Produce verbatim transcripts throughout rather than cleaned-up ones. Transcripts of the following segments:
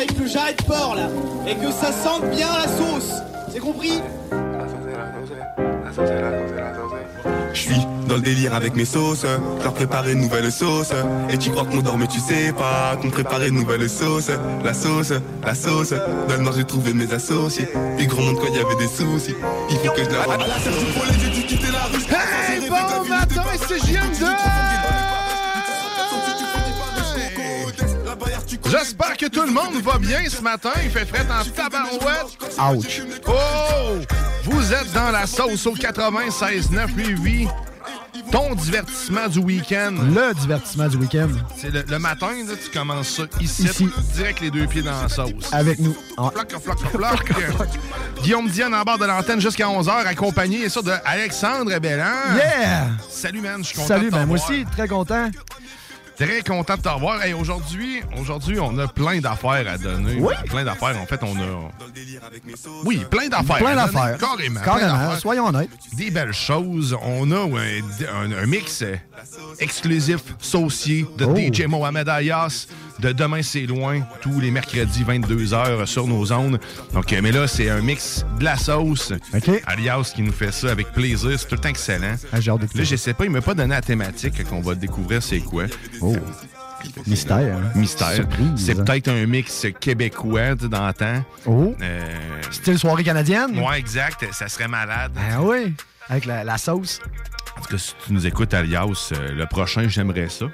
et que j'arrête fort là. Et que ça sente bien la sauce. C'est compris? Je suis dans le délire avec mes sauces, leur préparer une nouvelle sauce. Et tu crois qu'on dort mais tu sais pas qu'on préparait une nouvelle sauce. La sauce, la sauce, dans le noir j'ai trouvé mes associés. Puis gros monde quand il y avait des soucis, il faut que je la rende. Hey, bon matin, c'est J M deux! J'espère que tout le monde va bien ce matin. Il fait fret en tabarouette. Ouch. Oh! Vous êtes dans la sauce au quatre-vingt-seize neuf huit. Ton divertissement du week-end. Le divertissement du week-end. C'est le, le matin, là, tu commences ça ici, Ici. direct les deux pieds dans la sauce. Avec nous. Ah. Floc, floc, floc, floc. Guillaume Diane en bord de l'antenne jusqu'à onze heures, accompagné ça de Alexandre Belland. Yeah! Salut, man, je suis content Salut, de ben t'en moi voir. aussi, très content. Très content de te revoir. Hey, aujourd'hui, aujourd'hui, on a plein d'affaires à donner. Oui. Plein d'affaires. En fait, on a... Oui, plein d'affaires. Plein à donner. d'affaires. Carrément. plein Carrément, d'affaires. soyons honnêtes. Des belles choses. On a un, un- un mix euh, exclusif saucier de Oh. D J Mohamed Ayas. De Demain c'est loin, tous les mercredis vingt-deux heures sur nos ondes. Donc, euh, mais là, c'est un mix de la sauce. OK. Alias qui nous fait ça avec plaisir. C'est tout le temps excellent. Ah, j'ai hâte d'écouter. Là, je sais pas, il m'a pas donné la thématique qu'on va découvrir c'est quoi. Oh. Mystère. hein? Mystère. Surprise. C'est peut-être un mix québécois tu sais, dans le temps. Oh. Euh, Style soirée canadienne? ouais, exact. Ça serait malade. Ben oui. Avec la, la sauce. En tout cas, si tu nous écoutes, Alias, euh, le prochain, j'aimerais ça.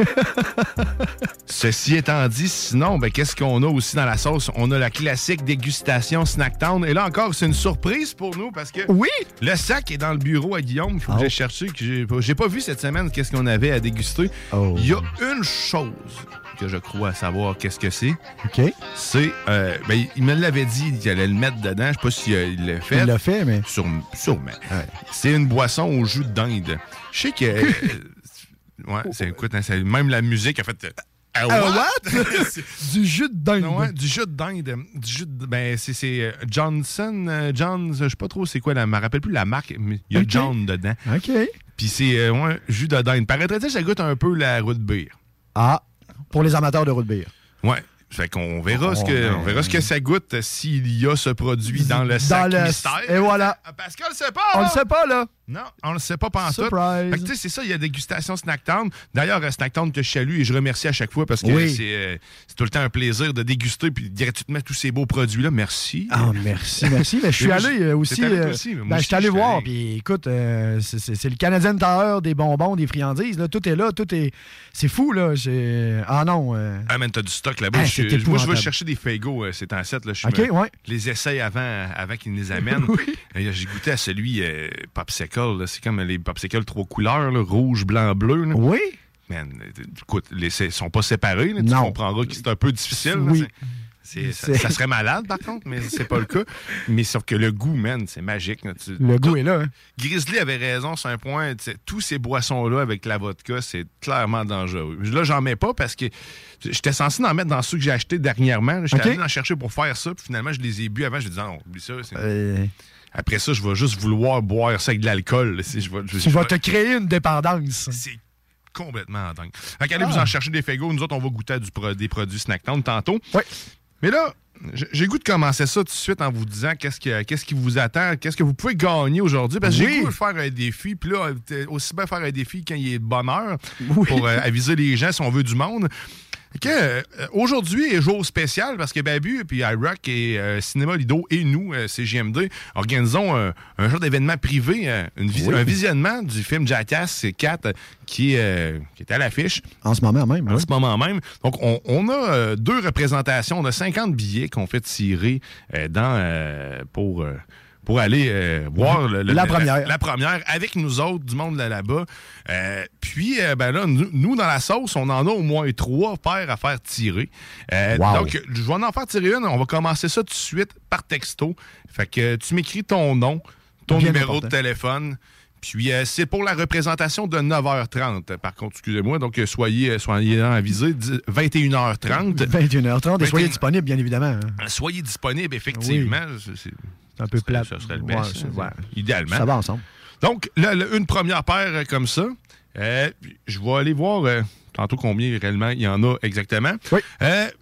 Ceci étant dit, sinon, ben, qu'est-ce qu'on a aussi dans la sauce? On a la classique dégustation Snacktown. Et là encore, c'est une surprise pour nous parce que Oui! le sac est dans le bureau à Guillaume. Il faut que Oh. j'ai cherché. Que j'ai, pas- j'ai pas vu cette semaine qu'est-ce qu'on avait à déguster. Oh. Il y a une chose que je crois savoir qu'est-ce que c'est. OK. C'est, euh, ben, il me l'avait dit qu'il allait le mettre dedans. Je sais pas s'il l'a fait. Il l'a fait, mais... Sur, sûrement. Ouais. C'est une boisson au jus de dinde. Je sais que... euh, ouais, c'est, écoute, hein, c'est, même la musique a fait... euh, Ah, Ah, what? what? Du jus de dinde. Ouais, du jus de dinde. Du jus de, ben, c'est, c'est euh, Johnson, euh, John, je sais pas trop c'est quoi, la, je me rappelle plus la marque, mais il y a Ok. John dedans. OK. Puis c'est, euh, ouais, jus de dinde. Paraîtrait-il que ça goûte un peu la root beer. Ah, pour les amateurs de root beer. Ouais. Fait qu'on verra, Oh, ce que, ben. on verra ce que ça goûte euh, s'il y a ce produit dans le sac le- mystère. Et voilà. Ah, parce qu'on le sait pas! On là. le sait pas, là. Non, on le sait pas pantoute. Surprise. Fait que, tu sais, c'est ça, il y a dégustation Snacktown. D'ailleurs, euh, Snacktown que je salue et je remercie à chaque fois parce que Oui. c'est, euh, c'est tout le temps un plaisir de déguster puis gratuitement tous ces beaux produits-là. Merci. Ah, merci, merci. Mais je suis Mais moi, allé euh, aussi. t'es allé toi euh, aussi, mais moi ben, je aussi, suis allé je suis voir. allé. Puis écoute, euh, c'est, c'est- c'est le Canadian Tower des bonbons, des friandises. Là. Tout est là. Tout est. C'est fou, là. J'ai... Ah non. euh, Ah, man, t'as du stock là-bas. Ah, Je- c'est moi, je vais épouvantable. chercher des Faygo, euh, c'est en set. Là, je OK, me- ouais. les essaye avant, avant qu'ils nous les amènent. Oui. Euh, J'ai goûté à celui euh, Popsicle. Là. C'est comme les Popsicles trois couleurs, là, rouge, blanc, bleu. Là. Oui. Man, euh, écoute, les, ils sont pas séparés. Là, tu Non. comprendras que c'est un peu difficile. là, Oui. c'est- c'est- ça, C'est- ça serait malade, par contre, mais c'est pas le cas. Mais sauf que le goût, man, c'est magique. Là. Tu- Le tout- goût est là. hein. Grizzly avait raison sur un point. Tu sais, tous ces boissons-là avec la vodka, c'est clairement dangereux. Là, j'en mets pas parce que j'étais censé en mettre dans ceux que j'ai achetés dernièrement. là. J'étais OK. allé en chercher pour faire ça, puis finalement, je les ai bu avant. Je dit, non, oublie ça. c'est- Euh, Après ça, je vais juste vouloir boire ça avec de l'alcool. là. Si je vais- je- tu je vas vais- te créer une dépendance. C'est complètement dingue. Fait qu'allez Ah. vous en chercher des Faygo. Nous autres, on va goûter à du pro- des produits Snacktown tantôt. Oui. Mais là, j'ai j'ai le goût de commencer ça tout de suite en vous disant qu'est-ce, que, qu'est-ce qui vous attend, qu'est-ce que vous pouvez gagner aujourd'hui. Parce que j'ai Oui. le goût de faire un défi. Puis là, euh, aussi bien faire un défi quand il est de bonne heure Oui. pour euh, aviser les gens si on veut du monde. Fait que, euh, aujourd'hui est jour spécial parce que Babu puis iRock et euh, Cinéma Lido et nous, euh, C J M D, organisons euh, un genre d'événement privé, euh, une vis- Oui. un visionnement du film Jackass quatre euh, qui, est, euh, qui est à l'affiche En ce moment même. en oui. ce moment même. Donc, on, on a euh, deux représentations. On a cinquante billets qu'on fait tirer euh, dans, euh, pour, euh, pour aller euh, voir le- le- La première. La, la première avec nous autres, du monde là, là-bas. Euh, puis, euh, ben là, nous, nous, dans la sauce, on en a au moins trois paires à faire tirer. Euh, Wow. Donc, je vais en faire tirer une. On va commencer ça tout de suite par texto. Fait que euh, tu m'écris ton nom, ton Bien numéro important. de téléphone. Puis euh, c'est pour la représentation de neuf heures trente. Par contre, excusez-moi, donc euh, soyez, euh, soyez avisés, dix- vingt et une heures trente. vingt et une heures trente. Et soyez vingt et une disponible, bien évidemment. hein. Euh, Soyez disponibles, effectivement. C'est- c'est- C'est un peu ça- plate. Ça serait le Ouais, best, c'est- hein, ouais. idéalement. Ça va ensemble. Donc, là, là, une première paire euh, comme ça. Euh, puis je vais aller voir euh, tantôt combien réellement il y en a exactement. Oui. Euh,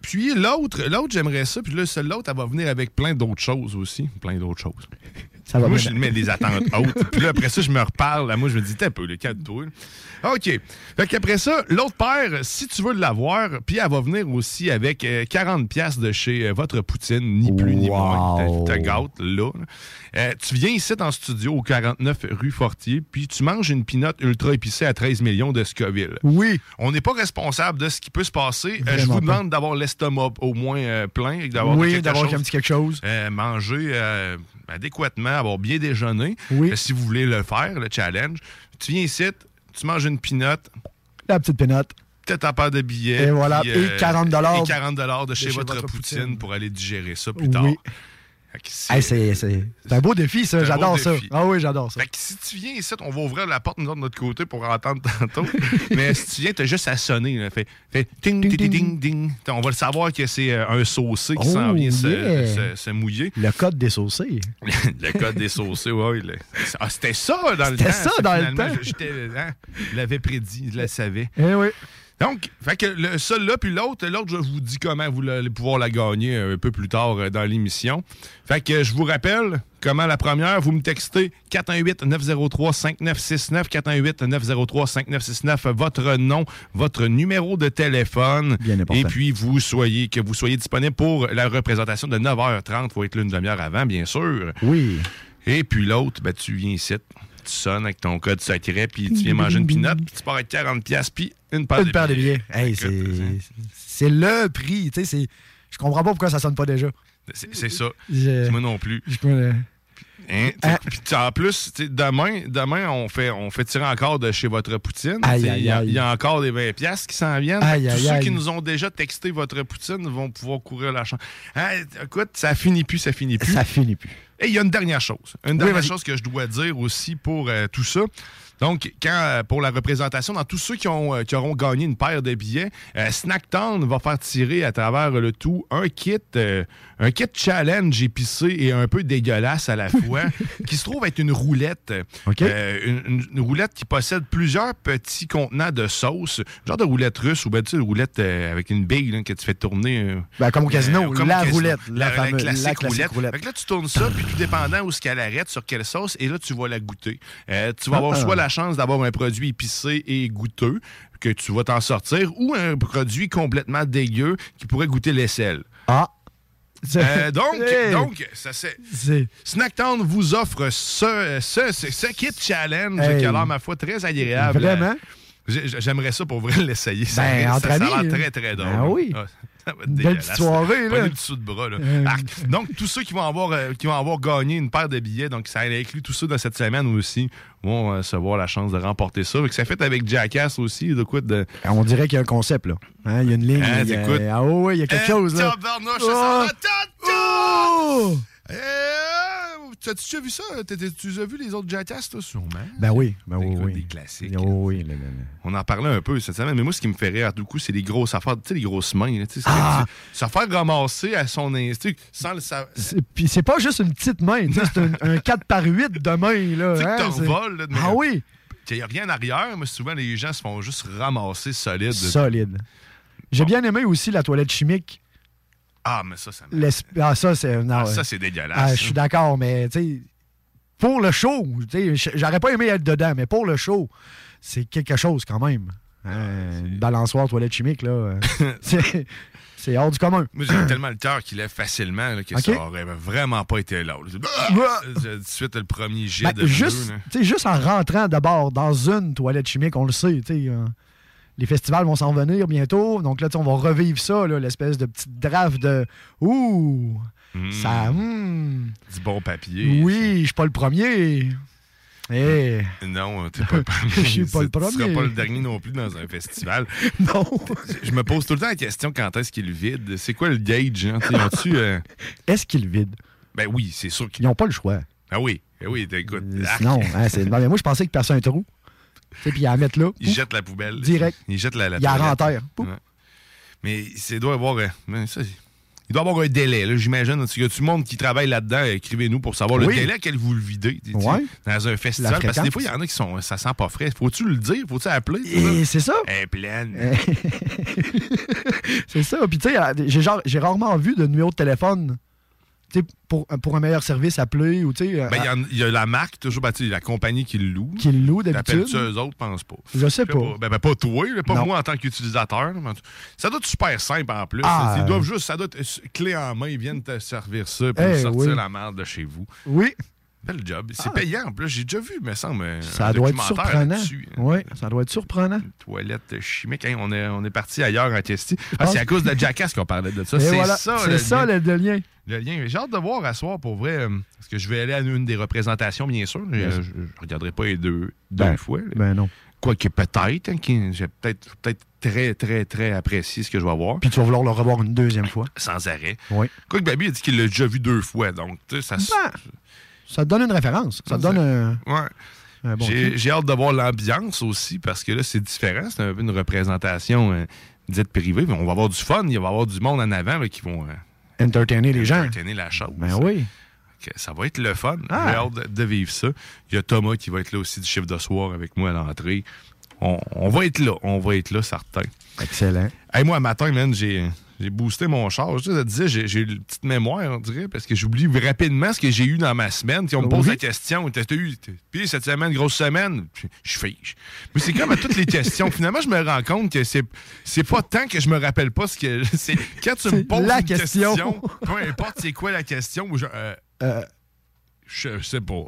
puis l'autre, l'autre j'aimerais ça. Puis là, celle l'autre, elle va venir avec plein d'autres choses aussi. Plein d'autres choses. Ça va moi, bien. je mets des attentes hautes. Puis là, après ça, je me reparle. Là, moi, je me dis, t'es un peu, le calme-toi. OK. Fait qu'après ça, l'autre paire, si tu veux l'avoir, puis elle va venir aussi avec euh, quarante piastres de chez euh, Votre Poutine, ni plus ni moins. Wow. Te, te gâte, là. Euh, tu viens ici en studio au quarante-neuf rue Fortier, puis tu manges une pinotte ultra épicée à treize millions de Scoville. Oui. On n'est pas responsable de ce qui peut se passer. Euh, je Vraiment vous pas. demande d'avoir l'estomac au moins euh, plein et d'avoir Oui, quelque d'avoir chose. un petit quelque chose. Euh, manger euh, adéquatement, avoir bien déjeuné. Oui. Euh, si vous voulez le faire, le challenge, tu viens ici, tu manges une pinotte, La petite pénote. peut-être ta paire de billets. Et voilà. puis, Et quarante dollars. Et quarante dollars de chez, de chez votre, Votre poutine, Poutine. pour aller digérer ça plus tard. Oui. Fait que c'est- Hey, c'est, c'est, c'est un beau défi, ça. C'est un J'adore beau ça. défi. Ah oui, j'adore ça. Fait que si tu viens ici, on va ouvrir la porte nous autres, de notre côté pour entendre tantôt. Mais si tu viens, t'as juste à sonner. Là. Fait, fait ting, ting, ting, ting, ting. On va le savoir que c'est euh, un saucé qui Oh, s'en vient se, yeah. se- se mouiller. Le code des saucés. Le code des saucés, oui. Le... Ah, c'était ça dans le temps. C'était ça dans le finalement. temps. J'étais, hein, je l'avais prédit, je le savais. Eh oui. Donc, fait que le, celui-là, puis l'autre, l'autre, je vous dis comment vous allez pouvoir la gagner un peu plus tard euh, dans l'émission. Fait que je vous rappelle comment la première, vous me textez quatre un huit neuf zéro trois cinq neuf six neuf, quatre un huit neuf zéro trois cinq neuf six neuf, votre nom, votre numéro de téléphone. Bien important. Et puis, vous soyez, que vous soyez disponible pour la représentation de neuf heures trente. Il faut être là une demi-heure avant, bien sûr. Oui. Et puis l'autre, ben, tu viens ici, tu sonnes avec ton code secret, puis tu viens manger une pinotte, puis tu pars avec quarante piastres, puis une paire Une de paire de billets. billets. Hey, Écoute, c'est, c'est le prix. Tu sais, c'est, je comprends pas pourquoi ça sonne pas déjà. C'est, c'est ça. Je, Moi non plus. je peux- Hein? Ah. Puis t'sais, en plus, t'sais, demain, demain on, fait, on fait tirer encore de chez Votre Poutine. Aïe, T'sais, aïe, Il y, a- aïe. il y a encore des vingt piastres qui s'en viennent. Aïe, Tous aïe, ceux aïe. qui nous ont déjà texté Votre Poutine vont pouvoir courir la chance. Hein, écoute, ça finit plus, ça finit plus. Ça finit plus. Et il y a une dernière chose. Une Oui, dernière vas-y. chose que je dois dire aussi pour euh, tout ça. Donc, quand euh, pour la représentation, dans tous ceux qui, ont, euh, qui auront gagné une paire de billets, euh, Snacktown va faire tirer à travers le tout un kit, euh, un kit challenge épicé et un peu dégueulasse à la fois, qui se trouve être une roulette. OK. Euh, une, une- une roulette qui possède plusieurs petits contenants de sauce, genre de roulette russe ou ben, tu sais, une roulette euh, avec une bille là, que tu fais tourner. euh, Ben, comme au casino, euh, comme la au casino. roulette. La, La, la fameuse, classique, la classique roulette. roulette. Fait que là, tu tournes ça, puis tout dépendant où ce qu'elle arrête, sur quelle sauce, et là, tu vas la goûter. Euh, tu vas avoir Ah. soit la chance d'avoir un produit épicé et goûteux, que tu vas t'en sortir, ou un produit complètement dégueu qui pourrait goûter l'aisselle. Ah. Euh, donc, Hey. donc ça, c'est... C'est... Snacktown vous offre ce, ce, ce, ce kit challenge Hey. qui a l'air, ma foi, très agréable. Vraiment? J'ai- J'aimerais ça pour vrai l'essayer. Ça, Ben, ça, entre ça a amis, l'air très, très drôle. ben oui. Ah, ça va être Une belle dégueulasse. petite soirée, Pas là. des petits sous de bras, là. Euh. Arc. Donc, tous ceux qui vont, avoir, euh, qui vont avoir gagné une paire de billets, donc ça inclut tous ceux de cette semaine aussi, vont euh, se voir la chance de remporter ça. Fait que ça fait avec Jackass aussi, de quoi de... On dirait qu'il y a un concept, là. Hein, il y a une ligne. Ah, il y a... t'écoutes. Ah oui, il y a quelque Eh, chose, là. tabarnouche, ça Oh. s'en va, ta- Oh! Eh, T'as-tu déjà vu ça? T'as- t'as- Tu as vu les autres Jackass, toi, sûrement? Ben oui, ben oui, Écoute, oui. Des classiques. Oh oui, là, là, là. On en parlait un peu cette semaine, mais moi, ce qui me fait rire du coup, c'est les grosses affaires, tu sais, les grosses mains. là, tu sais, c'est- Ah! c'est- se faire ramasser à son instinct, sans le savoir. Tu C'est- Puis c'est pas juste une petite main, tu sais, c'est un, un quatre par huit de main, là. sais hein, que t'en c'est- revoles, là, de- Ah oui, qu'il n'y a rien en arrière, mais souvent, les gens se font juste ramasser solide. solide. J'ai Bon. bien aimé aussi la toilette chimique. Ah, mais ça, ça me- L'es- Ah, ça, c'est... non, Ah, ouais. ça, c'est dégueulasse. Ah, je suis d'accord, mais tu sais, pour le show, tu sais, j'aurais pas aimé être dedans, mais pour le show, c'est quelque chose quand même. Hein, une balançoire toilette chimique, là, euh, c'est, c'est hors du commun. Moi, j'ai tellement le cœur qu'il lève facilement là, que Ok. ça aurait vraiment pas été là. Ah! Tout de suite, le premier jet Ben, de juste, bleu, là. tu sais, juste en rentrant d'abord dans une toilette chimique, on le sait, tu sais, euh, les festivals vont s'en venir bientôt, donc là, tu sais, on va revivre ça, là, l'espèce de petite draft de « Ouh! Mm. Ça... hmm, Du bon papier. oui, je suis pas le premier. » Eh, Non, t'es pas le premier. Je suis pas le Tu seras premier. pas le dernier non plus dans un festival. non. Je me pose tout le temps la question quand est-ce qu'il vide. C'est quoi le gauge? Hein? T'sais, ont-tu, euh, Est-ce qu'ils le vident? Ben oui, c'est sûr qu'ils. Ils n'ont pas le choix. Ah oui, ah oui, écoute. Euh, arc. Sinon, hein, c'est... non, mais moi, je pensais qu'il perçait un trou. Tu sais, puis il la mettre là. Il Ouf, jette la poubelle. Direct. Il jette la, la il la toilette. rend en terre. Pouf. Ouais. Mais c'est doit avoir. euh, mais ça, il doit y avoir un délai, là, j'imagine. Il y a tout le monde qui travaille là-dedans. Écrivez-nous pour savoir Oui. le délai auquel vous le videz tu sais, Ouais. dans un festival. La Parce que des fréquence. fois, il y en a qui sont. Ça sent pas frais. Faut-tu le dire? Faut-tu appeler? tu sais, Et c'est ça. Elle est pleine. C'est ça. Puis tu sais, j'ai genre- j'ai rarement vu de numéro de téléphone. Tu sais, pour, pour un meilleur service appelé ou tu sais. Ben, il y en- il y, a la marque, toujours, ben, tu sais, la compagnie qui le loue. Qui le loue d'habitude. T'appelles-tu eux autres, pense pas. Je sais Je sais pas. pas. Ben, ben, pas toi, là, pas Non. moi en tant qu'utilisateur. mais en tout- Ça doit être super simple en plus. Ah, Ils doivent euh. juste, ça doit être euh, clé en main, ils viennent te servir ça pour Eh, sortir oui. la merde de chez vous. Oui. Bel job. C'est Ah. payant en plus. J'ai déjà vu, me semble. un Ça doit être documentaire surprenant. là-dessus. Oui, ça doit être surprenant. Une toilette chimique. Hey, on est, on est parti ailleurs en Testie. Ah, pense- c'est à cause de Jackass qu'on parlait de ça. Et C'est voilà, ça, c'est le ça lien. le, le lien. Le lien. J'ai hâte de voir à soir pour vrai. euh, Parce que je vais aller à une des représentations, bien sûr. Je, je, je regarderai pas les deux, deux Ben, fois. là. Ben non. Quoique peut-être, hein, qui- j'ai peut-être peut-être très, très, très apprécié ce que je vais voir. Puis tu vas vouloir le revoir une deuxième fois. Sans arrêt. Oui. Quoique Baby a dit qu'il l'a déjà vu deux fois. Donc, tu sais, ça se. Ben, ça te donne une référence. Ça te Ça, donne un, Ouais. un bon J'ai truc. j'ai hâte de voir l'ambiance aussi parce que là, c'est différent. C'est un peu une représentation euh, dite privée. On va avoir du fun. Il va y avoir du monde en avant là, qui vont euh, Entertainer les gens. entertainer la chose. Ben oui. Que ça va être le fun. Ah. J'ai hâte de, de vivre ça. Il y a Thomas qui va être là aussi du chiffre de soir avec moi à l'entrée. On, on va être là. On va être là, certain. Excellent. Hey, moi, un matin, man, j'ai. J'ai boosté mon char. Je te disais, j'ai j'ai une petite mémoire, on dirait, parce que j'oublie rapidement ce que j'ai eu dans ma semaine. Si on me pose Oui. la question, t'as eu, t'as- puis cette semaine, grosse semaine, je fiche. Mais c'est comme à toutes les questions. Finalement, je me rends compte que c'est c'est pas tant que je me rappelle pas ce que. C'est quand tu me C'est poses la une question. question, peu importe c'est quoi la question, je, euh, Euh, je sais pas.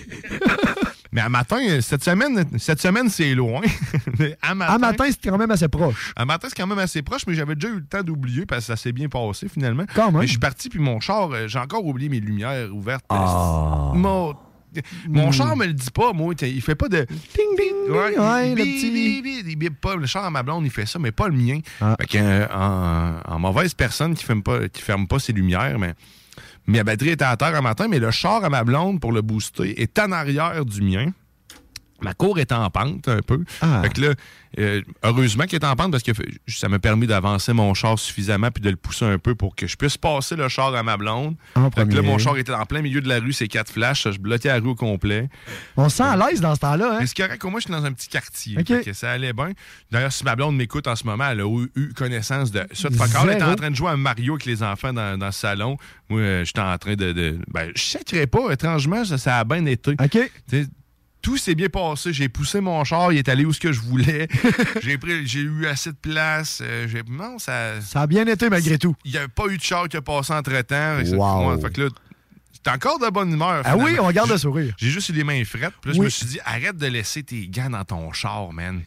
Mais à matin, cette semaine, cette semaine c'est loin. Mais à matin, à matin, c'était quand même assez proche. à matin, c'est quand même assez proche, mais j'avais déjà eu le temps d'oublier parce que ça s'est bien passé finalement. Quand même. Mais je suis parti, puis mon char, euh, j'ai encore oublié mes lumières ouvertes. Ah. Mon, mon Mm. char me le dit pas, moi. t'sais, Il fait pas de. Ding, ding, ouais, il le bip, petit... bip, bip, il bip pas. Le char à ma blonde, il fait ça, mais pas le mien. Ah. Fait que, euh, en, en mauvaise personne qui ferme pas, qui ferme pas ses lumières, mais. Ma batterie était à terre un matin, mais le char à ma blonde pour le booster est en arrière du mien. Ma cour est en pente un peu. Ah. Fait que là, euh, heureusement qu'il est en pente parce que f- ça m'a permis d'avancer mon char suffisamment puis de le pousser un peu pour que je puisse passer le char à ma blonde. En Fait que là, premier. mon char était en plein milieu de la rue, c'est quatre flashs, je bloquais la rue au complet. On se sent à l'aise dans ce temps-là, hein? Mais c'est correct, moi, je suis dans un petit quartier. OK. Fait que ça allait bien. D'ailleurs, si ma blonde m'écoute en ce moment, elle a eu, eu connaissance de ça. De fuck all. Elle était Zéro. en train de jouer à Mario avec les enfants dans, dans le salon. Moi, euh, j'étais en train de. de ben, je sacrais pas, étrangement, ça, ça a bien été. OK. Tu sais, tout s'est bien passé. J'ai poussé mon char, il est allé où ce que je voulais. j'ai pris, j'ai eu assez de place. Euh, j'ai, non, ça. Ça a bien été malgré tout. Il n'y a pas eu de char qui a passé entre-temps. Wow. Ouais, fait que là, j'étais encore de bonne humeur. Ah oui, finalement. on garde le J'ai- sourire. J'ai juste eu les mains frettes. Puis là, je Oui. me suis dit, arrête de laisser tes gants dans ton char, man.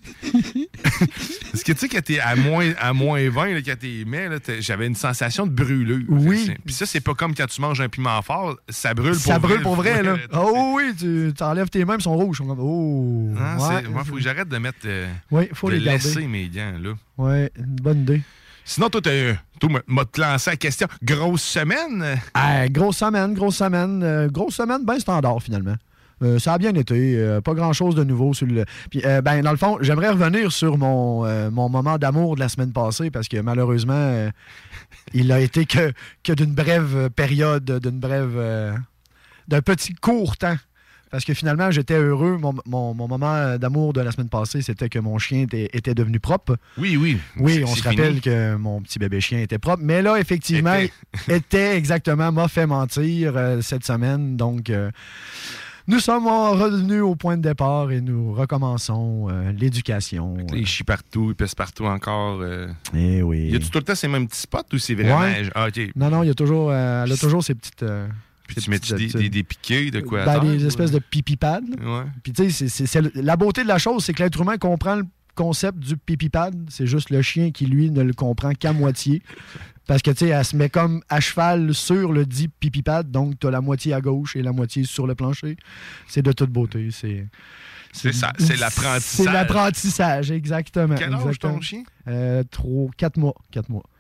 Parce que tu sais, quand t'es à moins, à moins vingt, là, quand t'es mets, là, t'es- j'avais une sensation de brûlure. Oui. C'est- Puis ça, c'est pas comme quand tu manges un piment fort, ça brûle pour Ça vrai. brûle pour vrai, là. là. Oh oui, tu enlèves tes mains, ils sont rouges. Ils sont comme, oh. Hein, ouais, c'est- moi, faut que j'arrête de mettre. euh, Oui, faut de les garder. laisser mes gants, là. Oui, une bonne idée. Sinon, toi, t'as- toi, m'a- m'a te lancé la question. Grosse semaine? Ah, grosse semaine, grosse semaine. euh, grosse semaine, bien standard, finalement. Euh, ça a bien été. euh, pas grand-chose de nouveau sur le... Puis, euh, ben, dans le fond, j'aimerais revenir sur mon, euh, mon moment d'amour de la semaine passée parce que, malheureusement, euh, il a été que, que d'une brève période, d'une brève... euh, d'un petit court temps. Parce que finalement, j'étais heureux. Mon, mon- mon moment d'amour de la semaine passée, c'était que mon chien était, était devenu propre. Oui, oui. Oui, C'est- on c'est se rappelle fini. que mon petit bébé chien était propre. Mais là, effectivement, Était. était exactement, m'a fait mentir euh, cette semaine. Donc, euh, nous sommes revenus au point de départ et nous recommençons euh, l'éducation. Il chie partout, il pèse partout encore. euh. Eh oui. Y a-tu tout le temps ces mêmes petits spots ou c'est vraiment. Ouais. Ah, ok. Non, non, il y a toujours, euh, elle a toujours ses petites... euh, Puis ses tu mets petites des, habitudes. des, des piquets de quoi à Ben, terre, des ou- espèces de pipi pad. là. Ouais. Puis tu sais, c'est- c'est- c'est le- la beauté de la chose, c'est que l'être humain comprend le concept du pipi pad. C'est juste le chien qui, lui, ne le comprend qu'à moitié. Parce que, tu sais, elle se met comme à cheval sur le dit pipi pad. Donc, tu as la moitié à gauche et la moitié sur le plancher. C'est de toute beauté. C'est C'est ça, c'est l'apprentissage. C'est l'apprentissage, exactement. Quel âge exactement. ton chien? Euh, trois, quatre mois. Quatre mois.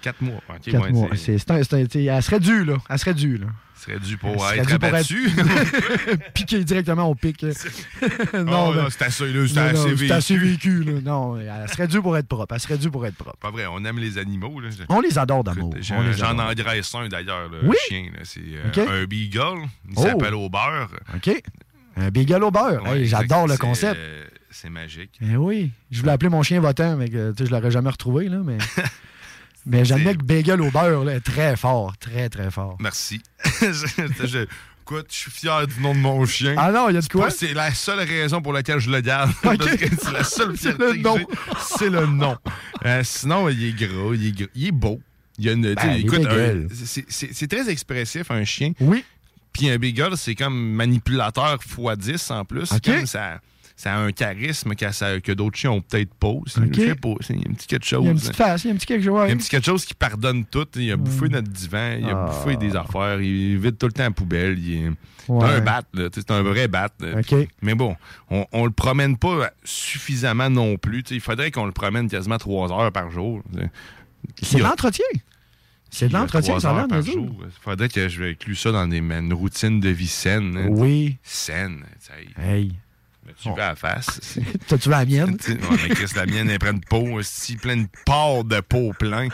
Quatre mois. Okay, Quatre ouais, mois. c'est... C'est, c'est un, c'est un, c'est, elle serait due, là. Elle serait due, là. serait dû pour serait être dû pour abattu. Être... Piqué directement au pic. non, oh, ben... non, c'est assez, là, c'est non, assez non, vécu. C'est assez vécu, là. Non, elle serait due pour être propre. Elle serait due pour être propre. Pas vrai, on aime les animaux. Là. On les adore d'amour. Écoute, on les j'en adore. engraisse un, d'ailleurs, le oui? chien. Là. C'est euh, okay. un beagle. Il oh. s'appelle au beurre. OK. Un beagle au beurre. Ouais, hey, j'adore le c'est, concept. Euh, c'est magique. Eh oui. Je voulais appeler mon chien votant, mais que, je ne l'aurais jamais retrouvé, là, mais... Mais j'admets que bagel au beurre là, est très fort, très, très fort. Merci. je, je, écoute, je suis fier du nom de mon chien. Ah non, il y a de quoi? Pas, c'est la seule raison pour laquelle je le garde. Okay. Parce que c'est la seule fierté c'est le nom. que j'ai. C'est le nom. Euh, sinon, il est gras, il est, gras, il est beau. Il y a une, ben, écoute, un, c'est, c'est, c'est très expressif, un chien. Oui. Puis un beagle, c'est comme manipulateur fois dix en plus. Okay. Comme ça... Ça a un charisme que, ça, que d'autres chiens ont peut-être pas aussi. Okay. Je sais pas. Il y a un petit quelque chose. Il y a une petite face, il y a un petit quelque chose. Il y a un petit quelque chose qui pardonne tout. Il a bouffé notre divan, il a ah. bouffé des affaires, il vide tout le temps la poubelle. Il est... Ouais. C'est un bat, là. C'est un vrai bat. Okay. Mais bon, on, on le promène pas suffisamment non plus. T'sais, il faudrait qu'on le promène quasiment trois heures par jour. C'est de l'entretien. C'est de l'entretien, ça a l'air par jour. Il faudrait que je inclue ça dans des, une routine de vie saine. Hein. Oui. Saine. Hey. Tu veux la face? T'as-tu vu la mienne? Ouais, mais Chris, la mienne, elle prend de peau, si plein de porcs de peau plein.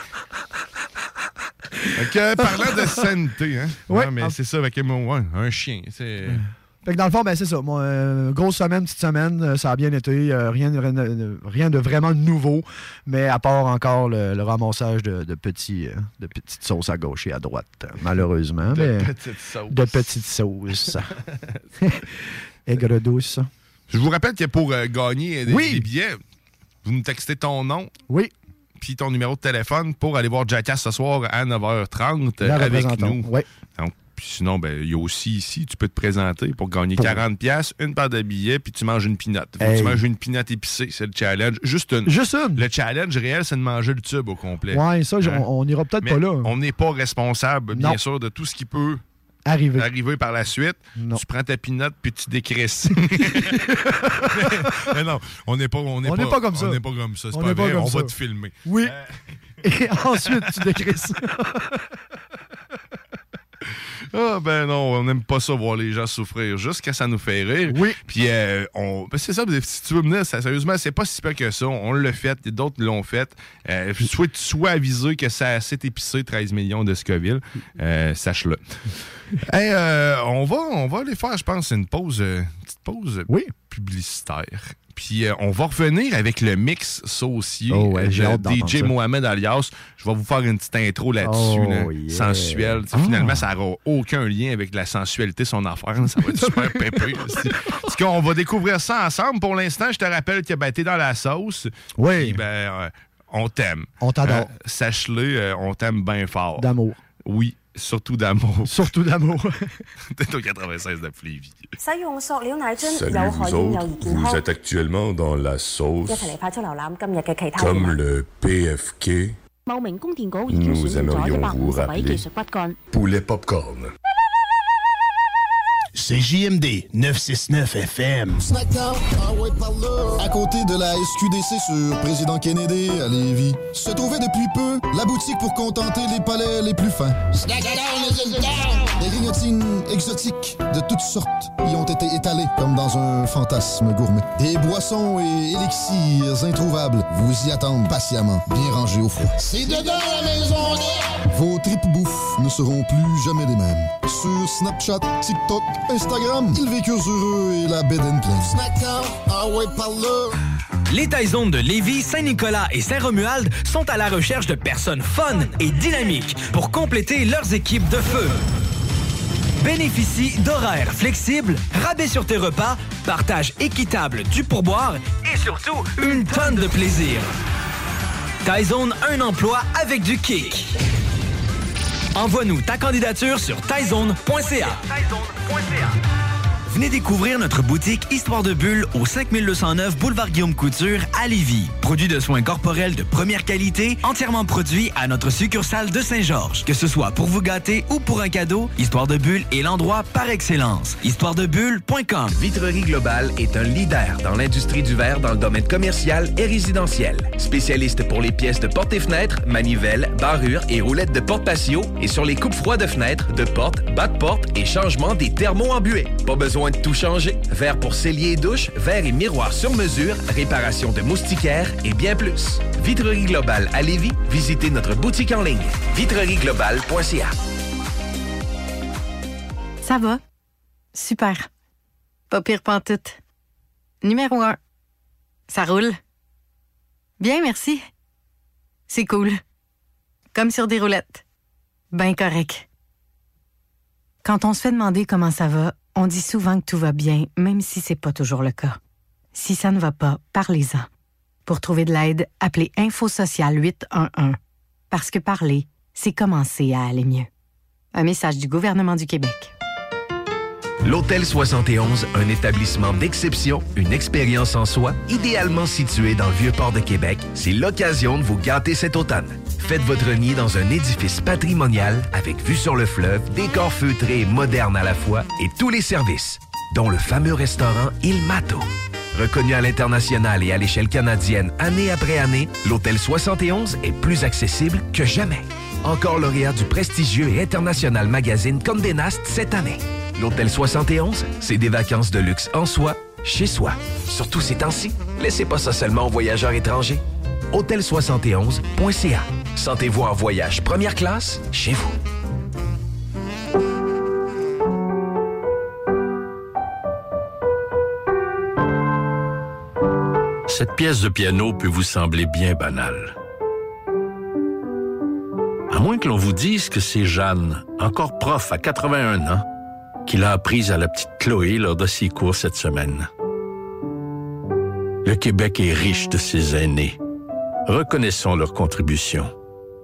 OK, parlant de sainteté, hein? Ouais, ouais mais en... c'est ça, avec ouais, un chien. C'est... Fait que dans le fond, ben c'est ça. Moi, euh, grosse semaine, petite semaine, euh, ça a bien été. Euh, rien, rien, rien de vraiment nouveau, mais à part encore le, le ramassage de, de, petits, euh, de petites sauces à gauche et à droite, euh, malheureusement. De mais, petites sauces. De petites sauces. Aigre douce. Je vous rappelle que pour euh, gagner des, oui. des billets, vous nous textez ton nom. Oui. Puis ton numéro de téléphone pour aller voir Jackass ce soir à neuf heures trente La avec nous. Oui. Donc, puis sinon, ben il y a aussi ici, tu peux te présenter pour gagner pour... quarante piastres, une paire de billets, puis tu manges une pinotte. Hey. Tu manges une pinotte épicée, c'est le challenge. Juste une. Juste une. Le challenge réel, c'est de manger le tube au complet. Ouais, ça, hein? on n'ira peut-être Mais pas là. On n'est pas responsable, bien non. sûr, de tout ce qui peut arriver, arriver par la suite. Non. Tu prends ta pinotte, puis tu décrisses. mais, mais non, on n'est pas, on n'est on pas, pas comme ça. On n'est pas comme ça, c'est on pas vrai. pas on ça. va te filmer. Oui. Euh... Et ensuite, tu décrisses. Ah ben non, on n'aime pas ça voir les gens souffrir, juste que ça nous fait rire. Oui. Puis euh, on, ben c'est ça, si tu veux venir, ça, sérieusement, c'est pas si pire que ça. On l'a fait, d'autres l'ont fait. Euh, soit tu sois avisé que ça a assez épicé treize millions de Scoville, euh, sache-le. hey, euh, on va, on va aller faire, je pense, une pause, euh, une petite pause oui. publicitaire. Puis euh, on va revenir avec le mix saucier oh ouais, de D J ça. Mohamed Alias. Je vais vous faire une petite intro là-dessus, oh, là, yeah. sensuelle. Oh. Finalement, ça n'aura aucun lien avec la sensualité de son affaire. Là. Ça va être super pépé. Parce qu'on va découvrir ça ensemble. Pour l'instant, je te rappelle que ben, t'es dans la sauce. Oui. Puis, ben, euh, on t'aime. On t'adore. Euh, sache-le, euh, on t'aime bien fort. D'amour. Oui. Surtout d'amour. Surtout d'amour. T'es au quatre-vingt-seize de Lévis. Salut vous autres, vous êtes actuellement dans la sauce. Comme le P F K, nous aimerions vous rappeler poulet popcorn. C'est J M D neuf cent soixante-neuf F M. Snackdown, ah ouais, par là. À côté de la S Q D C sur Président Kennedy à Lévis, se trouvait depuis peu la boutique pour contenter les palais les plus fins. Snackdown is in town. Des grignotines exotiques de toutes sortes y ont été étalées comme dans un fantasme gourmet. Des boissons et élixirs introuvables vous y attendent patiemment, bien rangés au froid. C'est dedans la maison. Vos tripes bouffe ne seront plus jamais les mêmes. Sur Snapchat, TikTok, Instagram, ils vécurent heureux et la bed and pleine. Snackdown, ah ouais, par là. Les Taizones de Lévis, Saint-Nicolas et Saint-Romuald sont à la recherche de personnes fun et dynamiques pour compléter leurs équipes de feu. Bénéficie d'horaires flexibles, rabais sur tes repas, partage équitable du pourboire et surtout une tonne de plaisir. Taizone, un emploi avec du kick. Envoie-nous ta candidature sur taizone point c a. Venez découvrir notre boutique Histoire de Bulle au cinq mille deux cent neuf boulevard Guillaume Couture à Lévis. Produit de soins corporels de première qualité, entièrement produit à notre succursale de Saint-Georges. Que ce soit pour vous gâter ou pour un cadeau, Histoire de Bulle est l'endroit par excellence. histoire de bulle point com. Vitrerie Globale est un leader dans l'industrie du verre dans le domaine commercial et résidentiel. Spécialiste pour les pièces de portes et fenêtres, manivelles, barrures et roulettes de porte patio et sur les coupes froides de fenêtres, de portes, bas de porte et changement des thermos embués. Pas besoin de tout changer. Verre pour cellier et douche, verre et miroir sur mesure, réparation de moustiquaires et bien plus. Vitrerie Globale à Lévis, visitez notre boutique en ligne vitrerie globale point c a. Ça va? Super. Pas pire pantoute. Numéro un. Ça roule. Bien, merci. C'est cool. Comme sur des roulettes. Ben correct. Quand on se fait demander comment ça va, on dit souvent que tout va bien, même si c'est pas toujours le cas. Si ça ne va pas, parlez-en. Pour trouver de l'aide, appelez Info Social huit un un. Parce que parler, c'est commencer à aller mieux. Un message du gouvernement du Québec. L'Hôtel soixante et onze, un établissement d'exception, une expérience en soi, idéalement situé dans le Vieux-Port de Québec, c'est l'occasion de vous gâter cet automne. Faites votre nid dans un édifice patrimonial avec vue sur le fleuve, décor feutré et moderne à la fois et tous les services, dont le fameux restaurant Il Mato. Reconnu à l'international et à l'échelle canadienne année après année, l'Hôtel soixante et onze est plus accessible que jamais. Encore lauréat du prestigieux et international magazine Condé Nast cette année. L'Hôtel soixante et onze, c'est des vacances de luxe en soi, chez soi. Surtout ces temps-ci, laissez pas ça seulement aux voyageurs étrangers. hôtel soixante et onze point c a. Sentez-vous en voyage première classe chez vous. Cette pièce de piano peut vous sembler bien banale. À moins que l'on vous dise que c'est Jeanne, encore prof à quatre-vingt-un ans, qui l'a apprise à la petite Chloé lors de ses cours cette semaine. Le Québec est riche de ses aînés. Reconnaissons leur contribution.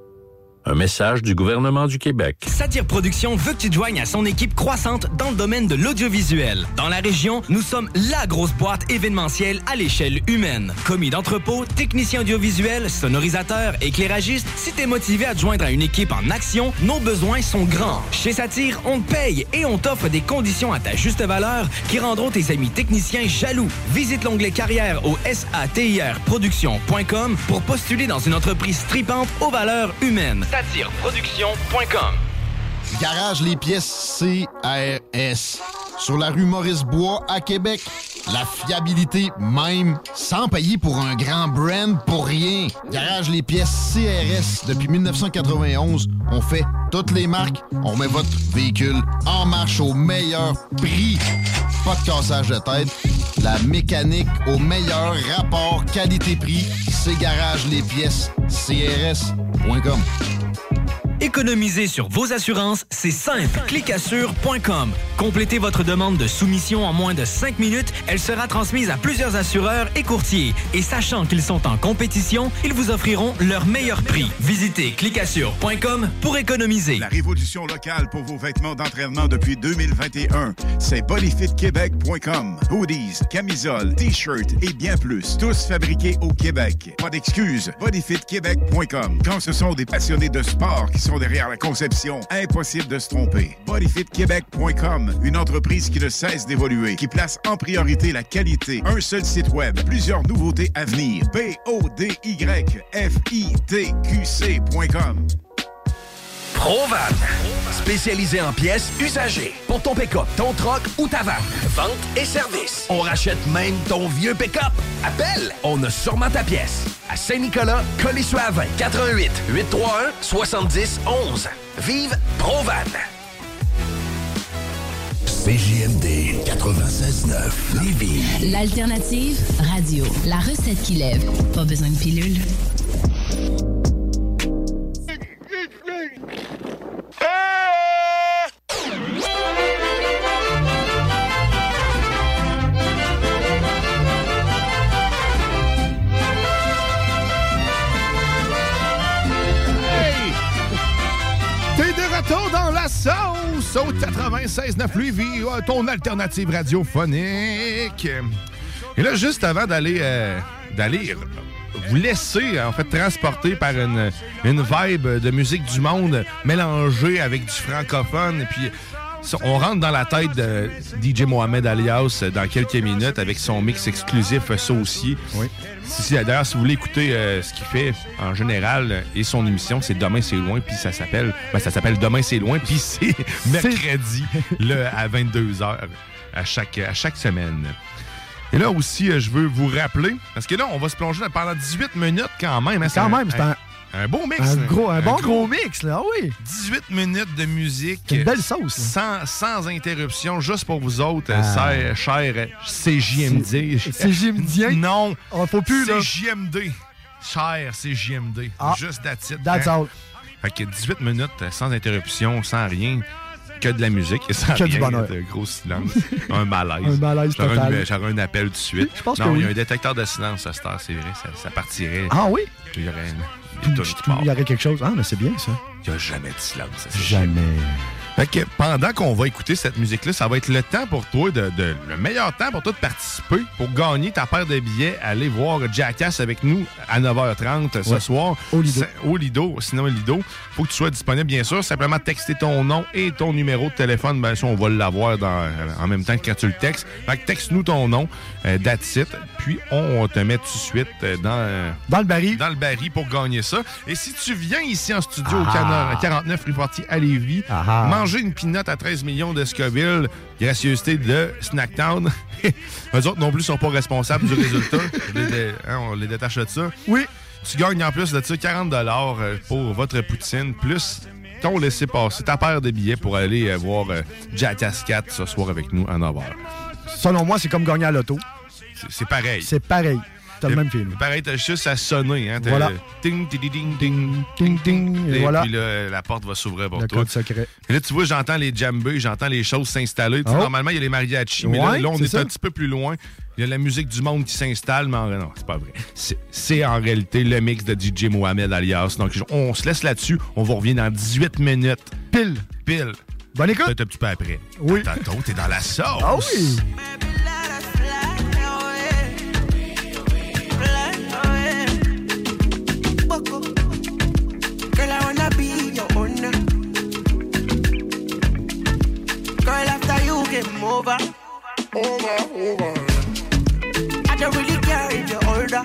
Un message du gouvernement du Québec. Satire Productions veut que tu te joignes à son équipe croissante dans le domaine de l'audiovisuel. Dans la région, nous sommes la grosse boîte événementielle à l'échelle humaine. Commis d'entrepôt, technicien audiovisuel, sonorisateur, éclairagiste, si t'es motivé à te joindre à une équipe en action, nos besoins sont grands. Chez Satire, on te paye et on t'offre des conditions à ta juste valeur qui rendront tes amis techniciens jaloux. Visite l'onglet carrière au satir production point com pour postuler dans une entreprise tripante aux valeurs humaines. satire production point com. Garage les pièces C R S. Sur la rue Maurice-Bois à Québec. La fiabilité même, sans payer pour un grand brand pour rien. Garage les pièces C R S. Depuis dix-neuf cent quatre-vingt-onze, on fait toutes les marques. On met votre véhicule en marche au meilleur prix. Pas de cassage de tête. La mécanique au meilleur rapport qualité-prix. C'est Garage les pièces C R S point com. Économiser sur vos assurances, c'est simple. clicassure point com. Complétez votre demande de soumission en moins de cinq minutes. Elle sera transmise à plusieurs assureurs et courtiers. Et sachant qu'ils sont en compétition, ils vous offriront leur meilleur prix. Visitez clicassure point com pour économiser. La révolution locale pour vos vêtements d'entraînement depuis deux mille vingt et un, c'est body fit québec point com. Hoodies, camisoles, t-shirts et bien plus. Tous fabriqués au Québec. Pas d'excuses. body fit québec point com. Quand ce sont des passionnés de sport qui sont derrière la conception, impossible de se tromper. body fit québec point com, une entreprise qui ne cesse d'évoluer, qui place en priorité la qualité. Un seul site web, plusieurs nouveautés à venir. B O D Y F I T Q C point com. Provan, spécialisé en pièces usagées. Pour ton pick-up, ton troc ou ta vanne. Vente et service. On rachète même ton vieux pick-up. Appelle, on a sûrement ta pièce. À Saint-Nicolas, Colissois-Avin, quatre un huit, huit trois un, sept zéro un un. Vive Provan. C J M D quatre-vingt-seize neuf Lévis. L'alternative radio. La recette qui lève. Pas besoin de pilule. T'es de retour dans la la sauce au quatre-vingt-seize neuf Lévis, ton alternative radiophonique. Et là, juste avant d'aller euh, d'aller vous laisser, en fait, transporter par une, une vibe de musique du monde mélangée avec du francophone, et puis on rentre dans la tête de D J Mohamed Alias dans quelques minutes avec son mix exclusif saucier. Oui. Si, d'ailleurs, si vous voulez écouter euh, ce qu'il fait en général et son émission, c'est Demain c'est loin, puis ça s'appelle ben, ça s'appelle Demain c'est loin, puis c'est mercredi le, à vingt-deux heures à chaque, à chaque semaine. Et là aussi, euh, je veux vous rappeler, parce que là, on va se plonger pendant dix-huit minutes quand même. Hein, quand même, c'est un... Un beau mix. Un, gros, un, un bon gros, gros mix, là, oui. dix-huit minutes de musique. C'est une belle sauce. Sans, sans interruption, juste pour vous autres, ah. chers C J M D. C J M D? Non. On faut plus, là. C J M D. Cher C J M D. Ah. Juste that's it. That's hein? all. Fait que dix-huit minutes sans interruption, sans rien. Que de la musique et sans que rien, du bonheur. De gros silence. Un malaise. Un malaise j'aurais total. Un, j'aurais un appel tout de suite. Je pense non, que il y a oui. un détecteur de silence à cette heure, c'est vrai. Ça, ça partirait. Ah oui? Il y aurait une... Il y aurait quelque chose. Ah, mais c'est bien, ça. Il n'y a jamais de silence. Jamais. Fait que pendant qu'on va écouter cette musique-là, ça va être le temps pour toi, de, de le meilleur temps pour toi de participer, pour gagner ta paire de billets, aller voir Jackass avec nous à neuf heures trente ce ouais. soir. Au Lido. Au Lido, sinon au Lido. Faut que tu sois disponible, bien sûr. Simplement texter ton nom et ton numéro de téléphone. Bien sûr, on va l'avoir dans, en même temps que quand tu le textes. Fait que texte-nous ton nom, euh, that's it. Puis on te met tout de suite dans... Euh, dans le baril. Dans le baril pour gagner ça. Et si tu viens ici en studio ah. au quarante-neuf rue Fortier à Lévis, ah. manger une pinotte à treize millions de Scoville, gracieuseté de Snacktown. Eux autres non plus sont pas responsables du résultat. les, hein, on les détache de ça. Oui. Tu gagnes en plus de ça quarante dollars pour votre poutine, plus ton laissez-passer, ta paire de billets pour aller voir Jackass quatre ce soir avec nous à neuf heures. Selon moi, c'est comme gagner à l'auto. C'est, c'est pareil. C'est pareil. T'as le même film. Pareil, t'as juste à sonner. Hein, voilà. Ting, ting, ting, ting, ting, ting. Et, et voilà. Puis là, la porte va s'ouvrir pour le toi. Code secret. Et là, tu vois, j'entends les djembés, j'entends les choses s'installer. Oh. Normalement, il y a les mariachis, mais ouais, là, là, on est, est ça. un petit peu plus loin. Il y a la musique du monde qui s'installe, mais en... non, c'est pas vrai. C'est, c'est en réalité le mix de D J Mohamed Alias. Donc, on se laisse là-dessus. On va revenir dans dix-huit minutes. Pile. Pile. Bonne écoute. Peut-être un petit peu après. Oui. Tantôt, t'es dans la sauce. Ah oui. Over, over, over. I don't really care if you're older.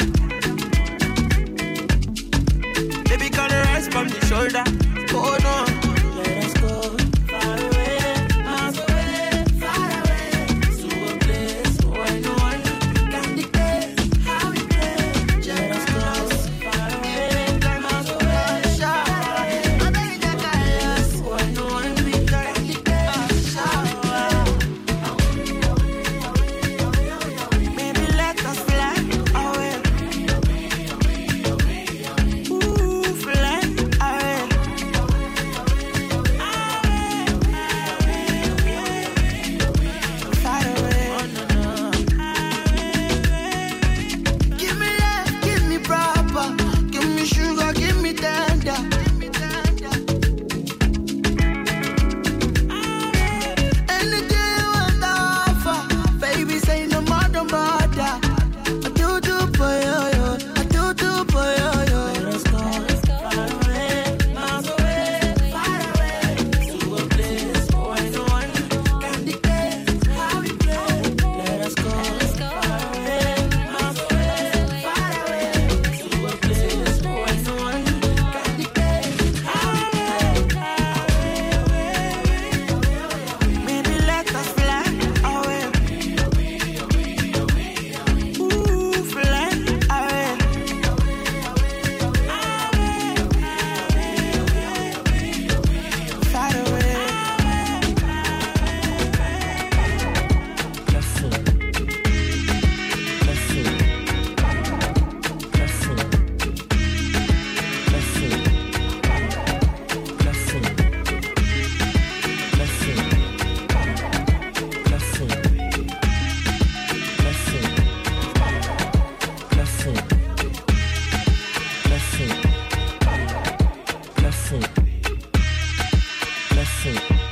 Baby, girl, rest from the shoulder. Oh no, let us go far away, miles away, far away, to a place where no one can dictate how we play. Let us go far away, miles away, far away, my baby, that where no one can dictate. Listen.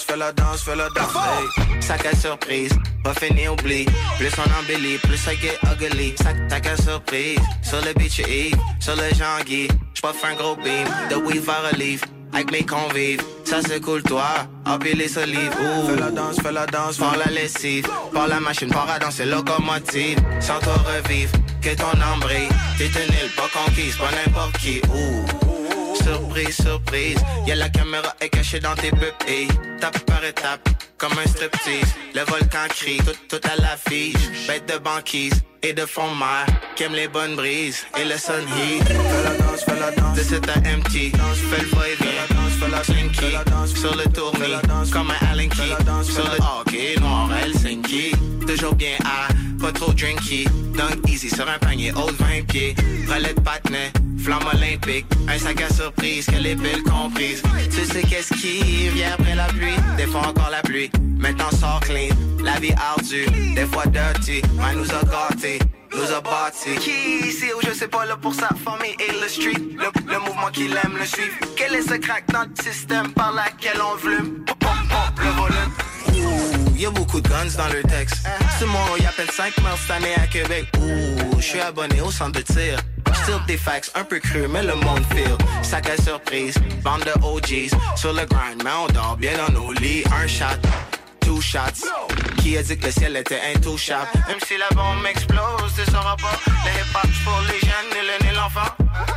danse, fais la danse, fais la danse. Hey. Sac à surprise, pas fini, oublie. Plus on embellit, plus ça get ugly. Sac, sac à surprise, sur le beach Eve, sur le Jean-Guy. J'poffe un gros beam, de weave à relief. Avec mes convives, ça c'est cool toi, empiler ce livre. Fais la danse, fais la danse, par la lessive, par la machine, par à danser locomotive. Sans toi revivre, que ton âme brille. T'es une île pas conquise, pas n'importe qui. Ouh. Surprise, surprise, y'a la caméra est cachée dans tes pupilles. Tape par étape, comme un striptease. Le volcan crie, tout, tout à l'affiche. Bête de banquise et de fond de mer, qui aime les bonnes brises et le sun heat. Fais la danse, fais la danse, de cet à empty. Fais le va-et-vient, fais la slinky. Sur le tournis, comme un Allen Key. Sur le hockey noir, Helsinki. Toujours bien high, pas trop drinky. Dunk easy sur un panier haut de vingt pieds. Relais de patinet, flamme olympique. Un sac à surprise que les bulles comprises. Tu sais qu'est-ce qui vient après la pluie? Des fois encore la pluie, maintenant sort clean. La vie ardue, des fois dirty. Mais nous a gâtés, nous a bâtis. Qui ici ou je sais pas là pour sa famille et le street. Le, le mouvement qu'il aime le suivre. Quel est ce crack dans le système par laquelle on volume? Pop, pop, pop, le volume. Ouh, y'a beaucoup de guns dans le texte. Ce mois, y appelle cinq morts cette année à Québec. Ouh, j'suis abonné au centre de tir. Still des facts un peu crus, mais le monde feel. Sac à surprise, bande de O Gs. Sur le grind, mais on dort bien dans nos lits. Un shot, two shots. Qui a dit que le ciel était intouchable? Même si la bombe explose, tu sauras pas. Le hip-hop pour les jeunes et le nez l'enfant.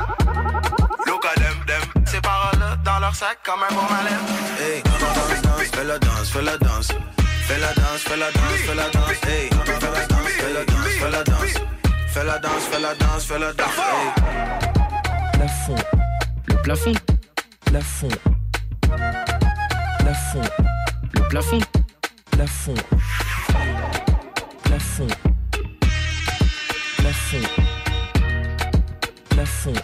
Look at them, them. Ces paroles-là dans leur sac comme un bon malin. Hey, danse, danse, fais la danse, fais la danse. Fais la danse, fais la danse, fais la danse. Hey, fais la danse, fais la danse, fais la danse. Fais la danse, fais la danse, fais la danse. Hey. Plafond, le plafond, plafond, plafond, le plafond, plafond, plafond, plafond, plafond.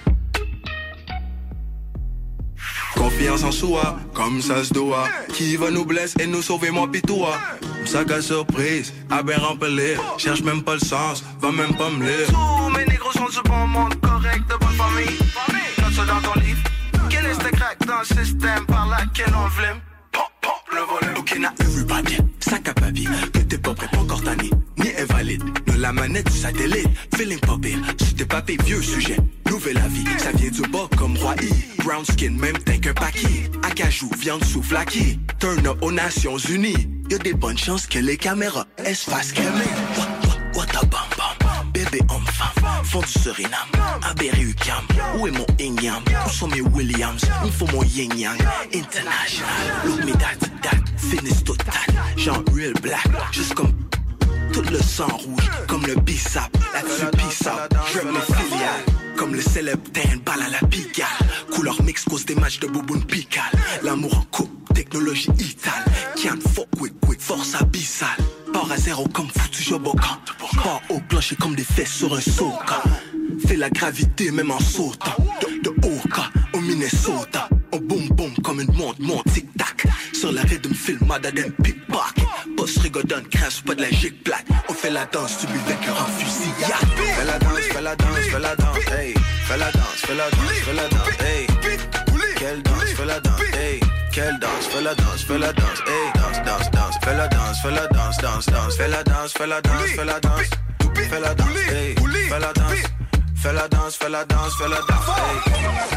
Confiance en soi, comme ça se doit. Qui va nous blesser et nous sauver, moi pis toi? Sac à surprise, à bien remplir. Cherche même pas le sens, va même pas me lire. Tous mes négros sont du bon monde, correct, de bonne famille. Note ça dans ton livre. Quel est ce crack dans le système par laquelle on vlime? Pop, pop, le volume. Ok, now everybody, sac à papier. Que t'es pas prêt, pas encore tanné, ni invalide. De la manette du satellite, feeling pas pire. Si t'es pas vieux sujet, nouvelle avis. Ça vient du bas comme Roi E. Brown skin, même teint qu'un paquet. Acajou, viande souffle acquis. Turn up aux Nations Unies. Y'a des bonnes chances que les caméras elles se fassent cramer. What, what, what a bam bam. Bébé homme-femme, fond du Suriname. Aberry Ucam, où est mon Inyam? Où sont mes Williams? Il faut mon Yin Yang. International, look me that, that. Finish total, genre real black. Juste comme tout le sang rouge, comme le bissap. Là-dessus pissap, je me filiale. Comme le célèbre teint, balle à la picale. Couleur mix cause des matchs de bouboune picale. L'amour en coupe, technologie itale. Can't fuck with quick, force abyssale. Part à zéro comme foutu Jobocan. Part au clocher comme des fesses sur un soca. Fais la gravité même en sautant. De, de Oka au Minnesota. On boom boom comme une montre, mon tic-tac. Sur la rhythm film, madame pickpocket. Boss rigodonne, crasse pas de la gigue black. On fait la danse, tu buvais cœur en fusillade. Fais la danse, fais la danse, fais la danse, hey. Fais la danse, fais la danse, fais la danse, hey. Quelle danse, fais la danse, hey. Quelle danse, fais la danse, fais la danse, hey. Danse, danse, danse, fais la danse, fais la danse, danse, danse. Fais la danse, fais la danse, fais la danse. Fais la danse, hey. Fais la danse, fais la danse, fais la danse, fais la danse, hey.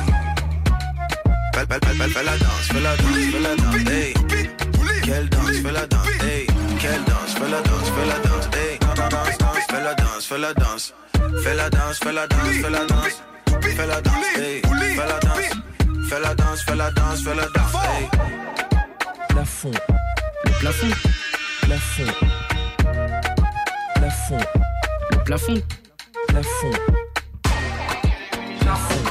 Fais, fais, fais, fais la danse, fais la danse, fais la danse, hey. Quelle danse, fais la danse, hey. Quelle danse, fais la danse, fais la danse, hey. Fais la danse, fais la danse. Fais la danse, fais la danse, fais la danse. Fais la danse, hey. Fais la danse. Fais la danse, fais la danse, fais la danse, hey. Plafond, le plafond, plafond, plafond, le plafond, plafond, plafond.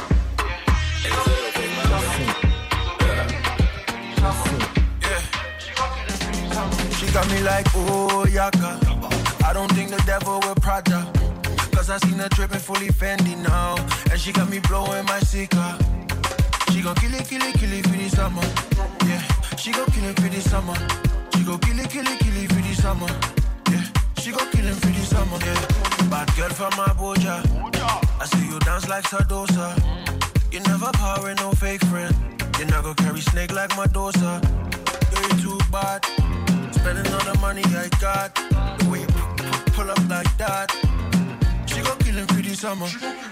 She got me like, oh, yaka. I don't think the devil will Prada. Cause I seen her dripping fully Fendi now. And she got me blowing my cigar. She gon' kill it, kill it, kill it for the summer. Yeah, she gon' kill it for the summer. She gon' kill it, kill it, kill it for the summer. Yeah, she gon' kill it for the summer. Yeah, bad girl from Abuja. I see you dance like Sadosa. You never power no fake friend. You not gon' carry snake like Medusa. Yeah, way too bad. Spending all the money I got. The way you pull up like that. She gon' kill him pretty summer.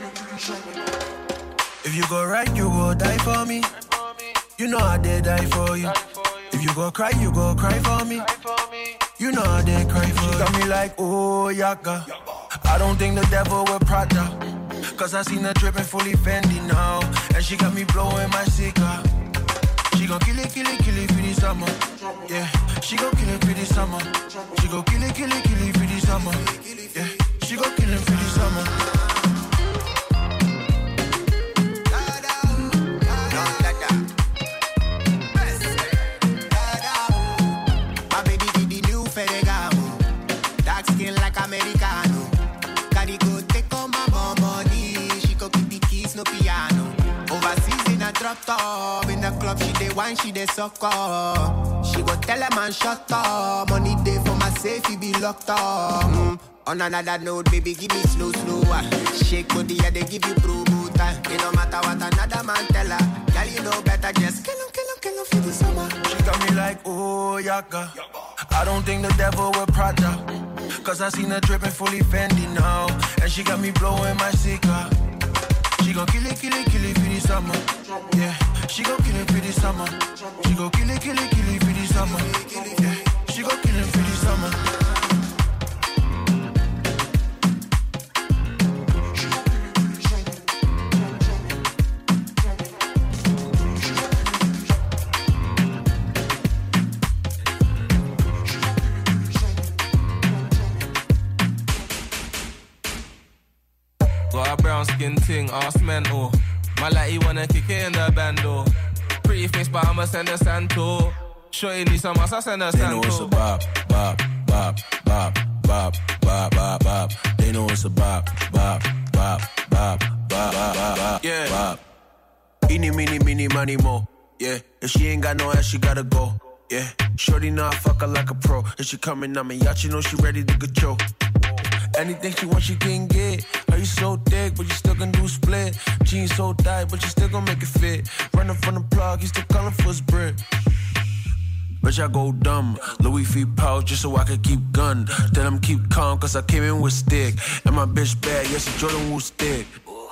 If you go right, you go die for me. You know I did die for you. If you go cry, you go cry for me. You know I did cry for you. She got me like, oh, yaka. I don't think the devil will Prada. Cause I seen her dripping fully Fendi now. And she got me blowing my cigar. She gon' kill it, kill it, kill it for the summer. Yeah, she gon' kill it for the summer. She gon' kill it, kill it, kill it for the summer. Yeah, she gon' kill it for the summer. My baby did the new Ferragamo. Dark skin like Americano. Carry go take all my mom money. She go keep the keys, no piano. Overseas in a drop top. In the club she dey wine, she dey suck up. She go tell a man shut up. Money day for my safe, he be locked up. Mm. On another note, baby, give me slow, slow. Uh. Shake body, yeah, they give you promo time. It no matter what another man tell her. Girl, you know better, just kill him, kill him, kill him for the summer. She got me like, oh, yaka. I don't think the devil will Prada. Cause I seen her dripping fully Fendi now. And she got me blowing my cigar. She gon' kill it, kill it, kill it for the summer. Yeah, she gon' kill it for the summer. She gon' kill it, kill it, kill it for the summer. Yeah, she gon' kill it for the summer. Got a brown skin ting, ass mental. My like he wanna kick it in the bando. Pretty face, but I'ma send a Santo. Shorty need some ass, I send a Santo. They know it's a bop, bop, bop, bop, bop, bop, bop, bop. They know it's a bop, bop, bop, bop, bop, bop, bop, yeah. Bop. Eeny, meeny, meeny, money, mo. Yeah, if she ain't got no ass, she gotta go. Yeah, shorty know I fuck her like a pro. If she coming on me yacht, you know she ready to control. Anything she wants, she can get. Are you so thick, but you still can do split? Jeans so tight, but you still gon' make it fit. Running from the plug, he still calling for his bread. Bitch, I go dumb. Louis V pouch just so I can keep gun. Then I'm keep calm, cause I came in with stick. And my bitch bad, yes, it's Jordan Woo stick.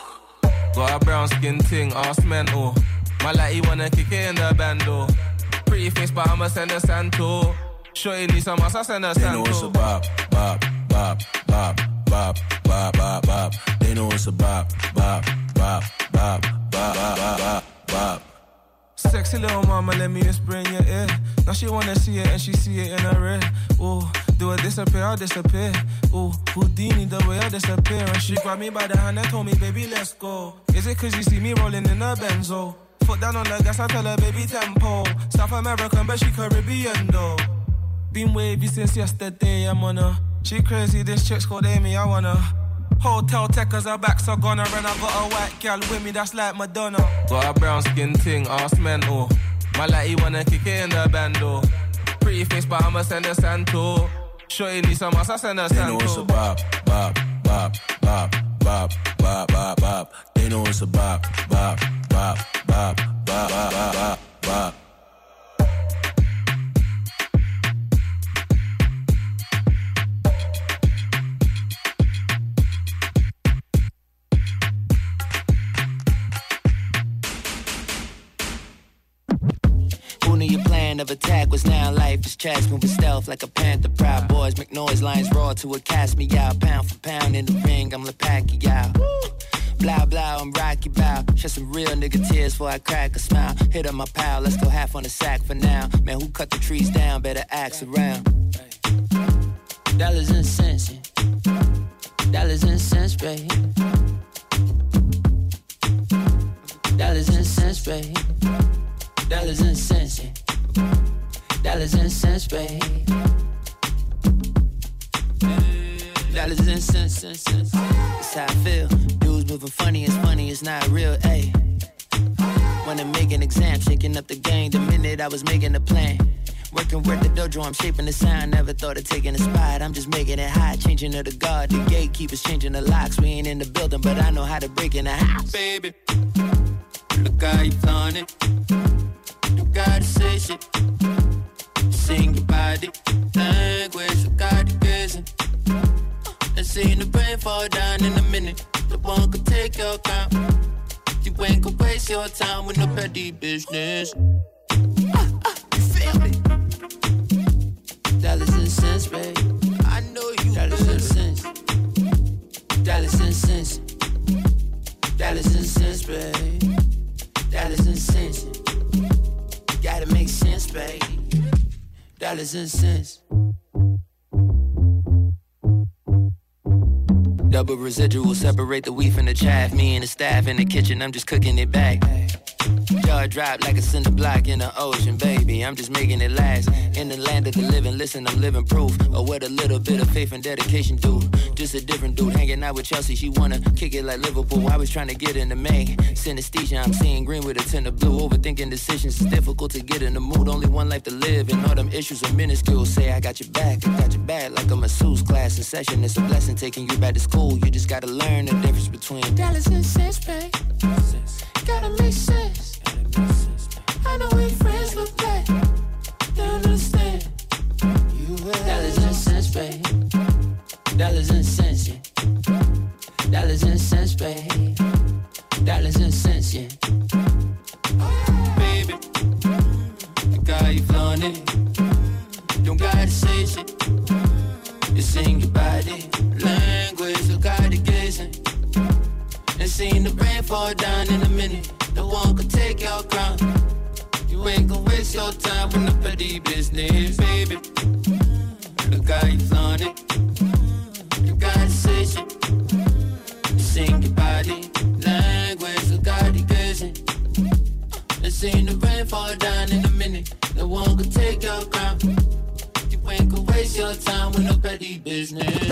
Got a brown skin ting, ass mental. My like he wanna kick it in the bando. Pretty face, but I'ma send a Santo. Shorty need some ass, I send a Santo. They know it's a bop, bop, bop, bop, bop, bop, bop, bop. They know it's a bop, bop, bop, bop, bop, bop, bop, bop. Sexy little mama, let me whisper in your ear. Now she wanna see it and she see it in her red. Ooh, do it disappear, I'll disappear. Ooh, Houdini, the way I disappear. And she grabbed me by the hand and told me, baby, let's go. Is it cause you see me rolling in a Benzo? Foot down on the gas, I tell her, baby, tempo. South American, but she Caribbean, though. Been wavy since yesterday, I'm on her. She crazy, this chick's called Amy, I wanna. Hotel techers are back, so gonna run. I got a white girl with me, that's like Madonna. Got a brown skin ting, ass mental. My like he wanna kick it in the bando. Pretty face, but I'ma send a Santo. Shorty need some ass, I send a Santo. They know it's a bop, bop, bop, bop, bop, bop, bop, bop. They know it's a bop, bop, bop, bop, bop, bop, bop, bop. Your plan of attack was now life is chats moving stealth like a panther. Proud boys make noise, lions roar to a cast me out. Pound for pound in the ring, I'm Pacquiao. Blah blah, I'm Rocky Bow. Shed some real nigga tears before I crack a smile. Hit on my pal, let's go half on the sack for now. Man, who cut the trees down? Better axe around. Dollars and cents, yeah. Dollars and cents, baby. Dollars and cents, baby. Dollars and cents, yeah. Dollars and cents, babe. Dollars and cents, cents, cents. That's how I feel. Dudes moving funny, it's funny, it's not real, ayy. Wanna make an exam, shaking up the game the minute I was making a plan. Working with the dojo, I'm shaping the sound. Never thought of taking a spot, I'm just making it hot. Changing to the guard, the gatekeepers changing the locks. We ain't in the building, but I know how to break in the house. Baby, look how you flaunt it. You gotta say shit. sing your body language, you got it gazing. And seeing the rain fall down in a minute. The one could take your crown. You ain't gonna waste your time with no petty business. Ah, ah, you feel me? Dollars and cents, babe. I know you. Dollars and cents. Dollars and cents. Dollars and cents, babe. Dollars and cents. Gotta make sense, babe. Dollars and cents. Double residual, separate the wheat from the chaff. Me and the staff in the kitchen, I'm just cooking it back. Jaw drop like a cinder block in the ocean, baby. I'm just making it last. In the land of the living, listen, I'm living proof of what a little bit of faith and dedication do. Just a different dude hanging out with Chelsea. She wanna kick it like Liverpool. I was trying to get in the main. Synesthesia, I'm seeing green with a tint of blue. Overthinking decisions, it's difficult to get in the mood. Only one life to live, and all them issues are minuscule. Say I got your back, I got your back like a masseuse class in session. It's a blessing taking you back to school. You just gotta learn the difference between dollars and cents, babe. Gotta make sense. I know what friends look like. Don't understand. You dollars and cents, babe. Dollars and cents, yeah. Dollars and cents, babe. Dollars and cents, yeah. Baby, the guy you flaunting. Don't gotta say shit. You sing your body language, so gotta gazing. And seeing the rain fall down in a minute. No one could take your crown. You ain't gon' waste your time with no petty business, baby. The guy you flaunting. You gotta say shit. You sing your body language, so gotta gazing. And seeing the rain fall down in a minute. No one could take your crown. You ain't gon' waste your time with no petty business.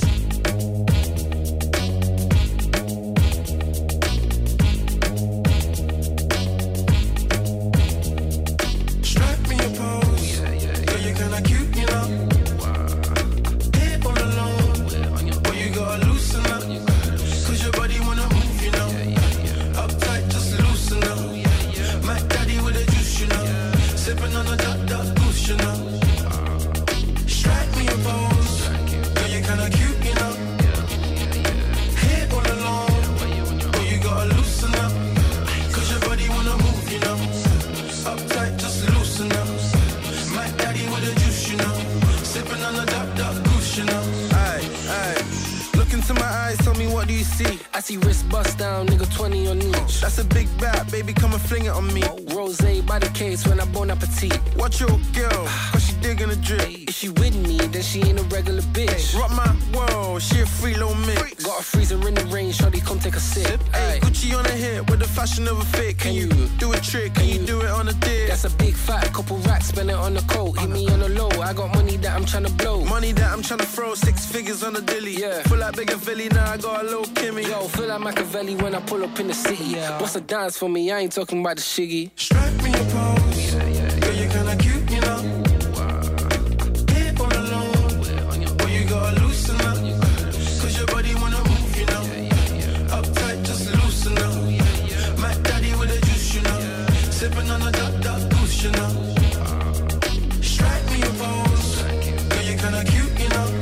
Strike me a pose. Yeah, yeah, yeah. You're kinda cute, you know. Hip all alone. But you gotta loosen up. Cause your body wanna move, you know. Uptight, just loosen up. My daddy with the juice, you know. Sipping on the dark, dark goose, you know. Strike me a pose. Girl, you're kinda cute, you know. Hip all alone. But you gotta loosen up. Cause your body wanna move, you know. Uptight, just loosen up. My daddy with the juice, you know. Sipping on the dark, dark goose, you know. Aye, aye. Look into my eyes, tell me what do you see? I see wrist bust down, nigga twenty on each. That's a big bat, baby, come and fling it on me. Rose by the case when I bon appetit. Watch your girl, cause she digging the drip. If she with me, then she ain't a regular bitch. Rock my world, she a free low mix. Got a freezer in the rain, shawty come take a sip. Hey, Gucci on a hip with the fashion of a fit. Can, Can you do a trick? Can, Can you do it on a dip? That's a big fat, couple racks, spend it on the coat. Hit me on the low, I got money that I'm tryna blow. Money that I'm tryna throw, six figures on the dilly. Yeah. Feel like bigger Philly, now I got a little Kimmy. Yo, feel like Machiavelli when I pull up in the city. Yeah. Bust a dance for me, I ain't talking about the shiggy. Strike me a pose. Yeah, yeah, yeah. Girl, you're kinda cute, you know. Hip all alone. But you gotta loosen up. Cause your body wanna move, you know. Uptight, just loosen up. My daddy with the juice, you know. Sipping on the dark, dark goose, you know. Strike me a pose. Girl, you're kinda cute, you know.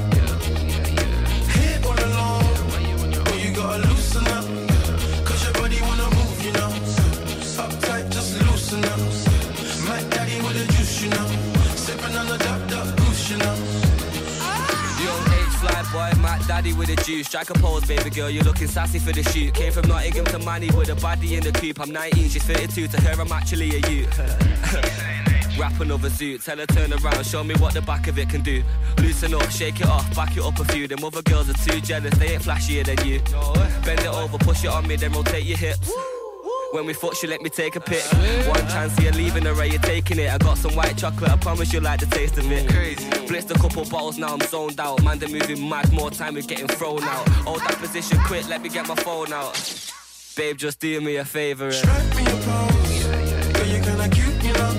Hip all alone. But you gotta loosen up. Cause your body wanna move, you know. Uptight, just loosen up. My daddy with the juice, you know. Sipping on the dark, dark goose, you know. Young H fly boy, Matt daddy with the juice. Strike a pose, baby girl, you're looking sassy for the shoot. Came from Nottingham to Manny with a body in the coupe. I'm nineteen, she's thirty-two, to her I'm actually a youth. Wrap another suit, tell her turn around, show me what the back of it can do. Loosen up, shake it off, back it up a few. Them other girls are too jealous, they ain't flashier than you. Bend it over, push it on me, then rotate your hips. When we fuck, she let me take a pic. One chance, you're leaving her, right, you're taking it. I got some white chocolate, I promise you'll like the taste of it. Crazy. Blitzed a couple bottles, now I'm zoned out. Man, they're moving mad, more time we're getting thrown out. Hold that position quick, let me get my phone out. Babe, just do me a favour. Strike me a pose. Girl, you're kinda cute, you know.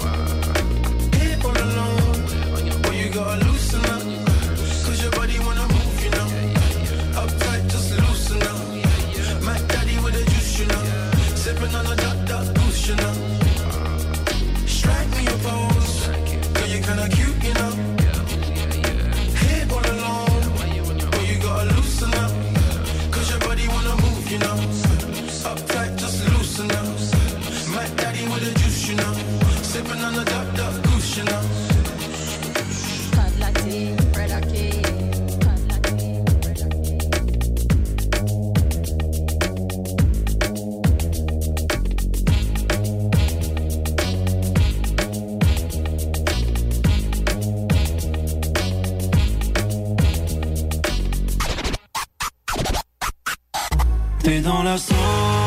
Hip all alone. But you gotta loosen up. Cause your body wanna move, you know. Uptight, just loosen up. My daddy with the juice, you know. Sipping on the dark, dark goose, you know. Strike me a pose. Girl, you're kinda kinda cute, you know. Hit all alone, but you gotta loosen up. Cause your body wanna move, you know. Uptight, just loosen up. My daddy with the juice, you know. Sipping on the duck, duck goose, you know. T'es dans la sauce.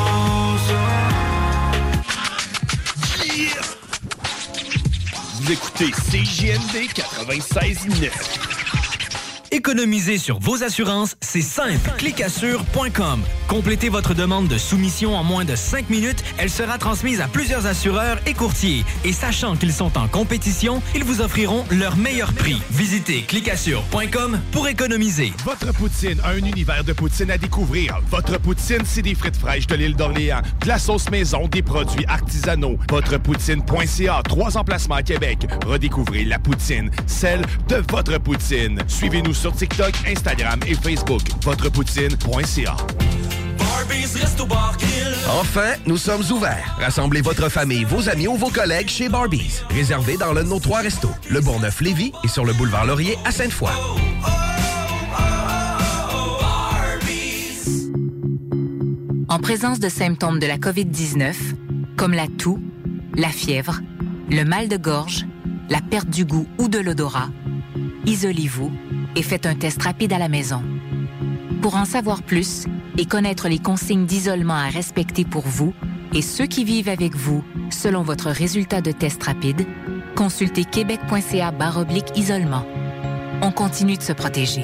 Yeah. Vous écoutez C J M D quatre-vingt-seize neuf. Économiser sur vos assurances, c'est simple. clicassure point com. Complétez votre demande de soumission en moins de cinq minutes. Elle sera transmise à plusieurs assureurs et courtiers. Et sachant qu'ils sont en compétition, ils vous offriront leur meilleur prix. Visitez clicassure point com pour économiser. Votre poutine, un univers de poutine à découvrir. Votre poutine, c'est des frites fraîches de l'île d'Orléans, de la sauce maison, des produits artisanaux. Votrepoutine point c a, trois emplacements à Québec. Redécouvrez la poutine, celle de votre poutine. Suivez-nous sur TikTok, Instagram et Facebook. Votrepoutine point c a. Enfin, nous sommes ouverts. Rassemblez votre famille, vos amis ou vos collègues chez Barbies. Réservé dans l'un de nos trois restos, le Bourgneuf-Lévis et sur le boulevard Laurier à Sainte-Foy. En présence de symptômes de la covid dix-neuf, comme la toux, la fièvre, le mal de gorge, la perte du goût ou de l'odorat, isolez-vous et faites un test rapide à la maison. Pour en savoir plus et connaître les consignes d'isolement à respecter pour vous et ceux qui vivent avec vous selon votre résultat de test rapide, consultez québec point c a barre oblique isolement. On continue de se protéger.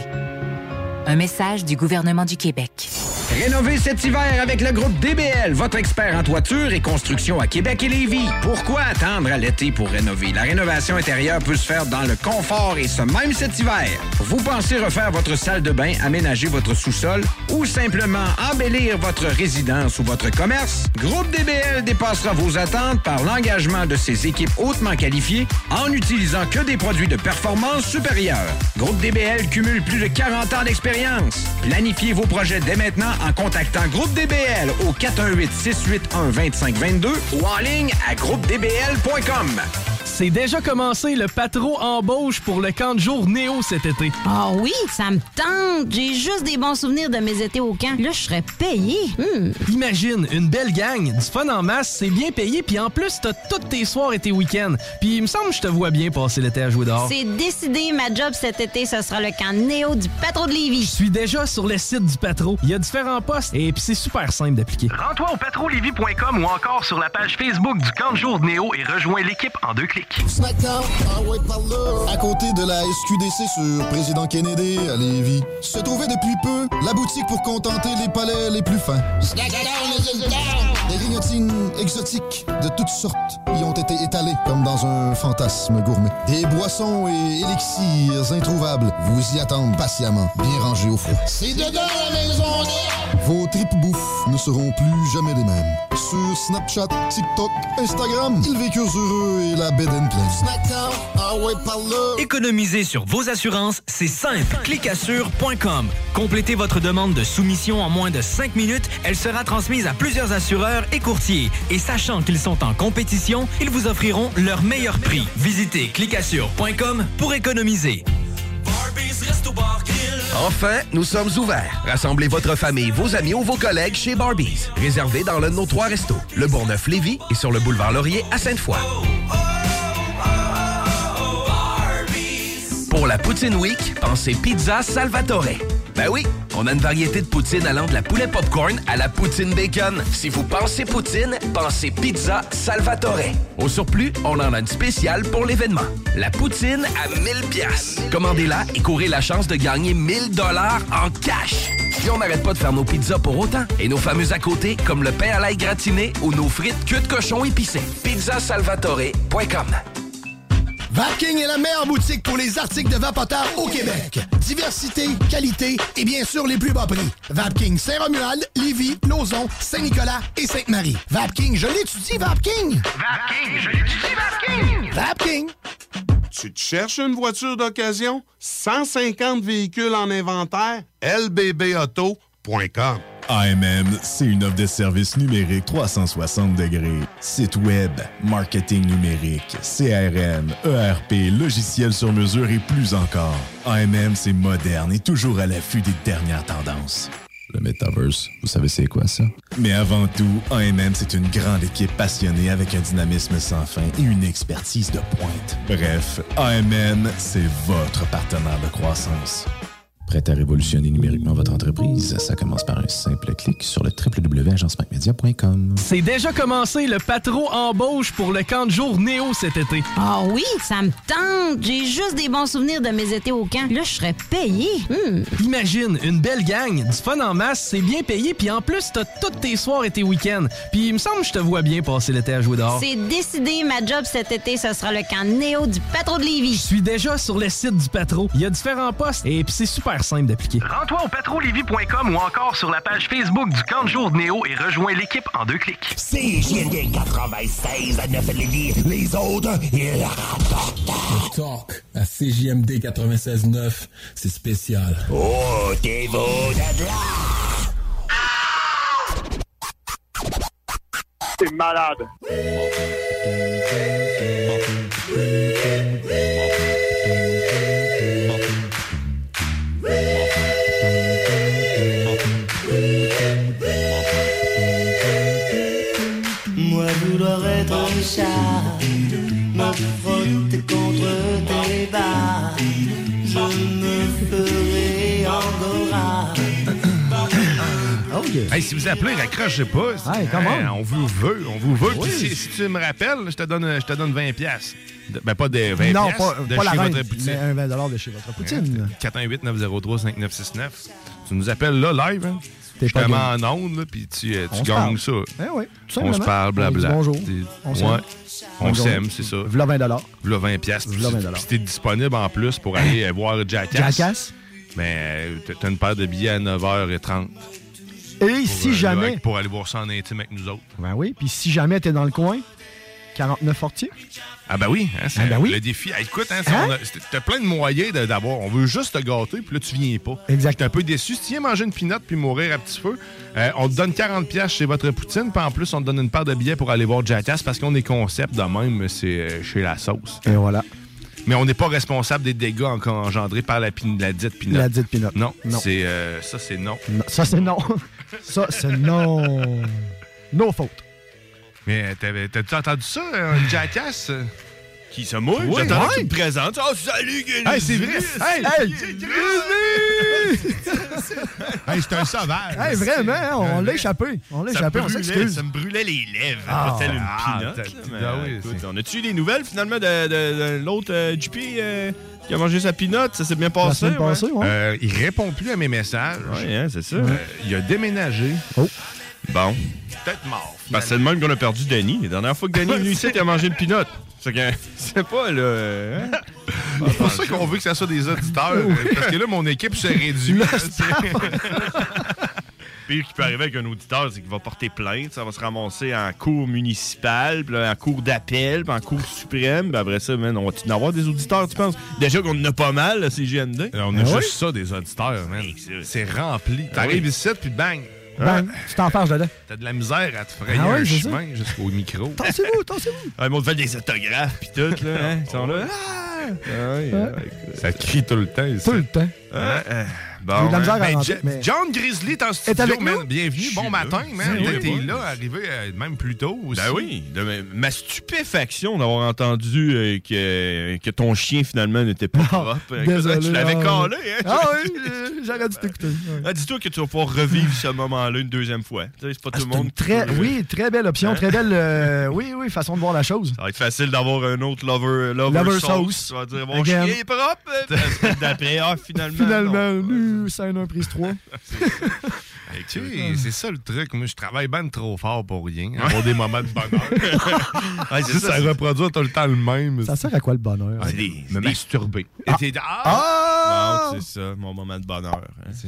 Un message du gouvernement du Québec. Rénovez cet hiver avec le groupe D B L, votre expert en toiture et construction à Québec et Lévis. Pourquoi attendre à l'été pour rénover? La rénovation intérieure peut se faire dans le confort et ce même cet hiver. Vous pensez refaire votre salle de bain, aménager votre sous-sol ou simplement embellir votre résidence ou votre commerce? Groupe D B L dépassera vos attentes par l'engagement de ses équipes hautement qualifiées en n'utilisant que des produits de performance supérieure. Groupe D B L cumule plus de quarante ans d'expérience. Planifiez vos projets dès maintenant en contactant Groupe D B L au quatre un huit, six huit un, deux cinq deux deux ou en ligne à groupe d b l point com. C'est déjà commencé le patro embauche pour le camp de jour Néo cet été. Ah oui, ça me tente. J'ai juste des bons souvenirs de mes étés au camp. Là, je serais payé. Hmm. Imagine, une belle gang, du fun en masse, c'est bien payé, puis en plus, t'as tous tes soirs et tes week-ends. Puis il me semble que je te vois bien passer l'été à jouer dehors. C'est décidé, ma job cet été, ce sera le camp Néo du patro de Lévis. Je suis déjà sur le site du patro. Il y a différents postes et puis c'est super simple d'appliquer. Rends-toi au patro lévis point com ou encore sur la page Facebook du camp de jour Néo et rejoins l'équipe en deux clics. Snackdown, ah ouais, par là. À côté de la S Q D C sur Président Kennedy à Lévis, se trouvait depuis peu la boutique pour contenter les palais les plus fins. Snackdown is in town. Des grignotines exotiques de toutes sortes y ont été étalées comme dans un fantasme gourmet. Des boissons et élixirs introuvables vous y attendent patiemment, bien rangés au froid. C'est dedans la maison. Vos tripes bouffe ne seront plus jamais les mêmes. Sur Snapchat, TikTok, Instagram, ils vécurent heureux et la bed and play. Ah ouais, par là. Économiser sur vos assurances, c'est simple. clicassure point com. Complétez votre demande de soumission en moins de cinq minutes. Elle sera transmise à plusieurs assureurs et courtiers. Et sachant qu'ils sont en compétition, ils vous offriront leur meilleur prix. Visitez clicassure point com pour économiser. Enfin, nous sommes ouverts. Rassemblez votre famille, vos amis ou vos collègues chez Barbies. Réservé dans l'un de nos trois restos, le Bourgneuf-Lévis et sur le boulevard Laurier à Sainte-Foy. Pour la Poutine Week, pensez Pizza Salvatore. Ben oui, on a une variété de poutine allant de la poulet popcorn à la poutine bacon. Si vous pensez poutine, pensez Pizza Salvatore. Au surplus, on en a une spéciale pour l'événement. La poutine à mille piastres. Commandez-la et courez la chance de gagner mille dollars en cash. Puis on n'arrête pas de faire nos pizzas pour autant. Et nos fameux à côté, comme le pain à l'ail gratiné ou nos frites queue de cochon épicées. pizza salvatore point com. Vapking est la meilleure boutique pour les articles de vapoteurs au Québec. Diversité, qualité et bien sûr les plus bas prix. Vapking Saint-Romuald, Lévis, Lauson, Saint-Nicolas et Sainte-Marie. Vapking, je l'étudie, Vapking! Vapking, je l'étudie, Vapking! Vapking! Tu te cherches une voiture d'occasion? cent cinquante véhicules en inventaire? L B B auto point com. A M M, c'est une offre de services numériques trois cent soixante degrés. Site web, marketing numérique, C R M, E R P, logiciels sur mesure et plus encore. A M M, c'est moderne et toujours à l'affût des dernières tendances. Le Metaverse, vous savez c'est quoi ça? Mais avant tout, A M M, c'est une grande équipe passionnée avec un dynamisme sans fin et une expertise de pointe. Bref, A M M, c'est votre partenaire de croissance. Prêt à révolutionner numériquement votre entreprise? Ça commence par un simple clic sur le w w w point agence mac media point com. C'est déjà commencé, le Patro embauche pour le camp de jour Néo cet été. Ah oui, ça me tente. J'ai juste des bons souvenirs de mes étés au camp. Là, je serais payé. Hmm. Imagine, une belle gang, du fun en masse, c'est bien payé, puis en plus, t'as tous tes soirs et tes week-ends. Puis il me semble que je te vois bien passer l'été à jouer dehors. C'est décidé, ma job cet été, ce sera le camp Néo du Patro de Lévis. Je suis déjà sur le site du Patro. Il y a différents postes et puis c'est super simple d'appliquer. Rends-toi au patro lévis point com ou encore sur la page Facebook du camp de jour de Néo et rejoins l'équipe en deux clics. C J M D quatre-vingt-seize à neuf Lévis. Les autres, ils rapportent. Le talk à C J M D quatre-vingt-seize neuf, c'est spécial. Oh, t'es beau de là! C'est malade. Moi vouloir être un chat, me frotter contre tes bas, je me ferai Angora. Okay. Hey, si vous appelez, raccrochez pas. Hey, comment? Hey, on vous veut, on vous veut. Oui. Puis si, si tu me rappelles, je te donne, je te donne vingt piastres. De, ben pas des vingt non, piastres, pas, de pas chez la reine, votre poutine. mais un vingt dollars de chez votre poutine. quatre un huit neuf zéro trois cinq neuf six neuf. Tu nous appelles là, live, hein? T'es Je pas te mets game. en onde, là, puis tu, euh, tu On se gagnes parle. ça. Eh oui, tout on se simplement. parle, blabla. On dit bonjour. T'es- On s'aime. ouais. On On s'aime, gagne. c'est ça. V'là vingt dollars. V'là vingt piastres. V'là vingt dollars. Puis t'es disponible en plus pour aller euh, voir Jackass. Jackass. Mais euh, t'as une paire de billets à neuf heures trente. Et Pour, si euh, jamais... là, pour aller voir ça en intime avec nous autres. Ben oui, puis si jamais t'es dans le coin, quarante-neuf Fortier. Ah ben oui, hein, c'est Ah ben oui. le défi. Ah, écoute, hein, c'est- Hein? on a- c'est- t'as plein de moyens de- d'avoir. On veut juste te gâter, puis là, tu viens pas. Exact. T'es un peu déçu. Si tu viens manger une pinotte puis mourir à petit feu, euh, on te donne quarante piastres chez votre poutine, puis en plus, on te donne une paire de billets pour aller voir Jackass parce qu'on est concept de même, c'est euh, chez la sauce. Et voilà. Mais on n'est pas responsable des dégâts en- engendrés par la, pin- la dite pinotte. La dite pinotte. Non, Non. c'est euh, ça, c'est non. Non, ça, c'est non. Ça, c'est non. No faute. Mais t'avais- t'as-tu entendu ça, un Jackass? Qui se mouille? Oui, J'attendais ouais. que tu me présentes. Oh, salut, Gilles! Hey, c'est vrai! Hey! Hey! Hey, c'est un sauvage! Hey, vraiment, hein, on l'a échappé. On l'a Ça échappé, me on brûlait- s'excuse. Ça me brûlait les lèvres. Ah, pas tel une ah, pinotte. t'as- là, mais, ah oui, écoute, c'est- on a-tu eu des nouvelles, finalement, de, de- de l'autre euh, J P euh, qui a mangé sa pinotte? Ça s'est bien passé? La semaine ouais? passée, ouais. Euh, il répond plus à mes messages. Ouais, hein, c'est ça. Euh, il a déménagé. Oh. Bon. Peut-être mort. Ben, c'est le même qu'on a perdu Denis. La dernière fois que Denis est venu ici, il a mangé une pinotte. C'est que, c'est pas, là... hein? C'est pour ça qu'on veut que ça soit des auditeurs. euh, Parce que là, mon équipe se réduit. hein, c'est- Pire qui peut arriver avec un auditeur, c'est qu'il va porter plainte. Ça va se ramasser en cour municipale, puis là, en cour d'appel, puis en cour suprême. Puis après ça, man, on va-tu en avoir des auditeurs, tu penses? Déjà qu'on en a pas mal, là, C G M D. On a Ah juste ouais? ça, des auditeurs, man. c'est- C'est rempli. Ah T'arrives oui. ici, puis bang! Bang, tu t'en farges dedans. T'as de la misère à te frayer Ah ouais, un c'est chemin jusqu'au micro. Tassez-vous, tassez-vous. Ouais, mais on te fait des autographes, puis tout, là. Hein? Ils sont là. Ah! Ouais, ouais, écoute. Ça crie tout le temps ici. Tout le temps. Ah, ah, J'ai bon, de la misère hein. à Ben, rentrer, Je- mais- John Grizzly est en Est studio, avec man. nous? Bienvenue, Je bon suis matin, là. man. Oui, T'es oui. là, arrivé euh, même plus tôt aussi. Ben oui, de ma, ma stupéfaction d'avoir entendu euh, que, que ton chien finalement n'était pas propre. Écoute, Désolé. tu l'avais ah, calé, hein? Ah oui, euh, j'aurais dû t'écouter. Ouais. Ah, dis-toi que tu vas pouvoir revivre ce moment-là une deuxième fois. Tu sais, c'est pas Ah, tout le c'est monde une qui très, peut, euh, oui, très belle option, Hein? très belle, euh, oui, oui, façon de voir la chose. Ça va être facile d'avoir un autre lover, lover, Lover sauce. sauce. Tu vas dire, mon Again. chien est propre. Puis la semaine d'après, ah, finalement. Finalement, non. nous, scène un, prise trois. Hey, tu sais, c'est ça le truc. Moi, je travaille ben trop fort pour rien. Avoir des moments de bonheur. Ouais, Si c'est ça, ça. reproduit tout le temps le même. Ça sert à quoi le bonheur? C'est des- Me des- masturber. Ah. Et t'es- ah! Ah! Bon, c'est ça, mon moment de bonheur. hein.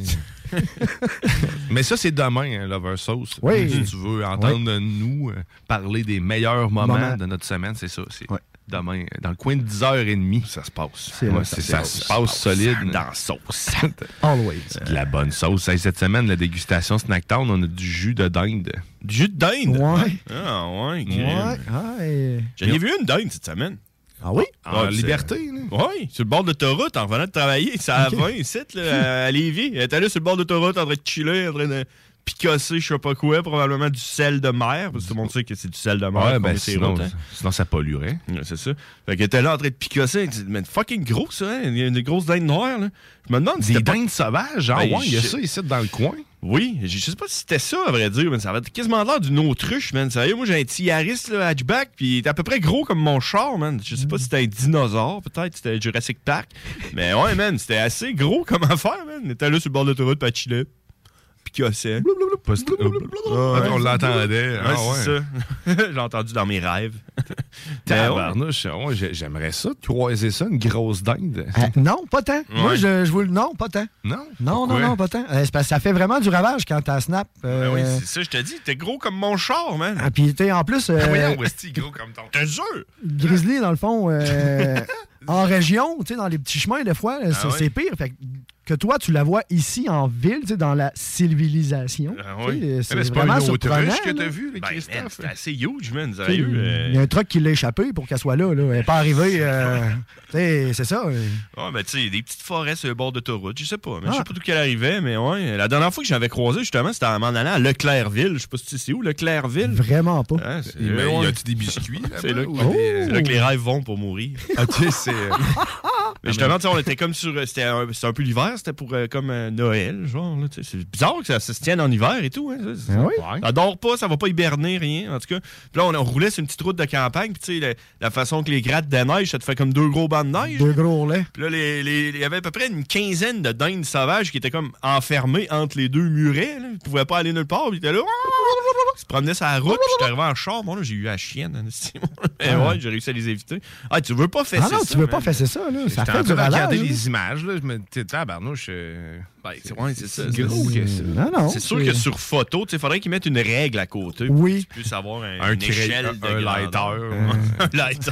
Mais ça, c'est demain, hein, Lover Sauce. Oui. Si tu veux entendre Oui. nous euh, parler des meilleurs moments Moment. de notre semaine, c'est ça. C'est demain, dans le coin de dix heures trente, ça se passe. C'est Ouais, là, c'est- ça ça se se passe. passe solide. Dans la sauce. Always. C'est de la bonne sauce. Hey, cette semaine, la dégustation Snacktown, on a du jus de dinde. Du jus de dinde? Ouais. Ah, ouais. ok. Ouais. Ah, et- J'en ai vu une dinde cette semaine. Ah oui? En Ouais, liberté, là. Oui, sur le bord de l'autoroute, en revenant de travailler. C'est à vingt, ici, là, à Lévis. Elle était là sur le bord de l'autoroute, en train de chiller, en train de picasser, je sais pas quoi, probablement du sel de mer, parce que tout le monde sait que c'est du sel de mer. Ouais, qu'on ben met sur les sinon, routes, hein. sinon ça polluerait. Ouais, c'est ça. Fait qu'elle était là en train de picasser. Elle dit, mais fucking gros, ça, hein? Il y a une grosse dinde noire, là. Je me demande si Des c'était pas- dindes sauvages? Ah Ben, ouais, il y a je- ça ici dans le coin. Oui, je je sais pas si c'était ça, à vrai dire, mais ça avait quasiment l'air d'une autruche, man. Sérieux, moi, j'ai un petit Yaris, là, hatchback, puis il était à peu près gros comme mon char, man. Je sais pas si c'était un dinosaure, peut-être, c'était Jurassic Park. Mais ouais, man, c'était assez gros comme affaire, man. Il était là sur le bord de l'autoroute, puis elle chillait. Puis cassait. Post- Ouais, on l'entendait. Ouais, Ah c'est ouais. ça. J'ai entendu dans mes rêves. Mais ouais. Tabarnouche, ouais, j'ai- j'aimerais ça, de croiser ça, une grosse dinde. Ah, non, pas tant. Moi, Ouais. je, je vous le. Non, pas tant. Non? Non, non, Pourquoi? non, pas tant. Euh, c'est parce que ça fait vraiment du ravage quand t'as snap. euh, Ben oui, c'est ça, je te dis, t'es gros comme mon char, man. ah, puis, tu sais, en plus. euh, Ah, voyons, Westy, gros comme ton. Je te jure. Grizzly, dans le fond, euh, en région, tu sais, dans les petits chemins, des fois, c'est ouais? c'est pire. Fait que, que toi, tu la vois ici en ville, tu sais, dans la civilisation. Ah tu oui. sais, Mais C'est c'est pas pas vraiment une surprenant. autruche que là. t'as vu, les Ben, Christophe? man, c'était assez huge, man, Tu sais, sérieux. euh. Il y a un truc qui l'a échappé pour qu'elle soit là. là. Elle n'est pas arrivée. euh, tu sais, c'est ça. euh. Ouais, ben, tu sais, des petites forêts sur le bord d'autoroute. Je sais pas. Mais Je Ah. sais pas d'où qu'elle arrivait, mais ouais. La dernière fois que j'avais croisé, justement, c'était en m'en allant à Leclercville. Je sais pas si tu sais c'est où, Leclercville. Vraiment pas. Hein, c'est- Mais ouais. y a-tu des biscuits là-bas? C'est là, que- ou Oh! des- c'est là que les rêves vont pour mourir. Ok, c'est. euh, Mais justement, tu sais, on était comme sur. C'était un, c'était un peu l'hiver, c'était pour euh, comme euh, Noël, genre. Là, tu sais. C'est bizarre que ça, ça se tienne en hiver et tout. Hein, ça, Ah oui? Ouais. Ça dort pas, ça va pas hiberner, rien. En tout cas, puis là, on, on roulait sur une petite route de campagne, puis tu sais, la, la façon que les grattes de neige, ça te fait comme deux gros bancs de neige. Deux gros laits. Puis là, les- les- il y avait à peu près une quinzaine de dindes sauvages qui étaient comme enfermés entre les deux murets. Là. Ils pouvaient pas aller nulle part. Puis ils étaient là. Ils se promenaient sur la route. Puis j'étais arrivé en char. Moi, là, j'ai eu la chienne. hein, Mais Ah. ouais, j'ai réussi à les éviter. Ah, tu veux pas fesser Ah non, ça? tu veux man? pas fesser ça. Là. Ça J'étais fait en du train de regarder ravage. là. les images, là. Je me disais, tabarnouche. euh, Ben, c'est ouais, c'est ça. c'est c'est- gros que ça. Non, non. C'est sûr que sur photo, il faudrait qu'ils mettent une règle à côté. Oui. Pour que tu puisses avoir un, Un une cré- échelle un- de un grandeur. lighter. un lighter.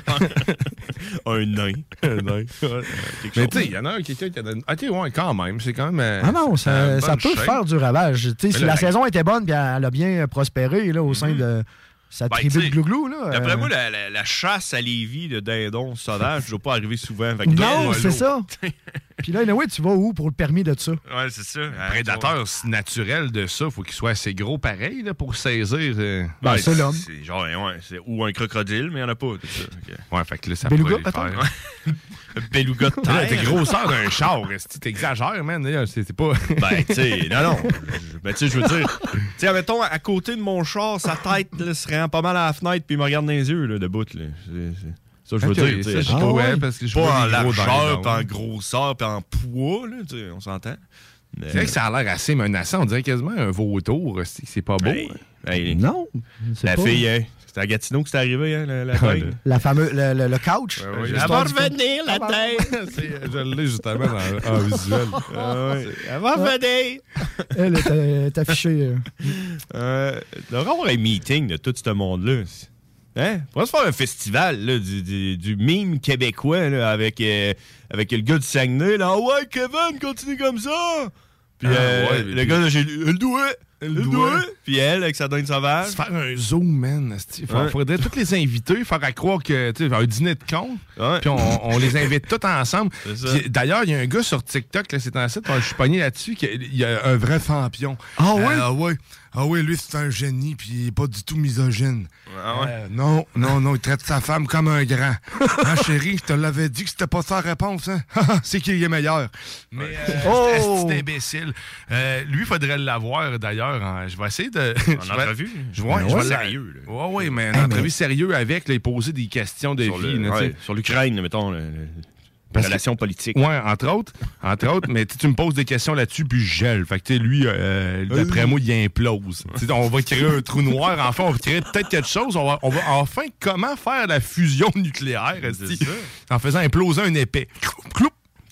un nain. Un nain. Ouais, quelque Mais chose. tu sais, il y en a un quelqu'un qui a donné. Ok, ouais, quand même. C'est quand même. euh, Ah non, ça, euh, ça bonne peut shape. faire du ravage. Tu sais, Mais si là, la la- saison était bonne et elle a bien prospéré là, au sein de sa Ben, tribu tu de sais, glouglou. Là, D'après euh, moi, la, la- la chasse à Lévis de dindons sauvages ne doit pas arriver souvent. Fait que Non, belle, c'est l'eau. ça. Puis là, anyway, tu vas où pour le permis de ça? Ouais, c'est ça. Un prédateur naturel de ça, faut qu'il soit assez gros pareil là, pour saisir. euh, Ben, Ouais, c'est l'homme. C'est genre, ouais, c'est ou un crocodile, mais il n'y en a pas. Tout ça. Ok. Ouais, fait que là, ça Beluga, pourrait le faire. peut-être? Beluga de Là, terre. t'es grosseur d'un char, si t'exagères, man. là, C'est c'est pas. Ben, tu sais, non, non. Je- Ben, tu sais, je veux dire, tu sais, mettons, à côté de mon char, sa tête là, se rend pas mal à la fenêtre, puis il me regarde dans les yeux, là, de bout, là. C'est- c'est- Ça, je veux Ok, dire, tu ça, sais, je pas- trouvais, ouais. parce que je pas vois en des gros largeur, dindons. puis en grosseur, puis en poids, là, tu sais, on s'entend. Mais- C'est vrai que ça a l'air assez menaçant. On dirait quasiment un vautour. C'est c'est pas beau. Hey, hein. hey, Non. c'est la pas- fille, hein, c'était à Gatineau que c'est arrivé, hein, la, la Ah, dinde. La fameuse, le, le- le couch. Ouais, ouais, Elle L'histoire va du- revenir, la tête! C'est- Je l'ai justement en, en visuel. Ah ouais. Elle va revenir! Elle est, euh, est affichée. euh. Euh, il devrait y avoir un meeting de tout ce monde-là. Hein? On pourrait se faire un festival là, du, du, du mime québécois là, avec, euh, avec le gars du Saguenay. Là. Ah ouais, Kevin, continue comme ça! Puis Ah, euh, ouais, le puis- gars de chez lui, elle doit! Elle Elle doit. doit! Puis elle, avec sa dinde sauvage. Se faire un zoom, man. esti. Faut- Ouais. Faudrait tous les inviter, faire à croire que, tu sais, un dîner de con. Ouais. Puis on, on les invite tous ensemble. C'est ça. Puis, d'ailleurs, il y a un gars sur TikTok, là, c'est un site, je suis pogné là-dessus, qui- il y a un vrai champion. Ah ouais? Ah ouais. Ah ouais, lui, c'est un génie, puis il est pas du tout misogyne. Ah ouais. Euh, non, non, non, il traite sa femme comme un grand. Hein, chérie, je te l'avais dit que c'était pas sa réponse, hein? C'est qu'il est meilleur. Mais, euh, Oh! c'est imbécile. Euh, lui, il faudrait l'avoir, d'ailleurs. en- Je vais essayer de... En je vais- entrevue? Je ouais, Ben je ouais. vais la- Sérieux, là. Ouais, ouais, mais une Hey, entrevue mais- sérieux avec, là, il posait des questions de Sur, vie. le- là, tu sais. ouais, sur l'Ukraine, mettons, le- le- Parce les que- relations politiques. Ouais, entre autres. Entre autres, mais tu sais, tu me poses des questions là-dessus, puis je gèle. Fait que, tu sais, lui, euh, d'après moi, il implose. Tu sais, on va créer un trou noir. Enfin, on va créer peut-être quelque chose. On va, on va enfin, comment faire la fusion nucléaire, esti, ça. en faisant imploser un épée. Cloup!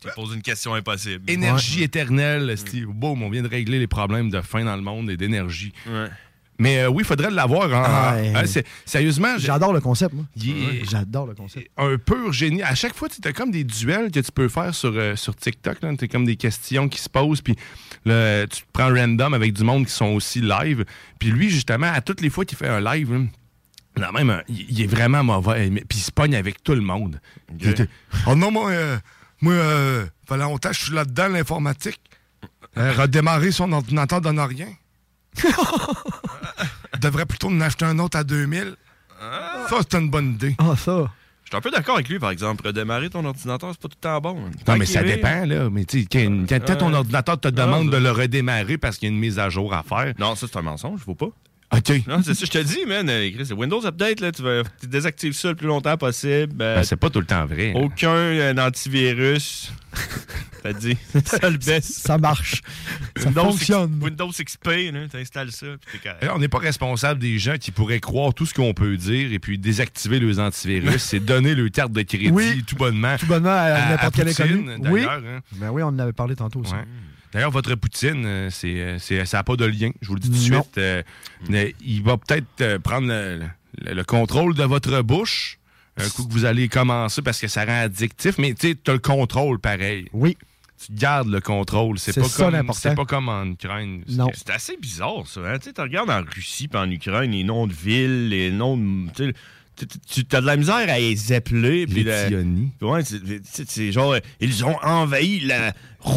Tu poses une question impossible. Énergie éternelle, Steve. Boum, on vient de régler les problèmes de faim dans le monde et d'énergie. Ouais. Mais euh, oui, il faudrait l'avoir. En, Ah, en- hein, c'est- sérieusement, j'ai- J'adore le concept, moi. il est J'adore le concept. un pur génie. À chaque fois, tu as comme des duels que tu peux faire sur, euh, sur TikTok. Tu as comme des questions qui se posent, puis là, tu te prends random avec du monde qui sont aussi live. Puis lui, justement, à toutes les fois qu'il fait un live, là, là, même, euh, il il est vraiment mauvais. mais- Puis il se pogne avec tout le monde. Il était, oh non, moi, euh, moi euh, fait longtemps que je suis là-dedans, l'informatique. Euh, redémarrer son ordinateur donne rien. Il devrait plutôt en acheter un autre à deux mille. Ça, c'est une bonne idée. Ah, ça. Je suis un peu d'accord avec lui, par exemple. Redémarrer ton ordinateur, c'est pas tout le temps bon. Non, mais ça dépend, là. Mais tu sais, quand, quand- quand ton Ouais. ordinateur te demande de le redémarrer parce qu'il y a une mise à jour à faire. Non, ça, c'est un mensonge, faut pas. OK. Non, c'est ça que je te dis, man. Euh, Chris, c'est Windows Update, là, tu, vas, tu désactives ça le plus longtemps possible. Euh, Ben, c'est pas tout le temps vrai. aucun euh, antivirus. T'as dit, c'est ça le best. Ça marche. Ça Windows fonctionne. X- Windows X P, là, t'installes ça, puis t'es correct. Alors, on n'est pas responsable des gens qui pourraient croire tout ce qu'on peut dire et puis désactiver leurs antivirus. C'est donner leur carte de crédit Oui. tout bonnement. Tout bonnement à, n'importe quelle Poutine, économie. d'ailleurs, Oui. hein. Ben oui, on en avait parlé tantôt aussi. Ouais. D'ailleurs, votre Poutine, euh, c'est, euh, c'est, ça n'a pas de lien. Je vous le dis tout de Non. suite. Euh, mais il va peut-être euh, prendre le, le- le contrôle de votre bouche un coup que vous allez commencer parce que ça rend addictif. Mais tu sais, tu as le contrôle pareil. Oui. Tu gardes le contrôle. C'est, C'est pas, ça, comme, l'important. c'est pas comme en Ukraine. Non. C'est assez bizarre, ça. Hein? Tu sais, tu regardes en Russie et en Ukraine, les noms de villes, les noms de. tu sais, Tu tu as de la misère à les appeler. puis la- Létioni. Ouais, c'est, c'est- c'est genre, euh, ils ont envahi la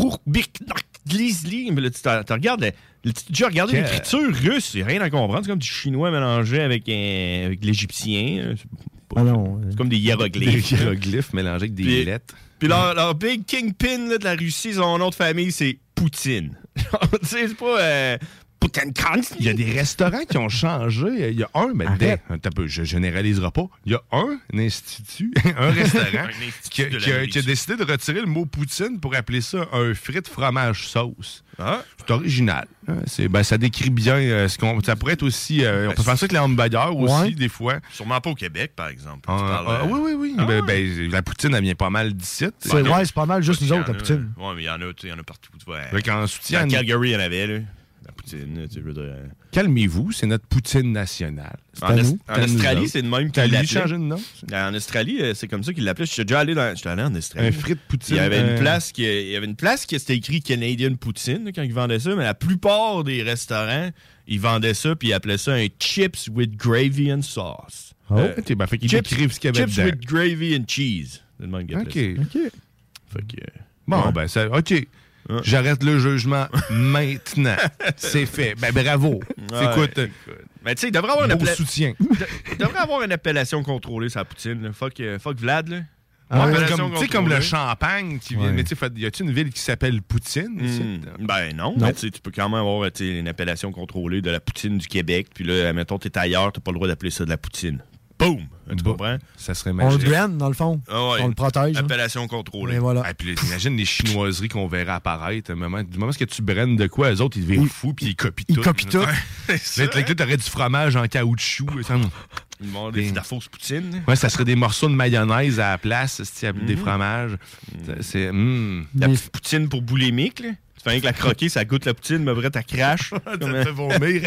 Rurbik-Glizli. Mais là, tu t'en- tu regardes, la- tu as déjà regardé Quel- l'écriture russe, c'est rien à comprendre. C'est comme du chinois mélangé avec, un- avec l'égyptien. C'est Ah non. c'est comme des Des hiéroglyphes. hein. hiéroglyphes mélangés avec des Puis- lettres. Puis leur, leur big kingpin là, de la Russie, son nom de famille, c'est Poutine. Tu sais, c'est pas euh, Poutine Kranz. Il y a des restaurants qui ont changé. Il y a un, mais Arrête. des- attends un peu, je généraliserai pas. Il y a un institut, un restaurant Un institut qui, a, de la qui a- qui a nourriture. décidé de retirer le mot poutine pour appeler ça un frite fromage sauce. Ah. C'est original. hein. C'est, ben, ça décrit bien euh, ce qu'on. Ça pourrait être aussi. euh, on peut faire ça avec les hamburgers aussi, Ouais. des fois. Sûrement pas au Québec, par exemple. Tu Ah, parles, ah, euh, oui, oui, oui. Ah Ben, ouais. ben, la poutine, elle vient pas mal d'ici. C'est ouais, c'est pas mal juste nous Il y en autres, la a, poutine. Ouais, mais il y en a, tu sais, il y en a partout. Tu vois. Fait qu'en soutien. À Calgary, il y en avait, là. La poutine, tu sais, je veux dire. Calmez-vous, c'est notre poutine nationale. C'est En, à Est- nous. en C'est à nous Australie, autres. c'est de même T'as qu'ils lui l'appelaient. changé de nom? En Australie, euh, c'est comme ça qu'ils l'appelaient. Je suis déjà allé dans. J'étais allé en Australie. Un frite poutine. Il y avait euh, une place qui, il y avait une place qui était écrit Canadian Poutine là, quand ils vendaient ça, mais la plupart des restaurants, ils vendaient ça puis ils appelaient ça un chips with gravy and sauce. Oh, Euh, ok, ben, fait qu'ils chips, décrivent ce qu'il y avait chips dedans. with gravy and cheese. C'est le même qu'ils appelaient OK. ça. Fait que, euh, Bon, ouais. ben, ça, OK. J'arrête le jugement maintenant. C'est fait. Ben, bravo. Ouais, Écoute, euh, mais tu sais, il devrait avoir, une beau appella- soutien. il devrait avoir une appellation contrôlée sur la poutine. là. Fuck, euh, fuck Vlad, là. Ouais, Appellation comme, tu sais, comme contrôlée. le champagne qui vient. Ouais. Mais tu sais, fait- y a-t-il une ville qui s'appelle Poutine? ici? Hmm. Ben non, Non. mais tu sais, tu peux quand même avoir tu sais, une appellation contrôlée de la poutine du Québec. Puis là, admettons, t'es ailleurs, t'as pas le droit d'appeler ça de la poutine. Boum! Tu comprends? Ça serait On le magique. brand, dans le fond. Ah ouais. On le protège. hein. Appellation contrôlée. Et voilà. Ah, puis là, imagine les chinoiseries qu'on verrait apparaître. Un moment, du moment que tu brannes de quoi, eux autres, ils deviennent fous puis ils copient Ils tout. copient tout. Là, là, là, t'aurais du fromage en caoutchouc. ça. Ils demandent des- de la fausse poutine. Ouais, ça serait des morceaux de mayonnaise à la place, si des Mhm. fromages. Ça, C'est. mm. La petite poutine pour boulimique, là. Tu fais rien que la croquer, ça goûte la poutine, mais vrai, t'as crache. Ça te fait vomir.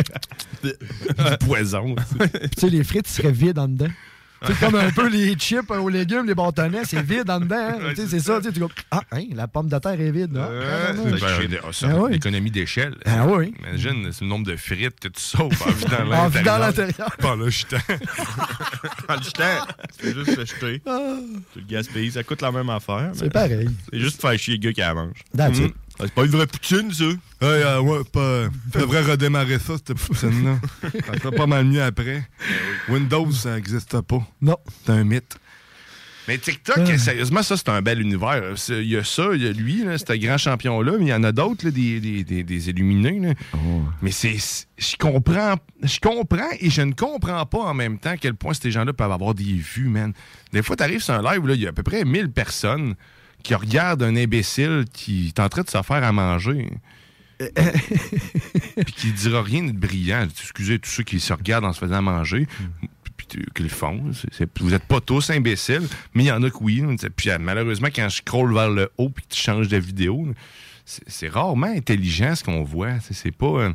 Du poison. Puis tu sais, les frites seraient vides en dedans. Tu sais, comme un peu les chips aux légumes, les bâtonnets, c'est vide en dedans. hein. Tu sais, c'est ça. Tu sais, tu go, ah, hein, la pomme de terre est vide. là. Ah, non, non. Ben, ah, ça, Ah oui. l'économie d'échelle. Ah oui. Imagine, c'est le nombre de frites que tu sauves en vidant En vidant l'intérieur. Pas là, je t'en. En le jetant, tu peux juste le jeter. Tu le gaspilles, ça coûte la même affaire. C'est mais pareil. C'est juste faire chier le gars qui la mange. That's Mhm. it. Ah, c'est pas une vraie poutine, ça. Hey, euh, ouais, pas. Devrait redémarrer ça, cette poutine-là. Ça sera pas mal mieux après. Windows, ça n'existe pas. Non. C'est un mythe. Mais TikTok, Euh. sérieusement, ça, c'est un bel univers. C'est- Il y a ça, il y a lui, là, ce grand champion-là, mais il y en a d'autres, là, des, des, des, des illuminés. Là. Mais c'est. c'est- Je comprends. Je comprends et je ne comprends pas en même temps à quel point ces gens-là peuvent avoir des vues, man. Des fois, tu arrives sur un live, là, il y a à peu près mille personnes qui regardent un imbécile qui est en train de se faire à manger. Puis qui dira rien de brillant. Excusez tous ceux qui se regardent en se faisant manger. Puis qui, qui le font. C'est, c'est, vous n'êtes pas tous imbéciles, mais il y en a que oui. Puis malheureusement, quand je scrolle vers le haut et que tu changes de vidéo, c'est, c'est rarement intelligent ce qu'on voit. C'est, c'est pas... Euh,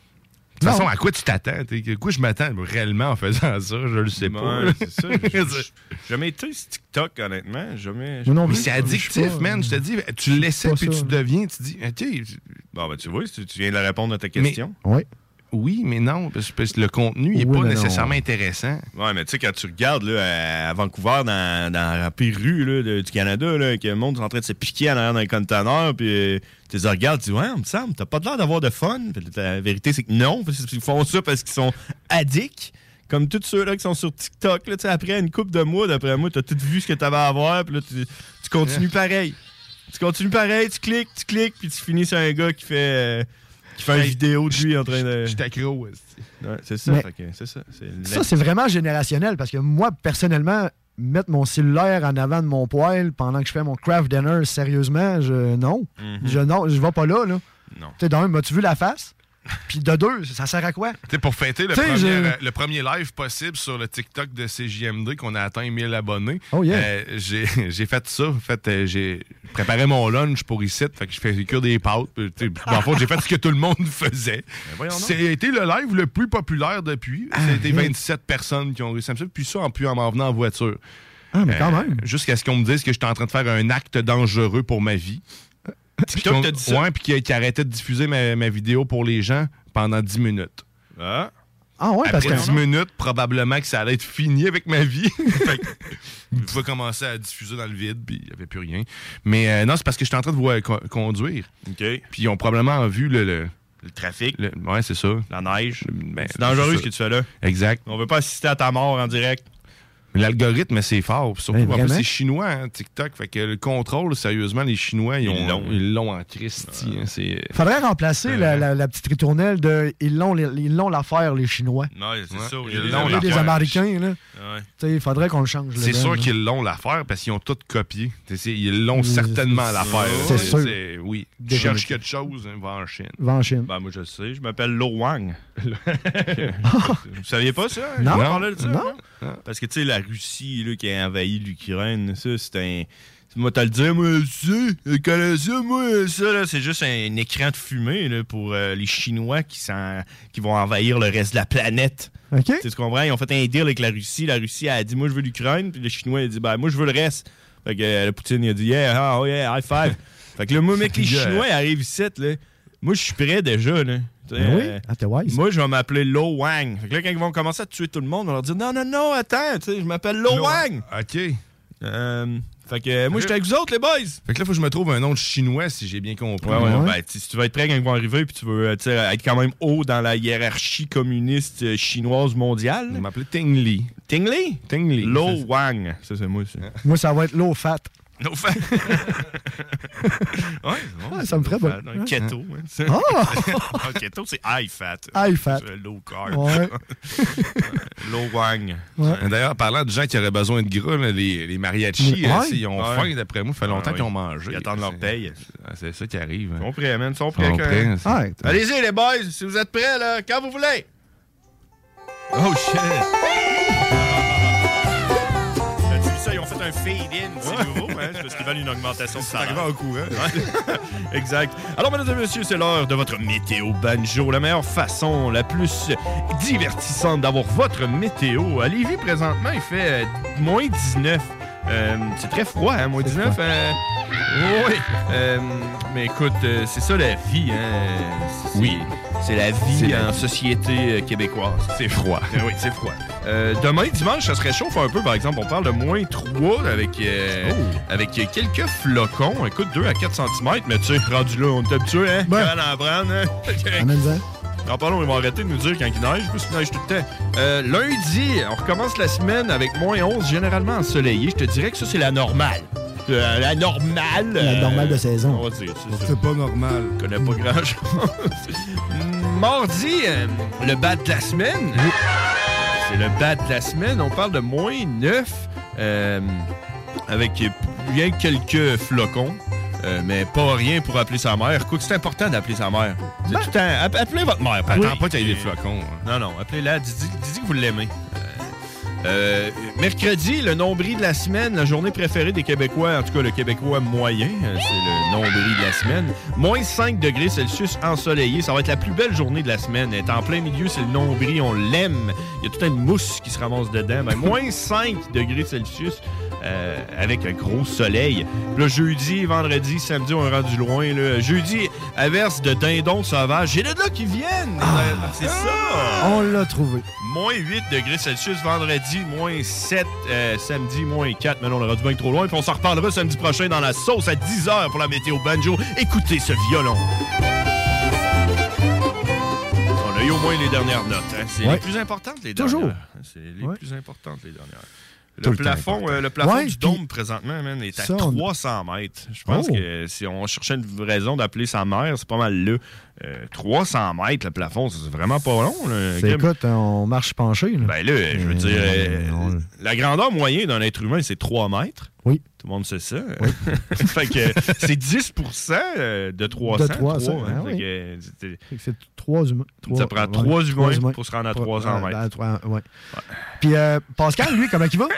de toute façon, à quoi tu t'attends? À quoi je m'attends réellement en faisant ça? Je le sais pas. Ouais, c'est ça. J'ai jamais été sur TikTok, honnêtement. Jamais. Non, mais c'est addictif, man. Je te dis, tu l'essaies puis tu deviens, tu dis, OK. Bon, ben, tu vois, tu viens de répondre à ta question. Mais, oui. Oui, mais non, parce que le contenu n'est oui, pas nécessairement non. intéressant. Ouais, mais tu sais, quand tu regardes là, à Vancouver, dans, dans la pire rue là, de, du Canada, là, que le monde est en train de se piquer en arrière dans les conteneurs, puis euh, tu les regardes, tu dis, ouais, on me semble, t'as pas l'air d'avoir de fun. Puis, la vérité, c'est que non, parce qu'ils font ça parce qu'ils sont addicts. Comme tous ceux-là qui sont sur TikTok, là, après une couple de mois, d'après moi, t'as tout vu ce que t'avais à voir, puis là, tu, tu continues pareil. Tu continues pareil, tu cliques, tu cliques, puis tu finis sur un gars qui fait... Euh, qui fait une vidéo de lui en train de... Je t'accro. Ouais, c'est ça. Mais, fait que, c'est ça. C'est ça, c'est vraiment générationnel parce que moi, personnellement, mettre mon cellulaire en avant de mon poêle pendant que je fais mon craft dinner, sérieusement, je non. Mm-hmm. Je non, je vais pas là. là. Non. Tu sais, d'un, m'as-tu vu la face? Puis de deux, ça sert à quoi? Tu sais, pour fêter le T'sais, premier, je... le premier live possible sur le TikTok de C J M D, qu'on a atteint mille abonnés, oh yeah. euh, j'ai, j'ai fait ça. En fait, euh, j'ai préparé mon lunch pour ici. Fait que je fais cuire des pâtes. En fait, j'ai fait ce que tout le monde faisait. C'était le live le plus populaire depuis. Ah, C'était vingt-sept personnes qui ont réussi à me suivre. Puis ça, en plus, en m'en venant en voiture. Ah, mais quand même. Euh, jusqu'à ce qu'on me dise que j'étais en train de faire un acte dangereux pour ma vie. TikTok t'a dit ça? Ouais, puis qui, qui arrêtait de diffuser ma, ma vidéo pour les gens pendant dix minutes. Ah. Ah ouais, parce Après que... dix minutes, probablement que ça allait être fini avec ma vie. Fait que, je pouvais commencer à diffuser dans le vide, puis il n'y avait plus rien. Mais euh, non, c'est parce que j'étais en train de voir, co- conduire. OK. Puis ils ont probablement vu le... le Le trafic. le, ouais, c'est ça. La neige. Ben, c'est dangereux c'est ce que tu fais là. Exact. On veut pas assister à ta mort en direct. Mais l'algorithme, c'est fort. Puis surtout, Ben, en plus, vraiment? c'est chinois, hein, TikTok. Fait que le contrôle, sérieusement, les Chinois, ils, Ils ont, l'ont. ils l'ont en Christie. Hein, c'est... Faudrait remplacer la, la, la petite ritournelle de « Ils l'ont, les- ils l'ont l'affaire, les Chinois Ouais, c'est Ouais. ça. Ils Les l'ont, Il y a des l'affaire. Américains, là. Ouais. Il faudrait qu'on le change. C'est là, sûr là. qu'ils l'ont l'affaire parce qu'ils ont tout copié. T'sais, c'est- ils l'ont C'est- certainement c'est- l'affaire. c'est C'est- sûr. c'est- oui. Tu Définitivement. cherches quelque chose, hein, va en Chine. Va en Chine. Ben, moi, je le sais. Je m'appelle Lo Wang. Vous saviez pas ça? Non. On parlait de ça, Non. non? Parce que, tu sais, la Russie là, qui a envahi l'Ukraine, ça, c'est un... Moi, t'as le dire, moi, tu sais, je connais ça, moi, ça, là, c'est juste un écran de fumée là, pour euh, les Chinois qui, s'en- qui vont envahir le reste de la planète. OK. Tu sais, tu comprends? Ils ont fait un deal avec la Russie. La Russie a dit, moi, je veux l'Ukraine. Puis le Chinois a dit, ben, moi, je veux le reste. Fait que euh, le Poutine, il a dit, yeah, oh, yeah, high five. Fait que là, moi, mec, les Chinois arrivent ici, là. Moi, je suis prêt déjà, là. Tu sais, Ben oui, euh, ah, t'es wise. moi, je vais m'appeler Lo Wang. Fait que là, quand ils vont commencer à tuer tout le monde, on va leur dire, non, non, non, attends, tu sais, je m'appelle Lo Lo- Wang. OK. Euh, fait que euh, moi, j'étais avec vous autres, les boys. Fait que là, faut que je me trouve un nom de chinois, si j'ai bien compris. Ouais, ouais, Ouais. ben, tu- si tu vas être prêt quand ils vont arriver, puis tu veux euh, tu sais, être quand même haut dans la hiérarchie communiste euh, chinoise mondiale. Je m'appelais Ting Li. Ting Li? Ting Li. Lo Wang. Ça, c'est moi, ça. Moi, ça va être low fat. No fat. Ouais, c'est bon, Ah, ça me ferait low bon. fat. Un keto. Hein. Ah! Un keto, c'est high fat. High fat. C'est low carb. Ouais. Low Wang. Ouais. D'ailleurs, parlant de gens qui auraient besoin de gras, là, les, les mariachis, Ouais. là, ils ont Ouais. faim, d'après moi. Ça fait longtemps Ah, qu'ils oui. ont mangé. Ils attendent leur C'est- paye. Ah, c'est ça qui arrive. Ils Hein. sont prêts, man. Ils sont Ils prêts. sont quand- prêts. c'est- Ah, Allez-y, les boys, si vous êtes prêts, là, quand vous voulez. Oh, shit. T'as-tu vu ça? Ils ont fait un fade-in. C'est nouveau, hein? C'est parce qu'ils veulent une augmentation de salaire. Arrivé en courant. Ouais. Exact. Alors, mesdames et messieurs, c'est l'heure de votre météo banjo. La meilleure façon, la plus divertissante d'avoir votre météo. À Lévis, présentement, il fait euh, moins dix-neuf. Euh, c'est très froid, hein? Moins dix-neuf. Euh, oui. Euh, mais écoute, euh, c'est ça la vie, hein? C'est- Oui. C'est la vie C'est la en vie. société euh, québécoise. C'est froid. Euh, oui, c'est froid. Euh, demain, dimanche, ça se réchauffe un peu, par exemple. On parle de moins trois avec, euh, avec quelques flocons. Écoute, deux à quatre centimètres, mais tu sais, rendu là, on est habitué, hein? Ben. Quand en prendre, hein? Amène-en. En parlant, ils vont arrêter de nous dire quand il neige, parce qu'il neige tout le temps. Euh, lundi, on recommence la semaine avec moins onze, généralement ensoleillé. Je te dirais que ça, c'est la normale. Euh, la normale. La normale de saison. On va dire, c'est ça. C'est pas normal. Je connais pas grand-chose. Mardi, euh, le bat de la semaine. C'est le bat de la semaine. On parle de moins neuf, euh, avec bien quelques flocons. Euh, mais pas rien pour appeler sa mère. Écoute, c'est important d'appeler sa mère. C'est Ben. tout le temps. app- Appelez votre mère. par Attends exemple. pas qu'il y ait des flocons. hein. Non, non, appelez-la. Dis-y dis-y que vous l'aimez. Euh, Euh, mercredi, le nombril de la semaine, la journée préférée des Québécois, en tout cas le Québécois moyen, euh, c'est le nombril de la semaine. Moins cinq degrés Celsius ensoleillé. Ça va être la plus belle journée de la semaine. Être en plein milieu, c'est le nombril, on l'aime. Il y a toute une mousse qui se ramasse dedans. Ben, moins cinq degrés Celsius euh, avec un gros soleil. Puis là, jeudi, vendredi, samedi, on est rendu loin. Là. Jeudi, averse de dindons sauvages. J'ai de là qui viennent. Ah, c'est ça. On l'a trouvé. Moins huit degrés Celsius vendredi, moins sept euh, samedi, moins quatre. Mais là, on aura dû bien trop loin. Puis on s'en reparlera samedi prochain dans la sauce à dix heures pour la météo banjo. Écoutez ce violon. On a eu au moins les dernières notes. Hein. C'est ouais. les plus importantes, les dernières. Toujours. C'est les ouais. plus importantes, les dernières. Le, le plafond, euh, le plafond ouais, du dôme, présentement, man, est à ça, trois cents mètres. Je pense oh. que si on cherchait une raison d'appeler sa mère, c'est pas mal là. Euh, trois cents mètres, le plafond, c'est vraiment pas long. Là. C'est, écoute, on marche penché. Là. Ben là, je veux dire, euh, on... la grandeur moyenne d'un être humain, c'est trois mètres. Oui. Tout le monde sait ça. Oui. Fait que c'est dix pour cent de trois cents. De trois cents, trois, hein. hein, oui. que c'est... c'est trois humains. Trois, ça prend ouais, trois, humains trois humains pour se rendre à trois cents mètres. À, à, à, ouais. Ouais. Puis euh, Pascal, lui, comment il va?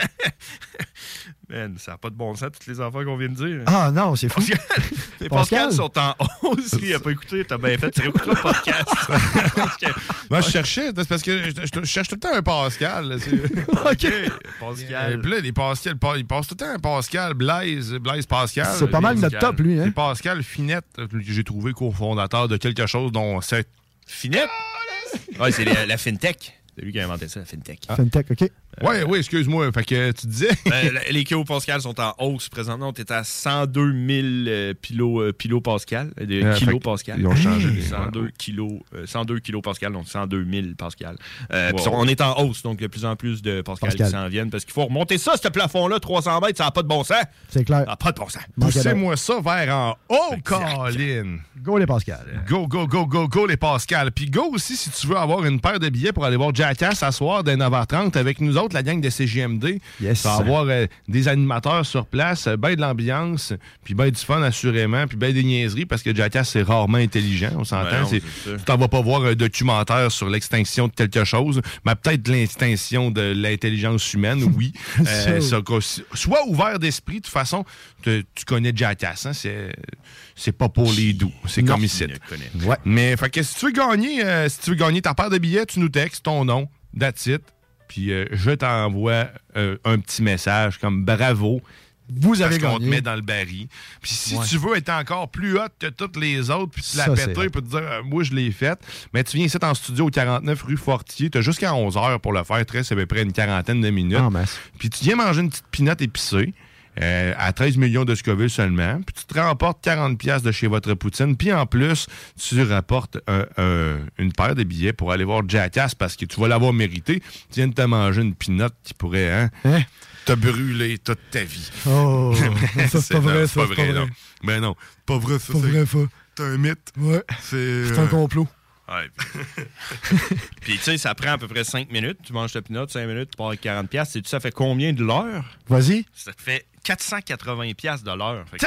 Man, ça n'a pas de bon sens, toutes les affaires qu'on vient de dire. Ah non, c'est fou. Pascal, les Pascal sont en hausse. Il n'a pas écouté, t'as bien fait. Tu réécouteras le podcast. que, Moi, je cherchais, c'est parce que je, je, je cherche tout le temps un Pascal. Là, OK. Pascal. Et puis là, les Pascal, il passe tout le temps un Pascal, Blaise, Blaise Pascal. C'est pas mal notre top, lui. Hein? C'est Pascal Finette, que j'ai trouvé cofondateur de quelque chose dont c'est... Finette? Oui, c'est la, la FinTech. C'est lui qui a inventé ça, la FinTech. Ah. FinTech, OK. Euh, oui, oui, excuse-moi. Fait que tu disais. ben, les kilopascals sont en hausse présentement. On est à cent deux mille euh, pilo, euh, pilopascal. Euh, euh, kilopascal. Ils ont changé. Hey, cent deux, kilos, euh, cent deux kilopascal, donc cent deux mille pascal. Euh, wow. On est en hausse, donc il y a de plus en plus de pascal, pascal. qui s'en viennent parce qu'il faut remonter ça, ce plafond-là, trois cents mètres, ça n'a pas de bon sens. C'est clair. Ça n'a pas de bon sens. Poussez-moi ça vers en haut, Colin. Go les Pascal. Go, go, go, go, go les Pascal. Puis go aussi si tu veux avoir une paire de billets pour aller voir Jackass à soir dès neuf heures trente avec nous autres, la gang de C J M D. Yes. Tu vas avoir euh, des animateurs sur place, euh, ben de l'ambiance, puis ben du fun assurément, puis ben des niaiseries parce que Jackass c'est rarement intelligent, on s'entend. Ouais, non, c'est, c'est tu t'en vas pas voir un documentaire sur l'extinction de quelque chose, mais peut-être l'extinction de l'intelligence humaine, oui. euh, ça, soit ouvert d'esprit, de toute façon, te, tu connais Jackass, hein, c'est, c'est pas pour les doux, c'est non, comme ici. Ouais. Mais fait que si tu veux gagner, euh, si tu veux gagner ta paire de billets, tu nous textes ton nom, that's it. Puis euh, je t'envoie euh, un petit message comme bravo. Vous avez gagné. On te met dans le baril. Puis si ouais. tu veux être encore plus hot que toutes les autres, puis tu la péter, puis te dire euh, moi je l'ai faite, mais tu viens ici en studio au quarante-neuf rue Fortier, tu as jusqu'à onze heures pour le faire, très, c'est à peu près une quarantaine de minutes. Oh, puis tu viens manger une petite pinotte épicée. Euh, à treize millions de Scoville seulement. Puis tu te remportes quarante piastres de chez Votre Poutine. Puis en plus, tu rapportes un, un, une paire de billets pour aller voir Jackass parce que tu vas l'avoir mérité. Tu viens de te manger une pinotte qui pourrait hein, hein? te brûler toute ta vie. Oh, ça c'est pas vrai, non, ça. Pas vrai, non. Mais non, pas vrai, ça. Pas c'est, vrai, ça. C'est un mythe. Ouais. C'est, c'est euh... un complot. Ouais. Puis tu sais, ça prend à peu près cinq minutes. Tu manges ta pinotte, cinq minutes, tu pars avec quarante piastres. Sais-tu ça fait combien de l'heure? Vas-y. Ça te fait quatre cent quatre-vingts piastres de l'heure. Fait que,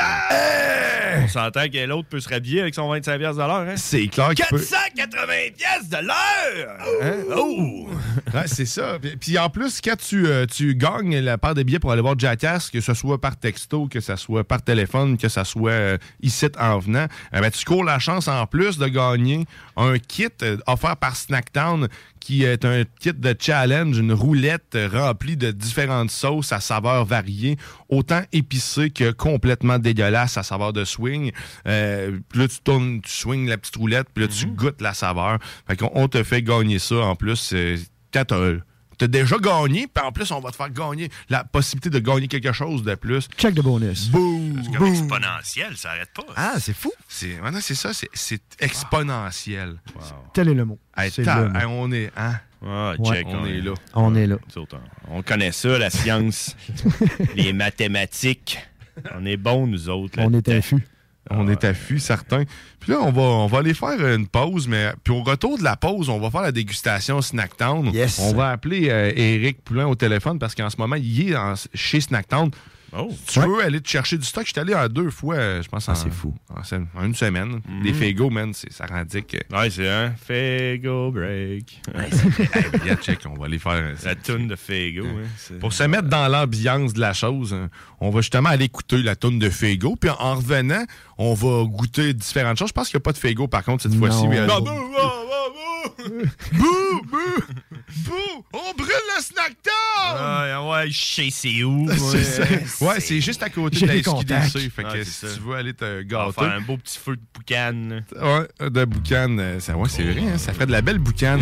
hey! On s'entend que l'autre peut se rhabiller avec son vingt-cinq piastres de l'heure. Hein? C'est clair qu'il quatre cent quatre-vingts piastres de l'heure! Hein? Oh! Ouais, c'est ça. Puis, puis en plus, quand tu, euh, tu gagnes la paire de billets pour aller voir Jackass, que ce soit par texto, que ce soit par téléphone, que ce soit euh, ici en venant, euh, ben, tu cours la chance en plus de gagner un kit euh, offert par Snacktown qui est un kit de challenge, une roulette remplie de différentes sauces à saveurs variées, autant épicées que complètement dégueulasses à saveur de swing. Euh, puis là, tu tournes, tu swings la petite roulette, puis là, mm-hmm. tu goûtes la saveur. Fait qu'on on te fait gagner ça en plus. Euh, quand t'as, t'as déjà gagné, puis en plus, on va te faire gagner la possibilité de gagner quelque chose de plus. Check de bonus. Boum! C'est comme exponentiel, ça arrête pas. Ah, c'est fou. C'est, maintenant, c'est ça, c'est, c'est exponentiel. Wow. Tel est le mot. Hey, c'est ta, le mot. Hey, on est, hein? Ah, ouais, check, on, on est là. On est là. On connaît ça, la science, les mathématiques. On est bons, nous autres. Là, on est affûts. On ah, est affûts, certains. Puis là, on va, on va aller faire une pause, mais puis au retour de la pause, on va faire la dégustation Snacktown. Yes. On va appeler euh, Éric Poulain au téléphone parce qu'en ce moment, il est en, chez Snacktown. Oh. Si tu veux aller te chercher du stock, je suis allé en deux fois, je pense. Ah, en, c'est fou. En, en une semaine. Mm-hmm. Des Faygo, man, c'est, ça rendait que. Ouais, c'est un Faygo break. Ouais, c'est... hey, regarde, check, on va aller faire. La toune de Faygo. Ouais. Hein, pour se mettre dans l'ambiance de la chose, on va justement aller écouter la toune de Faygo. Puis en revenant, on va goûter différentes choses. Je pense qu'il n'y a pas de Faygo, par contre, cette non. fois-ci. Mais... Non, bouh, bouh, bouh, bouh, bouh, on brûle le Snackdown! Ah, ouais, je sais c'est où. c'est ça. Ouais, c'est juste à côté de la S Q D C. Fait que ah, si ça. tu veux aller te gâter. Faire un beau petit feu de boucan. Ouais, de boucan. Ça, ouais, c'est vrai, hein, ça ferait de la belle boucan.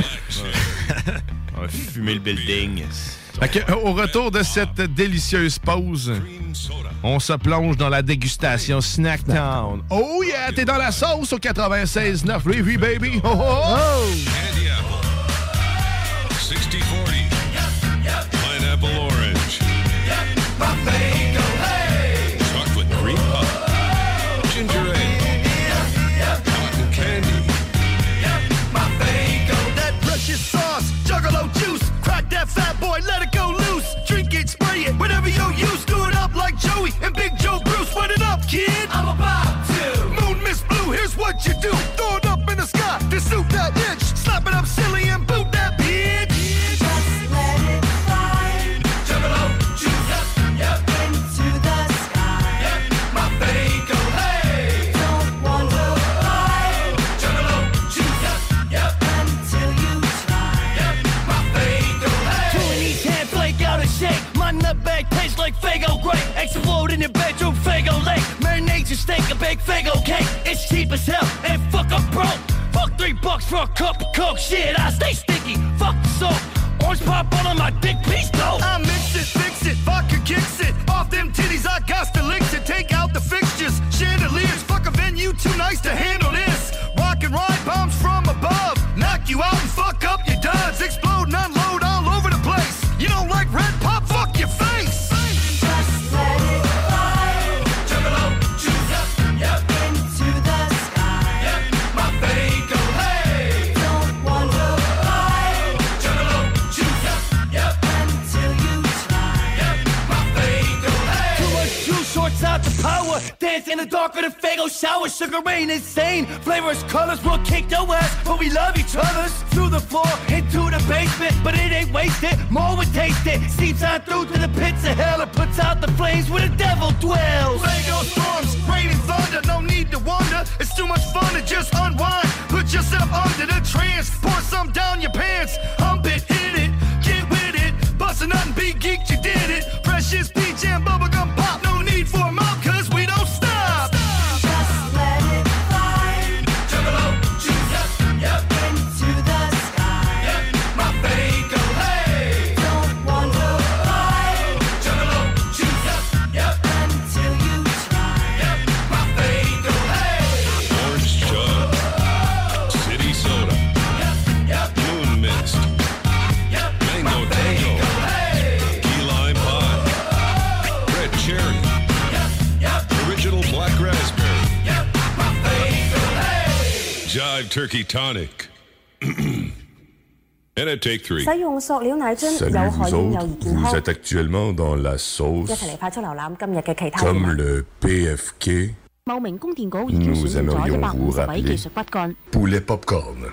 On va fumer le building. Fait que, au retour de cette délicieuse pause, on se plonge dans la dégustation Snacktown. Oh yeah, t'es dans la sauce au quatre-vingt-seize neuf Lévis, baby. Oh, oh, oh. Candy apple. sixty forty. Pineapple orange. My Faygo, hey. Chocolate cream pie. Ginger ale. Cotton candy. My Faygo. That precious sauce. Juggalo juice. Crack that fat boy, let it go loose. Drink it, spray it, whatever you use. Do it up like Joey and Big Joe Bruce. Run it up, kid. I'm about to. Moon Miss Blue, here's what you do. Throw it up in the sky to suit that itch. Slap it up silly and boot that bitch. Just let it fly. Juggalo juice. Yep, yep. Into the sky. Yep, my Faygo, hey. Don't wonder why. Juggalo juice. Yep, yep. Until you try. Yep, my Faygo, hey. Two in each hand, flake out and shake. My nutbag tastes like Faygo grape. Explode in your bedroom, Faygo lake. Marinades your steak, a big Faygo cake. It's cheap as hell, and fuck I'm broke. Fuck three bucks for a cup of Coke. Shit, I stay sticky. Fuck the soap. Orange pop all on my dick, please go. I mix it, fix it, vodka kicks it. Off them titties, I got to lick it. Take out the fixtures, chandeliers. Fuck a venue too nice to handle this. Rock and ride bombs from above. Knock you out and fuck up your duds. Explode and unload all over the place. You don't like red pop? Fuck your face. Just let it fly. Juggalo, juice up, yep. Into the sky. Yep, my Faygo, hey. Don't wonder why. Juggalo, juice up, yep. Until you try. Yep, my Faygo, hey. Too much juice, shorts out the power. Dance in the dark of the Faygo shower. Sugar rain insane. Flavors, colors will kick your ass, but we love each other's. Through the floor, into the basement, but it ain't wasted. More would taste it. Seeps on through to the pits of hell. It puts out the flames where the devil dwells. Faygo storms, rain and thunder. No need to wonder. It's too much fun to just unwind. Put yourself under the trance. Pour some down your pants. Hump it, hit it, get with it. Bust a nut and be geeked, you did it. Precious peach and bubblegum pop. No need for a mop, cause we don't stop. Just let it fly. Juggalo, juice up, yep. Into the sky. Yep, my Faygo, hey. Don't wonder why. Juggalo, juice up, yep. Until you try. Yep, my Faygo, hey. Orange chug. City soda. Yep, yep. Moon mist. Yep, Mango tango. hey. Key lime pie. Red cherry. Yep, yep. Original black raspberry. Yep, my Faygo, hey. Jive turkey tonic. And a take three. 使用塑料奶樽 Salut 有 vous 害健 autres, 又而健 vous 康。 êtes actuellement dans la 一 sauce 齊嚟快速瀏覽今日嘅其他 comme 新聞。 le P F K. 茂名供電局已經 Nous 選定咗一 aimerions 百 vous 五十位 rappeler 技術骨幹。 poulet popcorn.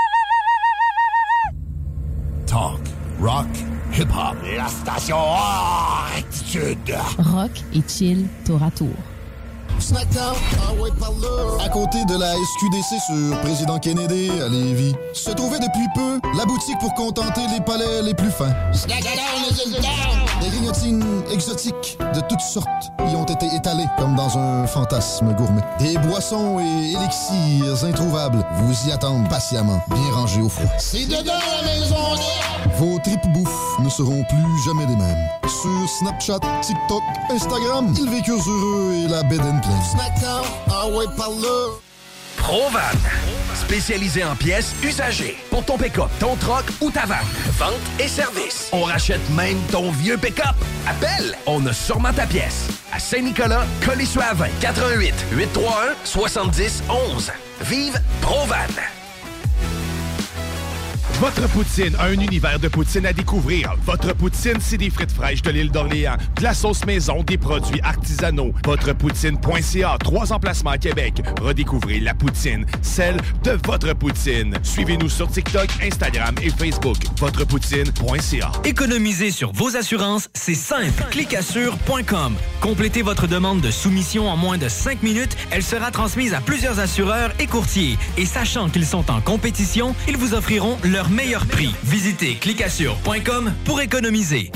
Talk, rock, hip-hop. La station Attitude. Rock et chill tour à tour. Snackdown, ah ouais, par là. À côté de la S Q D C sur Président Kennedy à Lévis, se trouvait depuis peu la boutique pour contenter les palais les plus fins. Snackdown is in town. Des grignotines exotiques de toutes sortes y ont été étalées comme dans un fantasme gourmet. Des boissons et élixirs introuvables vous y attendent patiemment, bien rangés au froid. C'est dedans la maison. Vos tripes bouffe ne seront plus jamais les mêmes. Sur Snapchat, TikTok, Instagram, ils vécurent heureux et la bed and play. Snackdown, ah ouais, par là. Provan, spécialisé en pièces usagées. Pour ton pick-up, ton troc ou ta vanne. Vente et service. On rachète même ton vieux pick-up. Appelle, on a sûrement ta pièce. À Saint-Nicolas, Colissois-Avin, quatre un huit, huit trois un, sept zéro un un. Vive Provan. Votre poutine, un univers de poutine à découvrir. Votre poutine, c'est des frites fraîches de l'île d'Orléans, de la sauce maison, des produits artisanaux. Votrepoutine point c a, trois emplacements à Québec. Redécouvrez la poutine, celle de votre poutine. Suivez-nous sur TikTok, Instagram et Facebook. Votrepoutine point c a. Économiser sur vos assurances, c'est simple. clicassure point com. Complétez votre demande de soumission en moins de cinq minutes. Elle sera transmise à plusieurs assureurs et courtiers. Et sachant qu'ils sont en compétition, ils vous offriront leur meilleur prix. Visitez clicassure point com pour économiser.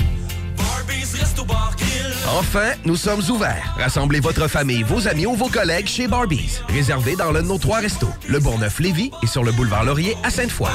Enfin, nous sommes ouverts. Rassemblez votre famille, vos amis ou vos collègues chez Barbies. Réservé dans l'un de nos trois restos, le Bourgneuf-Lévis et sur le boulevard Laurier à Sainte-Foy.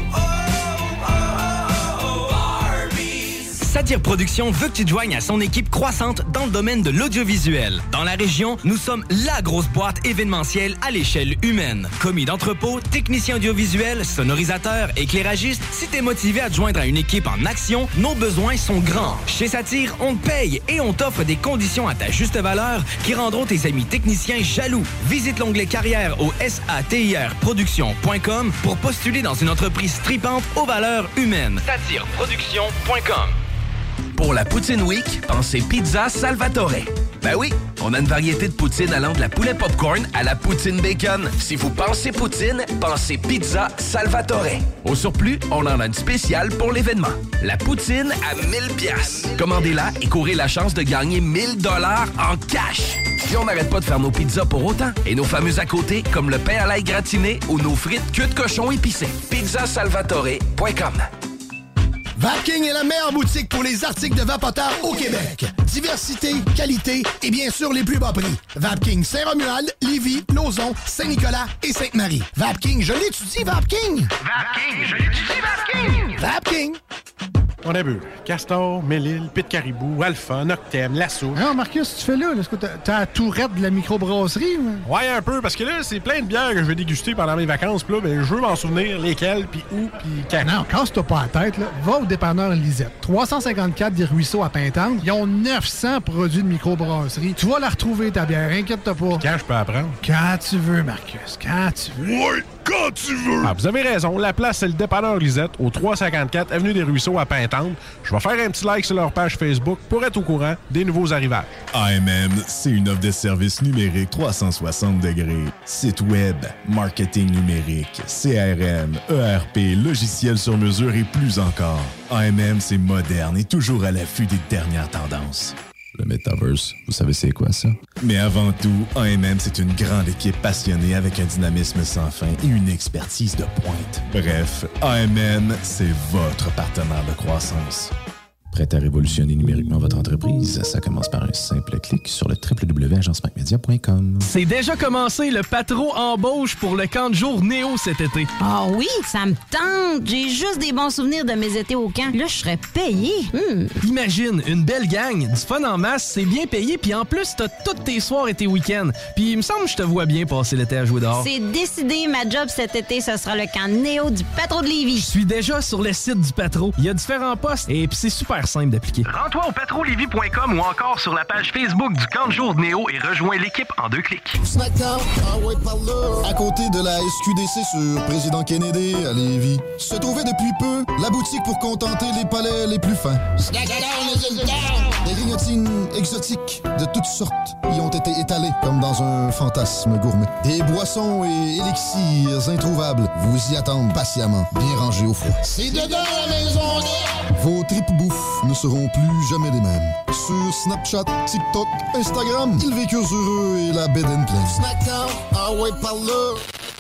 Satire Productions veut que tu te joignes à son équipe croissante dans le domaine de l'audiovisuel. Dans la région, nous sommes la grosse boîte événementielle à l'échelle humaine. Commis d'entrepôt, technicien audiovisuel, sonorisateur, éclairagiste, si t'es motivé à te joindre à une équipe en action, nos besoins sont grands. Chez Satire, on te paye et on t'offre des conditions à ta juste valeur qui rendront tes amis techniciens jaloux. Visite l'onglet carrière au satir production point com pour postuler dans une entreprise tripante aux valeurs humaines. satire production point com. Pour la Poutine Week, pensez Pizza Salvatore. Ben oui, on a une variété de poutine allant de la poulet popcorn à la poutine bacon. Si vous pensez poutine, pensez Pizza Salvatore. Au surplus, on en a une spéciale pour l'événement. La poutine à mille piastres. Commandez-la et courez la chance de gagner mille dollars en cash. Puis on n'arrête pas de faire nos pizzas pour autant. Et nos fameux à côté, comme le pain à l'ail gratiné ou nos frites queue de cochon épicées. pizza salvatore point com. Vapking est la meilleure boutique pour les articles de vapoteurs au Québec. Diversité, qualité et bien sûr les plus bas prix. Vapking Saint-Romuald, Lévis, Lauson, Saint-Nicolas et Sainte-Marie. Vapking, je l'étudie, Vapking! Vapking, je l'étudie, Vapking! Vapking! On a vu Castor, Mélile, Pit Caribou, Alpha, Noctem, Lasso. Non, Marcus, tu fais là? Est-ce que t'as, t'as la tourette de la microbrasserie? Ou... Ouais, un peu, parce que là, c'est plein de bières que je vais déguster pendant mes vacances. Puis là, ben, je veux m'en souvenir lesquelles, puis où, puis quand. Non, casse-toi pas la tête, là. Va au dépanneur Lisette. trois cent cinquante-quatre des Ruisseaux à Pintante. Ils ont neuf cents produits de microbrasserie. Tu vas la retrouver, ta bière. Inquiète-toi pas. Quand je peux apprendre? Quand tu veux, Marcus. Quand tu veux. Ouais, quand tu veux. Ah, vous avez raison. La place, c'est le dépanneur Lisette, au trois cent cinquante-quatre Avenue des Ruisseaux à Pintante. Je vais faire un petit like sur leur page Facebook pour être au courant des nouveaux arrivages. A M M, c'est une offre de services numériques trois cent soixante degrés. Site web, marketing numérique, C R M, E R P, logiciel sur mesure et plus encore. A M M, c'est moderne et toujours à l'affût des dernières tendances. Le Metaverse, vous savez c'est quoi ça? Mais avant tout, A M M, c'est une grande équipe passionnée avec un dynamisme sans fin et une expertise de pointe. Bref, A M M, c'est votre partenaire de croissance. Prêt à révolutionner numériquement votre entreprise? Ça commence par un simple clic sur le w w w point agence mac media point com. C'est déjà commencé, le Patro embauche pour le camp de jour Néo cet été. Ah oui, ça me tente. J'ai juste des bons souvenirs de mes étés au camp. Là, je serais payé. Hmm. Imagine, une belle gang, du fun en masse, c'est bien payé, puis en plus, t'as tous tes soirs et tes week-ends. Puis il me semble que je te vois bien passer l'été à jouer dehors. C'est décidé, ma job cet été, ce sera le camp Néo du Patro de Lévis. Je suis déjà sur le site du Patro. Il y a différents postes et puis c'est super simple d'appliquer. Rends-toi au patro lévis point com ou encore sur la page Facebook du camp de jour de Néo et rejoins l'équipe en deux clics. Snackdown, ah ouais, par là. À côté de la S Q D C sur Président Kennedy à Lévis, se trouvait depuis peu la boutique pour contenter les palais les plus fins. Snackdown is in town. Des grignotines exotiques de toutes sortes y ont été étalées comme dans un fantasme gourmet. Des boissons et élixirs introuvables vous y attendent patiemment, bien rangés au froid. C'est dedans la maison. Vos tripes bouffe ne seront plus jamais les mêmes. Sur Snapchat, TikTok, Instagram, ils vécurent heureux et la bed and pleine. Snackdown, ah ouais, par là.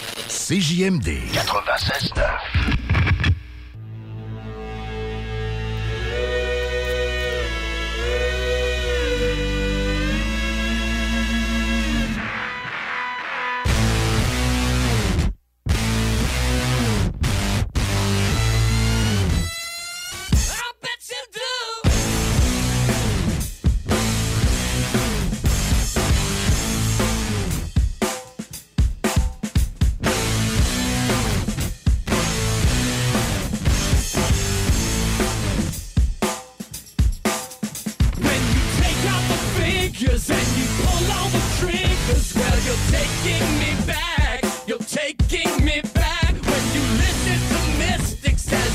C J M D quatre-vingt-seize neuf. Taking me back when you listen to mystics as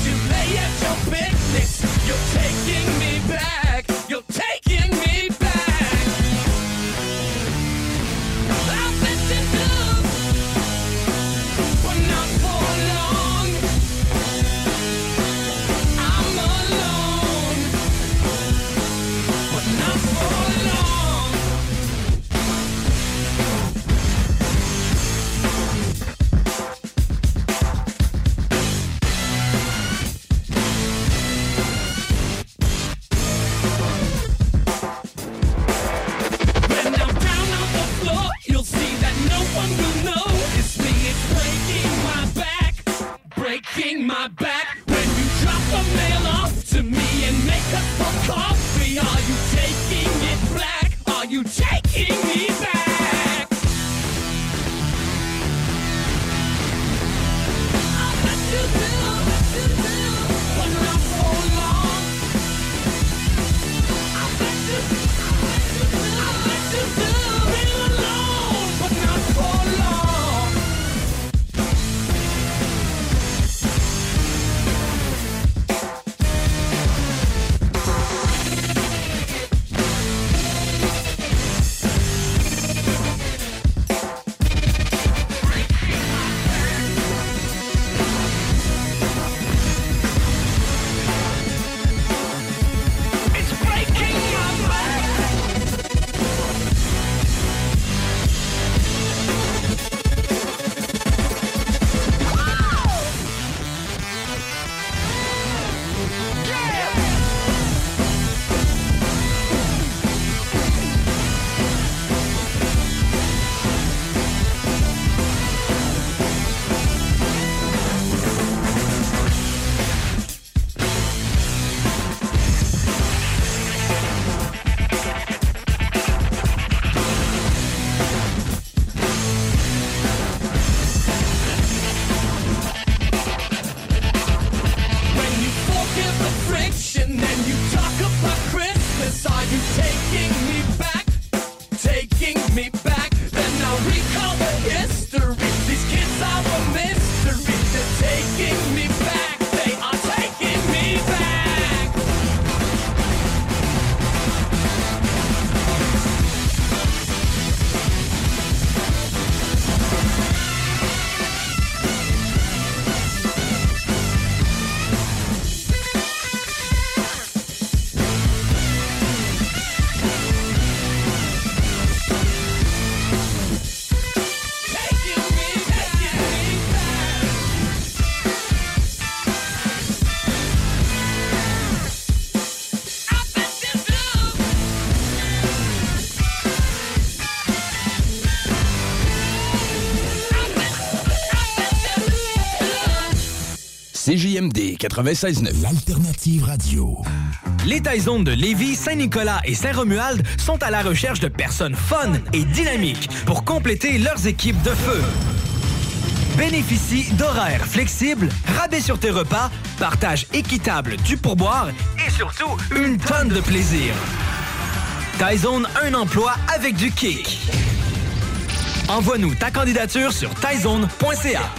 C J M D quatre-vingt-seize neuf. L'alternative radio. Les Taizones de Lévis, Saint-Nicolas et Saint-Romuald sont à la recherche de personnes fun et dynamiques pour compléter leurs équipes de feu. Bénéficie d'horaires flexibles, rabais sur tes repas, partage équitable du pourboire et surtout une tonne de plaisir. Taizone, un emploi avec du kick. Envoie-nous ta candidature sur taizone point c a.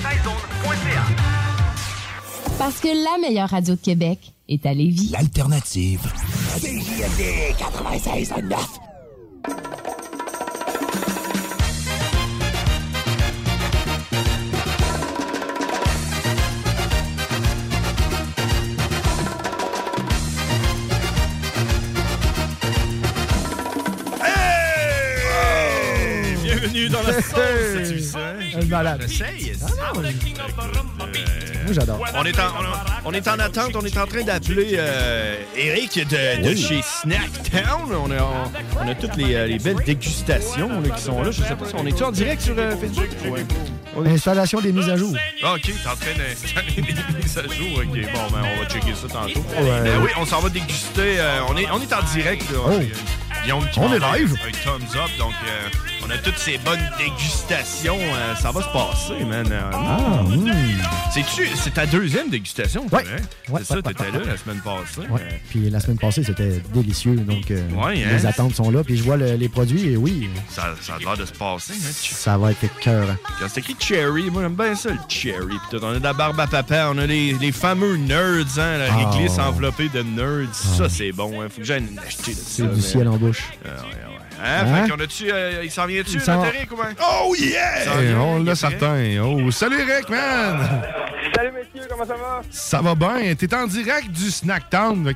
Parce que la meilleure radio de Québec est à Lévis. L'alternative. C J M D quatre-vingt-seize neuf. Bienvenue dans la sauce, c'est-tu ça? Un malade. J'essaye. Ah non, moi, j'adore. On est, en, on, on est en attente, on est en train d'appeler euh, Eric de, de Oui. chez Snacktown. On a, on, on a toutes les, euh, les belles dégustations là, qui sont là. Je sais pas si on est-tu en direct sur euh, Facebook? Ouais. On est- Installation des mises à jour. Ah, OK, t'es en train d'installer des mises à jour. OK, bon, ben, on va checker ça tantôt. Ouais. Ben oui, on s'en va déguster. euh, on, est, on est en direct. Là. Oh. Il y a Guillaume qui On est m'envoie live. Un thumbs up. Donc, euh, on a toutes ces bonnes dégustations. euh, ça va se passer, man. Euh, Ah, mm. C'est-tu, c'est ta deuxième dégustation, Ouais. vrai? Ouais, C'est ça, ouais, t'étais ouais, là ouais. la semaine passée. Ouais. Euh, Puis la semaine passée, c'était délicieux. Donc, euh, Ouais, hein? les attentes sont là. Puis je vois le- les produits et oui, ça, ça a l'air de se passer. Hein? ça va être cœur. Quand c'est écrit cherry, moi j'aime bien ça, le cherry. Puis tout, on a de la barbe à papa, on a les, les fameux nerds, hein, la Ah. réglisse enveloppée de nerds. Ça, c'est bon. Hein. Faut que j'aille en acheter de ça. C'est du mais- ciel en bouche. Ah, ouais, ouais. Hein? Hein? Fait qu'on a-tu. euh, il s'en vient-tu, Il s'en- notre Eric, ou bien? Oh Ça yeah! vient, On il l'a est certain. Oh, salut Eric, man! Salut messieurs, comment ça va? Ça va bien? T'es en direct du Snacktown.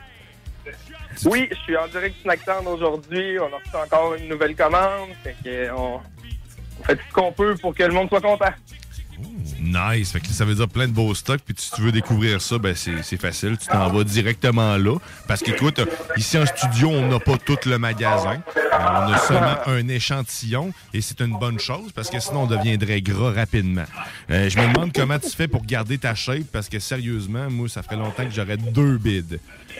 Oui, je suis en direct du Snacktown aujourd'hui. On a reçu encore une nouvelle commande. Fait que on, on fait tout ce qu'on peut pour que le monde soit content. Nice. Fait que ça veut dire plein de beaux stocks. Puis si tu veux découvrir ça, ben c'est c'est facile. Tu t'en vas directement là. Parce qu'écoute, euh, ici en studio, on n'a pas tout le magasin. Euh, on a seulement un échantillon. Et c'est une bonne chose parce que sinon, on deviendrait gras rapidement. Euh, je me demande comment tu fais pour garder ta shape. Parce que sérieusement, moi, ça ferait longtemps que j'aurais deux bides.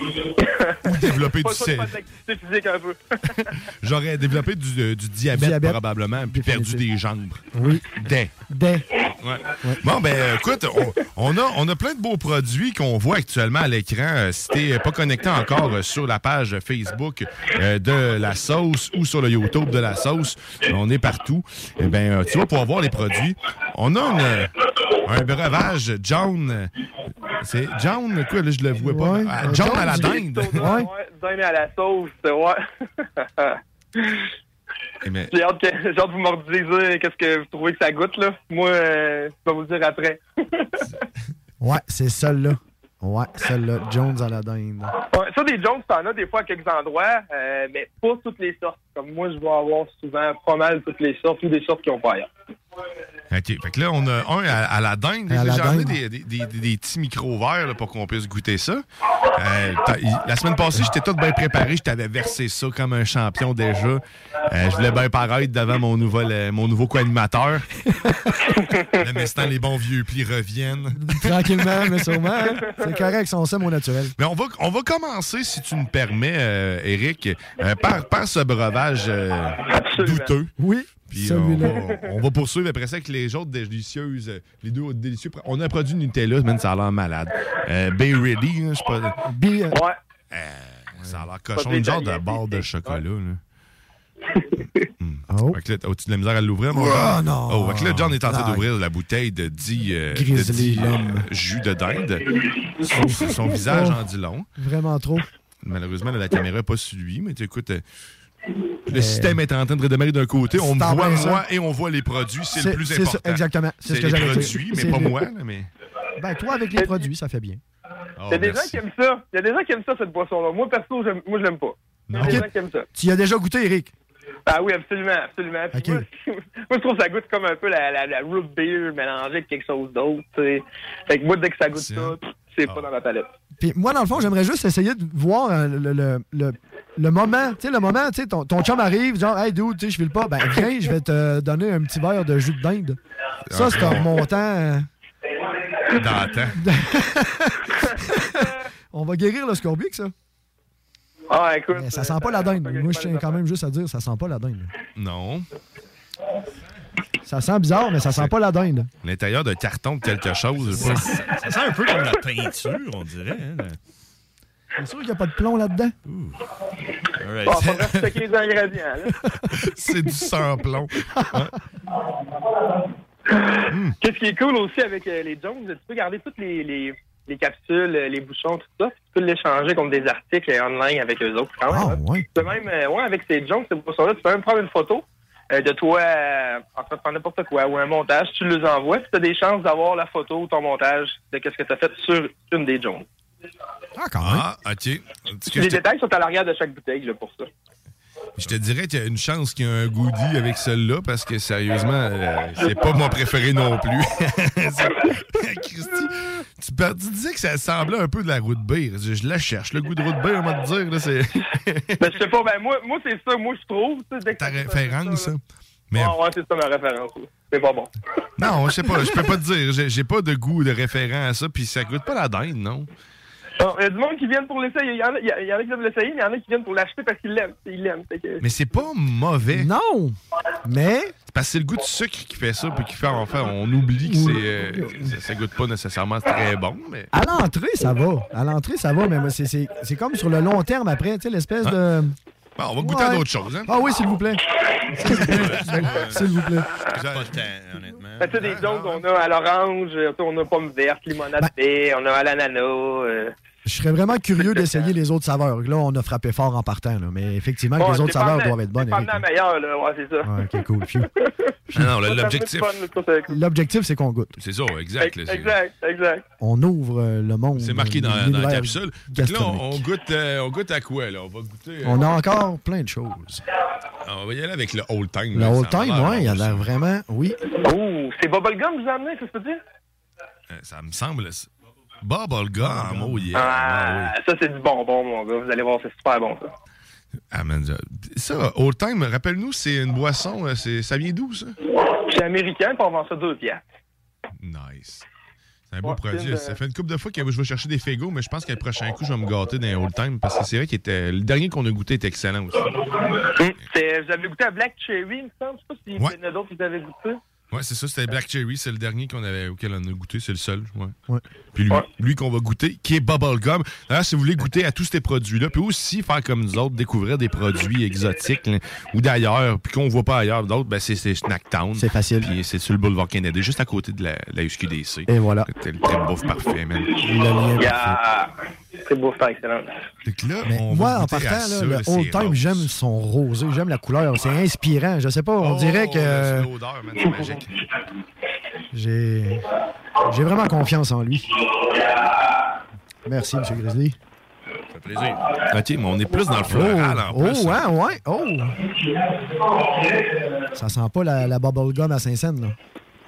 Ou développer Pas du sûr de sel. faire de l'activité physique un peu. J'aurais développé du, euh, du diabète, Diabète. probablement, puis perdu des jambes. Oui. Des. Des. Ouais. Bon, ben, écoute, on, on, a, on a plein de beaux produits qu'on voit actuellement à l'écran. Euh, si t'es pas connecté encore euh, sur la page Facebook euh, de La Sauce ou sur le YouTube de La Sauce, on est partout. Eh ben, euh, tu vas pouvoir voir les produits. On a une, un breuvage John. euh, C'est John, quoi, là, je le vois pas. Ouais. Ah, John à la dinde. Ouais. Dinde à la sauce, ouais. Eh ben, J'ai hâte, que, j'ai hâte que vous me redisiez qu'est-ce que vous trouvez que ça goûte, là. Moi, euh, je vais vous le dire après. Ouais, c'est celle-là. Ouais, celle-là. Jones à la dinde. Ouais, ça, des Jones, t'en as des fois à quelques endroits, euh, mais pas toutes les sortes. Comme moi, je vais avoir souvent pas mal toutes les sortes ou des sortes qui ont pas ailleurs. OK. Fait que là, on a un à, à la dinde. À la J'ai amené dinde. des, des, des, des petits micro-verres là, pour qu'on puisse goûter ça. Euh, t'as- il- la semaine passée, j'étais tout bien préparé. Je t'avais versé ça comme un champion déjà. Euh, je voulais bien paraître devant mon nouveau, le- mon nouveau co-animateur. Là, mais c'est temps, les bons vieux plis reviennent. Tranquillement, mais sûrement. hein. C'est correct, on sème au naturel. Mais on va, on va commencer, si tu me permets, euh, Eric, euh, par, par ce breuvage euh, douteux. Oui. Puis celui-là. on, va- on va poursuivre après ça avec les autres délicieuses, euh, les deux autres délicieux. On a un produit Nutella, man, ça a l'air malade. Euh, Bay Ready, hein, je sais pas. Bi- euh, Ouais. Ça a l'air cochon, Pas une genre de d'italien, barre de c'est- chocolat. Là. Hmm. Oh. Fait que là, as-tu de la misère à l'ouvrir, mon Oh, gars? non. Oh, fait que là, John est en train Ah. d'ouvrir la bouteille de dix, euh, de Grizzly dix, euh, Lum. jus de dinde. Son, son visage Oh. en dit long. Vraiment trop. Malheureusement, là, la caméra n'est pas sur lui, mais tu écoutes, euh, le Euh, système est en train de redémarrer d'un côté. On me c'est en voit, plein ça. moi, et on voit les produits. C'est le plus c'est important. ça, exactement. C'est C'est ce que les j'allais dire. produits, mais C'est pas le- moi. Là, mais... Ben, toi, avec les produits, ça fait bien. Oh, Il y a des merci. gens qui aiment ça. Il y a des gens qui aiment ça, cette boisson-là. Moi, perso, j'aime- moi, je l'aime pas. Il y a Ok. des gens qui aiment ça. Tu y as déjà goûté, Eric? Ah oui, absolument, absolument. Puis Ok. Moi, moi, je trouve que ça goûte comme un peu la, la, la root beer mélangée avec quelque chose d'autre. tu sais. Fait que moi, dès que ça goûte C'est ça, un- c'est Ah. pas dans ma palette. Puis moi, dans le fond, j'aimerais juste essayer de voir euh, le, le, le, le moment, tu sais, le moment, tu sais, ton, ton chum arrive, genre, hey, dude, tu sais, je file pas, ben viens, je vais te donner un petit verre de jus de dinde. Ça, c'est en remontant. euh, D'antan. On va guérir le scorbut, ça. Ah, écoute. Mais ça sent pas la dinde. Moi, je tiens quand même juste à dire, ça sent pas la dinde. Non. Ça sent bizarre, mais ça sent pas la dinde. L'intérieur d'un carton de quelque chose. Ça, ça, ça sent un peu comme la peinture, on dirait. Hein, la... C'est sûr qu'il n'y a pas de plomb là-dedans? Right. Bon, faudrait checker les ingrédients. Là. C'est du sans-plomb. Mm. Qu'est-ce qui est cool aussi avec euh, les Jones, tu peux garder toutes les, les, les capsules, les bouchons, tout ça. Tu peux l'échanger contre des articles online avec eux autres. Quand même, ah, hein. ouais. Tu peux même, euh, ouais, avec ces Jones, ces bouchons-là, tu peux même prendre une photo euh, de toi euh, en train de faire n'importe quoi ou un montage, tu les envoies, puis tu as des chances d'avoir la photo ou ton montage de ce que tu as fait sur une des Jones. Ah, quand même. Ah, OK. Les détails sont à l'arrière de chaque bouteille là, pour ça. Je te dirais qu'il y a une chance qu'il y ait un goodie avec celle-là parce que, sérieusement, euh, c'est pas mon préféré non plus. Christy, tu, tu disais que ça semblait un peu de la route bière. Je, je la cherche, le goût de route bière, on va te dire. Là, c'est... ben, je sais pas, ben, moi, moi c'est ça, moi, je trouve. Ta référence, ça? Mais... Ah, ouais, c'est ça ma référence. Là. C'est pas bon. Non, je sais pas, je peux pas te dire. J'ai, j'ai pas de goût de référent à ça, puis ça goûte pas la dinde, non? Il y a du monde qui viennent pour l'essayer. Il y, en a, y, y en a qui viennent l'essayer, mais il y en a qui viennent pour l'acheter parce qu'ils l'aiment. Ils l'aiment. Que... Mais c'est pas mauvais. Non! Mais. C'est parce que c'est le goût du sucre qui fait ça, puis qui fait en fait, on oublie que c'est, euh, ça, ça goûte pas nécessairement très bon. Mais... À l'entrée, ça va. À l'entrée, ça va, mais moi, c'est, c'est, c'est comme sur le long terme après, tu sais, l'espèce hein? de. Bon, on va goûter ouais. à d'autres choses. Hein? Ah oui, s'il vous plaît. S'il vous plaît. Pas de temps, honnêtement. Ben, tu sais, des Jones, on a à l'orange, on a pomme verte, limonade ben... baie, on a à l'ananas. Euh... Je serais vraiment curieux d'essayer les autres saveurs. Là, on a frappé fort en partant, là. Mais effectivement, bon, les autres saveurs doivent être bonnes. C'est pas la meilleure, là. Ouais, c'est ça. Ouais, ok, cool. Phew. Non, non, l'objectif... L'objectif, c'est qu'on goûte. C'est ça, exact. Là, exact, exact. On ouvre euh, le monde. C'est marqué dans, dans la capsule. Là, on, on, goûte, euh, on goûte à quoi, là? On va goûter... Euh... On a encore plein de choses. On va y aller avec le old time. Le là, old time, oui, il a l'air vraiment... Oui. Oh, c'est Bubblegum que vous avez amené, ça se peut dire? Euh, ça me semble... Bubblegum, oh yeah. Ah, ah oui. Ça, c'est du bonbon, mon gars. Vous allez voir, c'est super bon, ça. Ah, man, ça, Old Time, rappelle-nous, c'est une boisson, c'est, ça vient d'où, ça? C'est américain, puis on vend ça deux piastres. Nice. C'est un beau ouais, produit. De... Ça fait une couple de fois que je vais chercher des Faygo, mais je pense que le prochain coup, je vais me gâter dans Old Time, parce que c'est vrai que le dernier qu'on a goûté était excellent aussi. Mmh. C'est, vous avez goûté à Black Cherry, il me semble. Je sais pas s'il ouais. y en a d'autres qui vous avez goûté. Ouais, c'est ça, c'était Black Cherry, c'est le dernier qu'on avait, auquel on a goûté, c'est le seul. Ouais. Ouais. Puis lui, ouais. lui qu'on va goûter, qui est Bubblegum. D'ailleurs, si vous voulez goûter à tous ces produits-là, puis aussi faire comme nous autres, découvrir des produits exotiques là, ou d'ailleurs, puis qu'on voit pas ailleurs d'autres, ben c'est, c'est Snacktown. C'est facile. Puis c'est sur le boulevard Kennedy, juste à côté de la, la S Q D C. Et voilà. C'était le très bouffe parfait, man. Le lien yeah. parfait. C'est bouffe excellent. Donc là, mais on moi, va en partant, là, ça, le là, Old Time, rose. j'aime son rosé, j'aime la couleur. C'est inspirant. Je sais pas, on oh, dirait que. C'est l'odeur, man, c'est magique. J'ai... J'ai vraiment confiance en lui. Merci, M. Grizzly. Ça fait plaisir. OK, mais on est plus dans le floral oh, en plus. Oh, ouais, ouais. Oh! Ça sent pas la, la bubblegum à Saint-Saëns, là.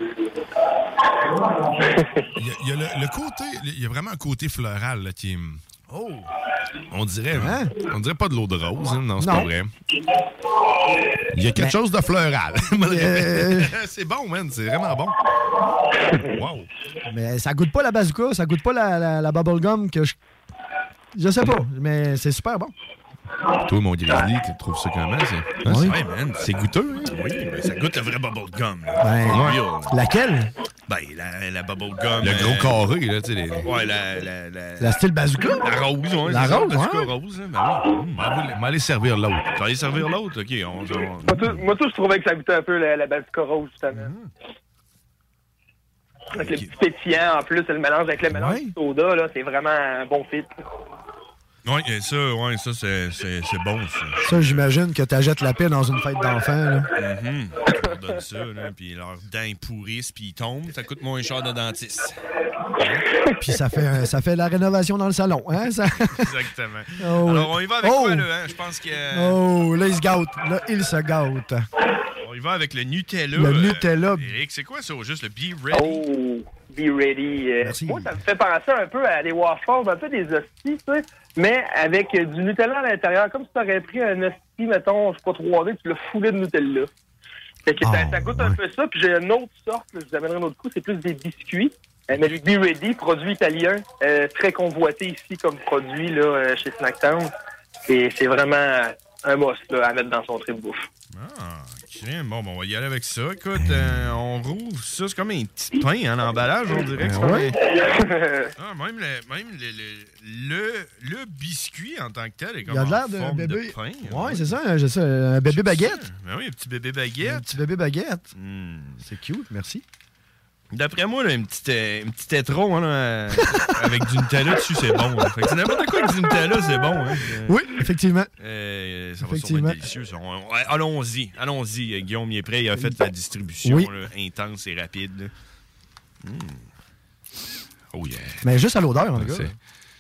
Il y a, il y a le, le côté... Il y a vraiment un côté floral, là, qui est... Oh! On dirait... Hein? On dirait pas de l'eau de rose, hein? Non, c'est non. pas vrai. Il y a quelque mais... chose de floral. Euh... C'est bon, man. C'est vraiment bon. Wow. Mais ça goûte pas la bazooka, ça goûte pas la, la, la bubblegum que je... Je sais pas, mais c'est super bon. Toi, mon Grizzly, tu trouves ça comment? C'est, oui. Ouais, man. C'est goûteux, hein? Oui, mais ça goûte le vrai bubblegum. Ben, ouais. Laquelle? Ben, la, la bubblegum. Le gros euh... carré, là, tu sais. Les... Ouais, la, la, la... La style bazooka? La rose, ouais. La rose, ça, ouais. La rose, hein. Ben oui. Mmh, on va aller servir l'autre. Tu vas aller servir l'autre? OK, on... on... Moi, tout, moi, tout, je trouvais que ça goûtait un peu la, la bazooka rose, justement. Mmh. Avec okay. le petit pétillant, en plus, le mélange avec le mélange ouais. du soda, là, c'est vraiment un bon fit. Oui, ça, ouais, ça c'est, c'est, c'est bon, ça. Ça, j'imagine que t'achètes la paix dans une fête d'enfants, là. Mm-hmm. On leur donne ça, là, puis leurs dents pourrissent, puis ils tombent. Ça coûte moins cher de dentiste. Puis ça fait, ça fait la rénovation dans le salon, hein? Ça... Exactement. Oh, alors, on y va avec oh. quoi, là? Hein? Je pense que... Oh, là, il se gâte. Là, il se gâte. On y va avec le Nutella. Le euh, Nutella. Eric, c'est quoi ça? Juste le Be Ready? Oh, Be Ready. Euh, moi, ça me fait penser un peu à des waffles, un peu des hosties, tu sais, mais avec euh, du Nutella à l'intérieur, comme si tu aurais pris un hostie, mettons, je sais pas, trois D, tu l'as foulé de Nutella. Fait que oh, ça, ça goûte ouais. un peu ça, puis j'ai une autre sorte, là, je vous amènerai un autre coup, c'est plus des biscuits. Euh, mais le Be Ready, produit italien, euh, très convoité ici comme produit là, euh, chez Snacktown. Et c'est vraiment un must là, à mettre dans son trip bouffe. Ah, ok. Bon, bon, on va y aller avec ça. Écoute, euh, on rouvre ça. C'est comme un petit pain, hein, l'emballage, on dirait. Que c'est Ouais. comme un- ah, même le, même le, le, le, le biscuit en tant que tel est comme Il a en l'air d'un forme bébé. de pain. Ouais, c'est ça, un- c'est ça, un bébé baguette. Ben oui, un petit bébé baguette. Un petit bébé baguette. Hmm. C'est cute, merci. D'après moi, là, une petite, euh, une petite étron hein, là, euh, avec du Nutella dessus, c'est bon. Hein. Fait que c'est n'importe quoi avec du Nutella, c'est bon. Hein. Euh, Oui, effectivement. euh, ça va Effectivement. sûrement être délicieux. Ça. On- ouais, allons-y, allons-y. Euh, Guillaume, il est prêt. Il a fait la distribution Oui. là, intense et rapide. là. Mm. Oh yeah. Mais juste à l'odeur, en tout cas. C'est-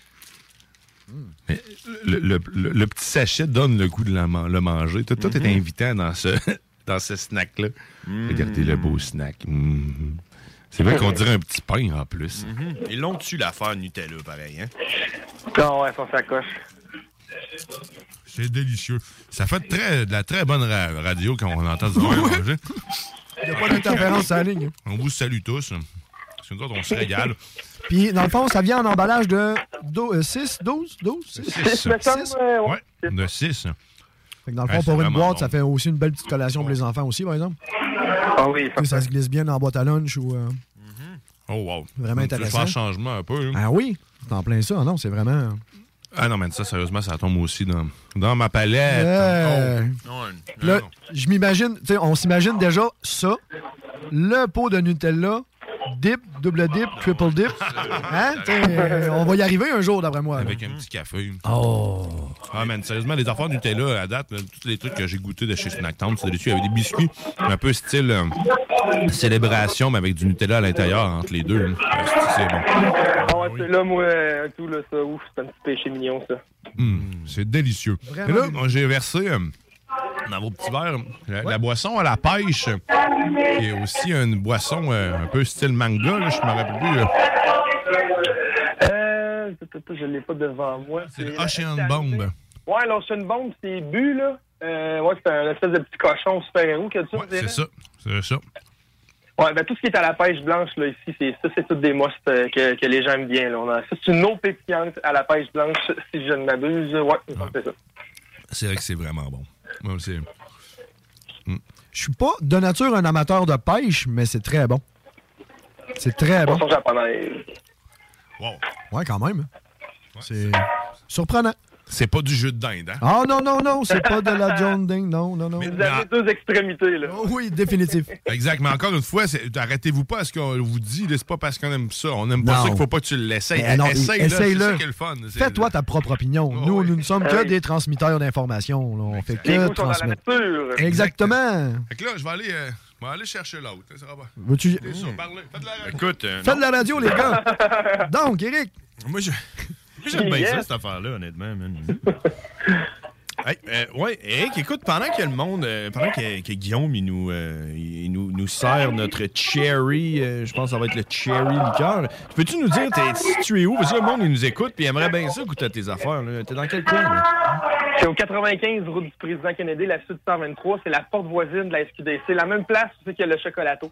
Mais le, le- le- le petit sachet donne le goût de la man- le manger. Tout, tout Mhm. est invitant dans ce, dans ce snack-là. Regardez le beau snack. Mhm. C'est vrai qu'on dirait un petit pain en plus. Mhm. Ils l'ont dessus l'affaire Nutella, pareil. Hein? Non, ouais, ça s'accroche. C'est délicieux. Ça fait de, très, de la très bonne ra- radio quand on entend du monde manger. Il n'y a pas d'interférence à la ligne. On vous salue tous. C'est nous autres, on se régale. Puis, dans le fond, ça vient en emballage de six, douze, douze, six. six. Ouais, de six. Fait que dans le Ouais, fond, c'est pour une vraiment boîte, bon. ça fait aussi une belle petite collation pour les enfants aussi, par exemple. Ah oui, ça, ça se glisse bien dans la boîte à lunch ou... euh, Oh, wow. Vraiment Donc, tu veux intéressant. faire changement un peu. hein? Ah oui, c'est en plein ça. Non, c'est vraiment... Ah non, mais ça, sérieusement, ça tombe aussi dans, dans ma palette. Euh, Oh. Non, Puis là, non. je m'imagine, tu sais, on s'imagine déjà ça, le pot de Nutella, dip, double dip, triple dip. Hein? T'sais, euh, on va y arriver un jour, d'après moi. là. Avec un petit café. Oh! Ah, man, sérieusement, les affaires Nutella, à date, là, tous les trucs que j'ai goûtés de chez Snacktown, c'est dessus. Il y avait des biscuits, un peu style euh, célébration, mais avec du Nutella à l'intérieur, entre les deux. là. Euh, C'est bon. Ah ouais, c'est là, moi, euh, tout, là, ça, ouf, c'est un petit péché mignon, ça. Hum, c'est délicieux. Vraiment Et là, délicieux. moi, j'ai versé euh, dans vos petits verres la, la boisson à la pêche, qui est aussi une boisson euh, un peu style manga, là, je me rappelle plus. là. Euh, je l'ai pas devant moi. C'est le Ocean Bomb. Ouais, l'Ocean Bomb, c'est bu, là. Euh, ouais, c'est un espèce de petit cochon super-héros que tu Ouais, c'est ça, c'est ça. Ouais, ben tout ce qui est à la pêche blanche, là, ici, c'est ça, c'est toutes des musts euh, que, que les gens aiment bien, là. On a, ça, c'est une eau pétillante à la pêche blanche, si je ne m'abuse. Ouais, c'est ça. C'est vrai que c'est vraiment bon. Moi, c'est... Je suis pas de nature un amateur de pêche, mais c'est très bon. C'est très bon. Poisson japonais. Wow. Ouais, quand même. C'est surprenant. C'est pas du jus de dinde, hein? Ah non, non, non, c'est pas de la John Ding, non, non, non. Vous avez deux extrémités, là. Oh, oui, définitif. Exact, mais encore une fois, c'est- arrêtez-vous pas à ce qu'on vous dit, là, c'est pas parce qu'on aime ça. On aime pas Non. ça qu'il faut pas que tu l'essayes. Mais non, Essaye-le, essaye-le. c'est ça qui est le fun. C'est- Fais-toi ta propre opinion. nous, nous ne sommes Ah que oui. des transmetteurs d'informations. là. On fait Les que goûts sont dans la transmettre. nature. Exactement. Fait que là, je vais aller, euh, je vais aller chercher l'autre. hein, Ça va pas. Veux-tu- C'est ça, parlez. Faites de la radio. Écoute, euh, Fais non. de la radio, les gars. Donc, Eric. Moi, je... Moi, j'aime bien Yes. ça, cette affaire-là, honnêtement. Man. Hey, euh, ouais, Eric, écoute, pendant que le monde, euh, pendant que, que Guillaume, il nous, euh, il nous, nous sert notre cherry, euh, je pense que ça va être le cherry liqueur, peux-tu nous dire, t'es situé où? Parce que le monde, il nous écoute, puis il aimerait bien ça goûter à tes affaires. Là. T'es dans quel coin? là? C'est au quatre-vingt-quinze, route du président Kennedy, la suite cent vingt-trois. C'est la porte voisine de la S Q D C. La même place où c'est qu'il y a le chocolato.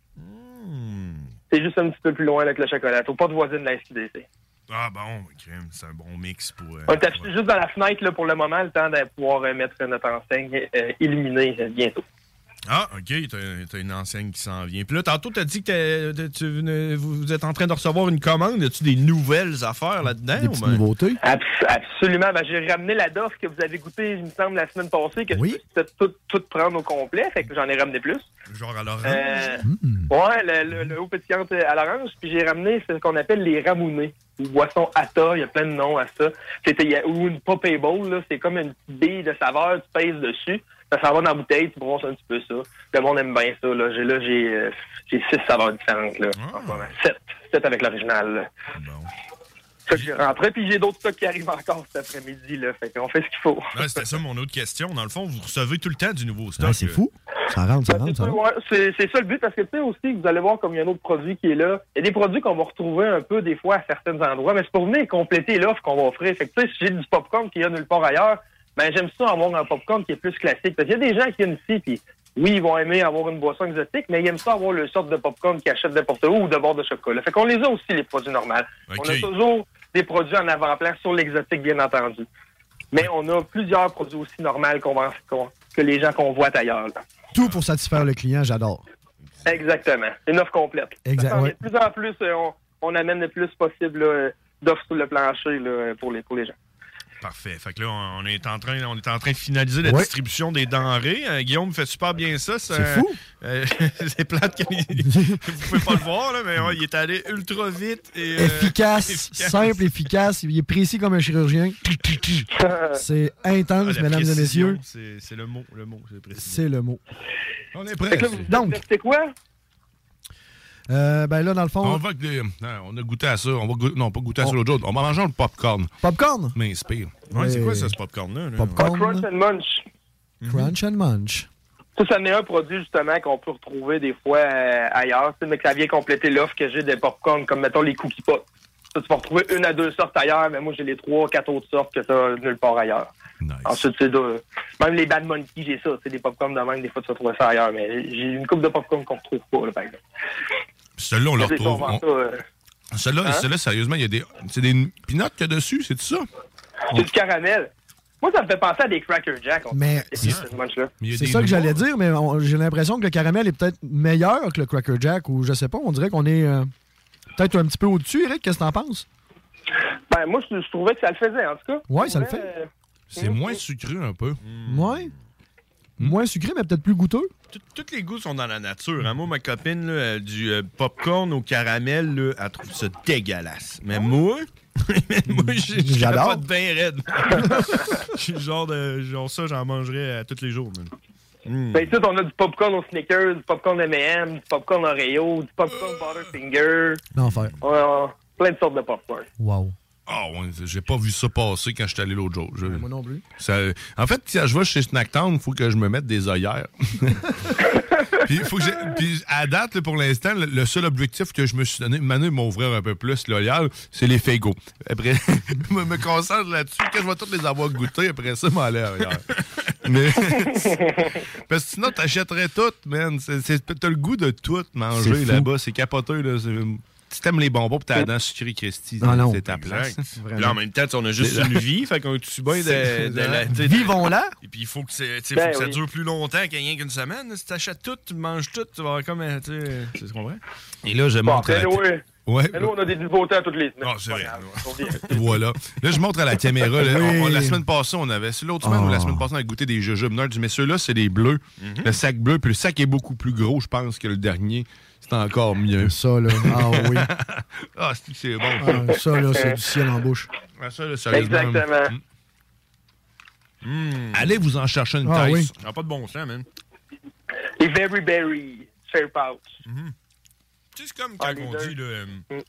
C'est juste un petit peu plus loin là, que le chocolato. Porte voisine de la S Q D C. Ah bon, crème, c'est un bon mix pour... euh, On est affiché juste dans la fenêtre là, pour le moment, le temps de pouvoir euh, mettre notre enseigne euh, illuminée euh, bientôt. Ah, OK, t'as, t'as une enseigne qui s'en vient. Puis là, tantôt, t'as dit que t'as- tu venais- vous vous êtes en train de recevoir une commande. As-tu des nouvelles affaires là-dedans? Des ou petites ben- nouveautés. Abs- absolument. Ben, j'ai ramené la D O F que vous avez goûté, il me semble, la semaine passée, que Oui. je peux tout, tout prendre au complet. Fait que j'en ai ramené plus. Genre à l'orange? Euh, Hmm. Ouais, le, le, le haut pétillante à l'orange. Puis j'ai ramené ce qu'on appelle les ramounés. Ou boisson Ata, il y a plein de noms à ça. C'était, il y a- ou une Popeye Bowl, là, c'est comme une petite bille de saveur, tu pèses dessus. Ça s'en va dans la bouteille, tu brosses un petit peu ça. Le monde aime bien ça. Là, j'ai, là, j'ai, euh, j'ai six saveurs différentes. Là. En ce moment. Sept. Sept avec l'original. là. Ça que j'ai rentré, puis j'ai d'autres stocks qui arrivent encore cet après-midi. Là, fait qu'on fait ce qu'il faut. Ouais, c'était ça mon autre question. Dans le fond, vous recevez tout le temps du nouveau stock. Ah, c'est euh. fou. Ça rentre, ça rentre, ça Ouais, rentre. c'est, c'est ça le but, parce que tu sais aussi, vous allez voir comme il y a un autre produit qui est là. Il y a des produits qu'on va retrouver un peu des fois à certains endroits, mais c'est pour venir compléter l'offre qu'on va offrir. Fait que tu sais, si j'ai du popcorn qu'il y a nulle part ailleurs, ben j'aime ça avoir un popcorn qui est plus classique. Parce qu'il y a des gens qui viennent ici, puis oui, ils vont aimer avoir une boisson exotique, mais ils aiment ça avoir le sorte de popcorn qu'ils achètent n'importe où ou de bord de chocolat. Fait qu'on les a aussi, les produits normaux. Okay. On a toujours des produits en avant-plan sur l'exotique, bien entendu. Mais on a plusieurs produits aussi normaux qu'on va, qu'on, que les gens convoitent ailleurs. Là. Tout pour satisfaire le client, j'adore. Exactement. C'est une offre complète. Exact, Ça, ouais. De plus en plus, euh, on, on amène le plus possible là, d'offres sur le plancher là, pour, les, pour les gens. Parfait. Fait que là, on est en train, on est en train de finaliser la Ouais. distribution des denrées. Euh, Guillaume fait super bien ça. ça C'est fou. Euh, c'est plate que vous pouvez pas le voir, là, mais ouais, il est allé ultra vite. Et, euh, Efficace, efficace. simple, efficace. Il est précis comme un chirurgien. C'est intense, Ah, la mesdames et précision, messieurs. C'est, c'est le mot, le mot, c'est précis. C'est le mot. On est prêt. Donc, c'est quoi? Euh, ben là, dans le fond. On va que- non, on a goûté à ça. On va go- non, pas goûter à ça l'autre jour. On va manger le popcorn. Popcorn? M'inspire. Ouais, c'est Ouais. quoi ça, ce popcorn-là? là? Popcorn. Crunch and Munch. Crunch and Munch. Ça, ça en est un produit, justement, qu'on peut retrouver des fois euh, ailleurs, tu sais, mais que ça vient compléter l'offre que j'ai des popcorn, comme, mettons, les cookie pops. Ça, tu vas retrouver une à deux sortes ailleurs, mais moi, j'ai les trois, quatre autres sortes que t'as nulle part ailleurs. Nice. Ensuite, c'est de... même les Bad Monkey, j'ai ça. C'est des popcorn de même, des fois, tu vas trouver ça ailleurs, mais j'ai une coupe de popcorn qu'on retrouve pas, là, par exemple. Celui-là, on le Ça, c'est retrouve. souvent On- ça, euh, Celui-là, Hein? celui-là, sérieusement, il y a des. C'est des peanuts qu'il y a dessus, c'est ça? C'est du caramel. Moi, ça me fait penser à des Cracker Jack. on Mais sait, ce munch-là. C'est ça que j'allais dire, mais on- j'ai l'impression que le caramel est peut-être meilleur que le Cracker Jack, ou je sais pas, on dirait qu'on est euh, peut-être un petit peu au-dessus. Eric, qu'est-ce que t'en penses? Ben, moi, je, je trouvais que ça le faisait, en tout cas. Ouais, ça le Ouais, fait. euh, C'est moins sucré un peu. Ouais. Moins sucré, mais peut-être plus goûteux. Tout- Tous les goûts sont dans la nature. Hein. Moi, ma copine, là, euh, du euh, popcorn au caramel, là, elle trouve ça dégueulasse. Mais moi, moi, je je J'adore. pas de bain raide. Je suis le genre de. Genre ça, j'en mangerais à tous les jours. man. Mm. Ben, écoute, on a du popcorn au Snickers, du popcorn M and M, du popcorn Oreo, du popcorn Butterfinger. L'enfer. On a plein de sortes de popcorn. Wow. Ah, ouais, j'ai pas vu ça passer quand je suis allé l'autre jour. Je- Moi non plus. Ça- en fait, si je vais chez Snacktown, il faut que je me mette des œillères. Puis, faut que j'ai- puis à date, là, pour l'instant, le, le seul objectif que je me suis donné, maintenant, m'ouvrir un peu plus l'œillère, c'est les Faygo. Après, je me me concentre là-dessus. Quand je vais toutes les avoir goûtées, après ça, m'aller ailleurs. Mais. Parce que sinon, t'achèterais toutes, man. C'est- c'est- T'as le goût de tout manger C'est fou. là-bas. C'est capoteux, là. C'est- Si t'aimes les bonbons pis t'as la dent sucrée, Christy, Ah non. c'est ta place. Exact. Là, en même temps, tu sais, on a juste C'est- une vie, fait qu'on est-tu bien de, C'est- de la- tu sais, Vivons-la. Et puis, il faut que, c'est- tu sais, Ben faut que ça oui. dure plus longtemps qu'il y a rien qu'une semaine. Si t'achètes tout, tu manges tout, tu vas avoir comme. euh, Tu sais, tu comprends? Et là, je Bon, montre à la anyway. t- Ouais. Mais nous, on a des nouveautés à toutes les semaines. Ah, c'est vrai. On dit- Voilà. Là, je montre à la caméra. là. Oui. On- on- la semaine passée, on avait. C'est l'autre semaine Oh. ou la semaine passée, on a goûté des jujubes nerds. Mais ceux-là, c'est les bleus. Mhm. Le sac bleu. Puis le sac est beaucoup plus gros, je pense, que le dernier. C'est encore mieux. Ça, là. Ah oui. Ah, c'est c'est bon. Ah, ça, là, c'est du ciel en bouche. Ah, ça, là, sérieusement. Exactement. Mm. Allez vous en chercher une Ah, taille. oui. Ça n'a pas de bon sens, man. Les Very Berry, Share Pouch. Tu sais, c'est comme quand Ah, les on deux. dit le, euh, Mm.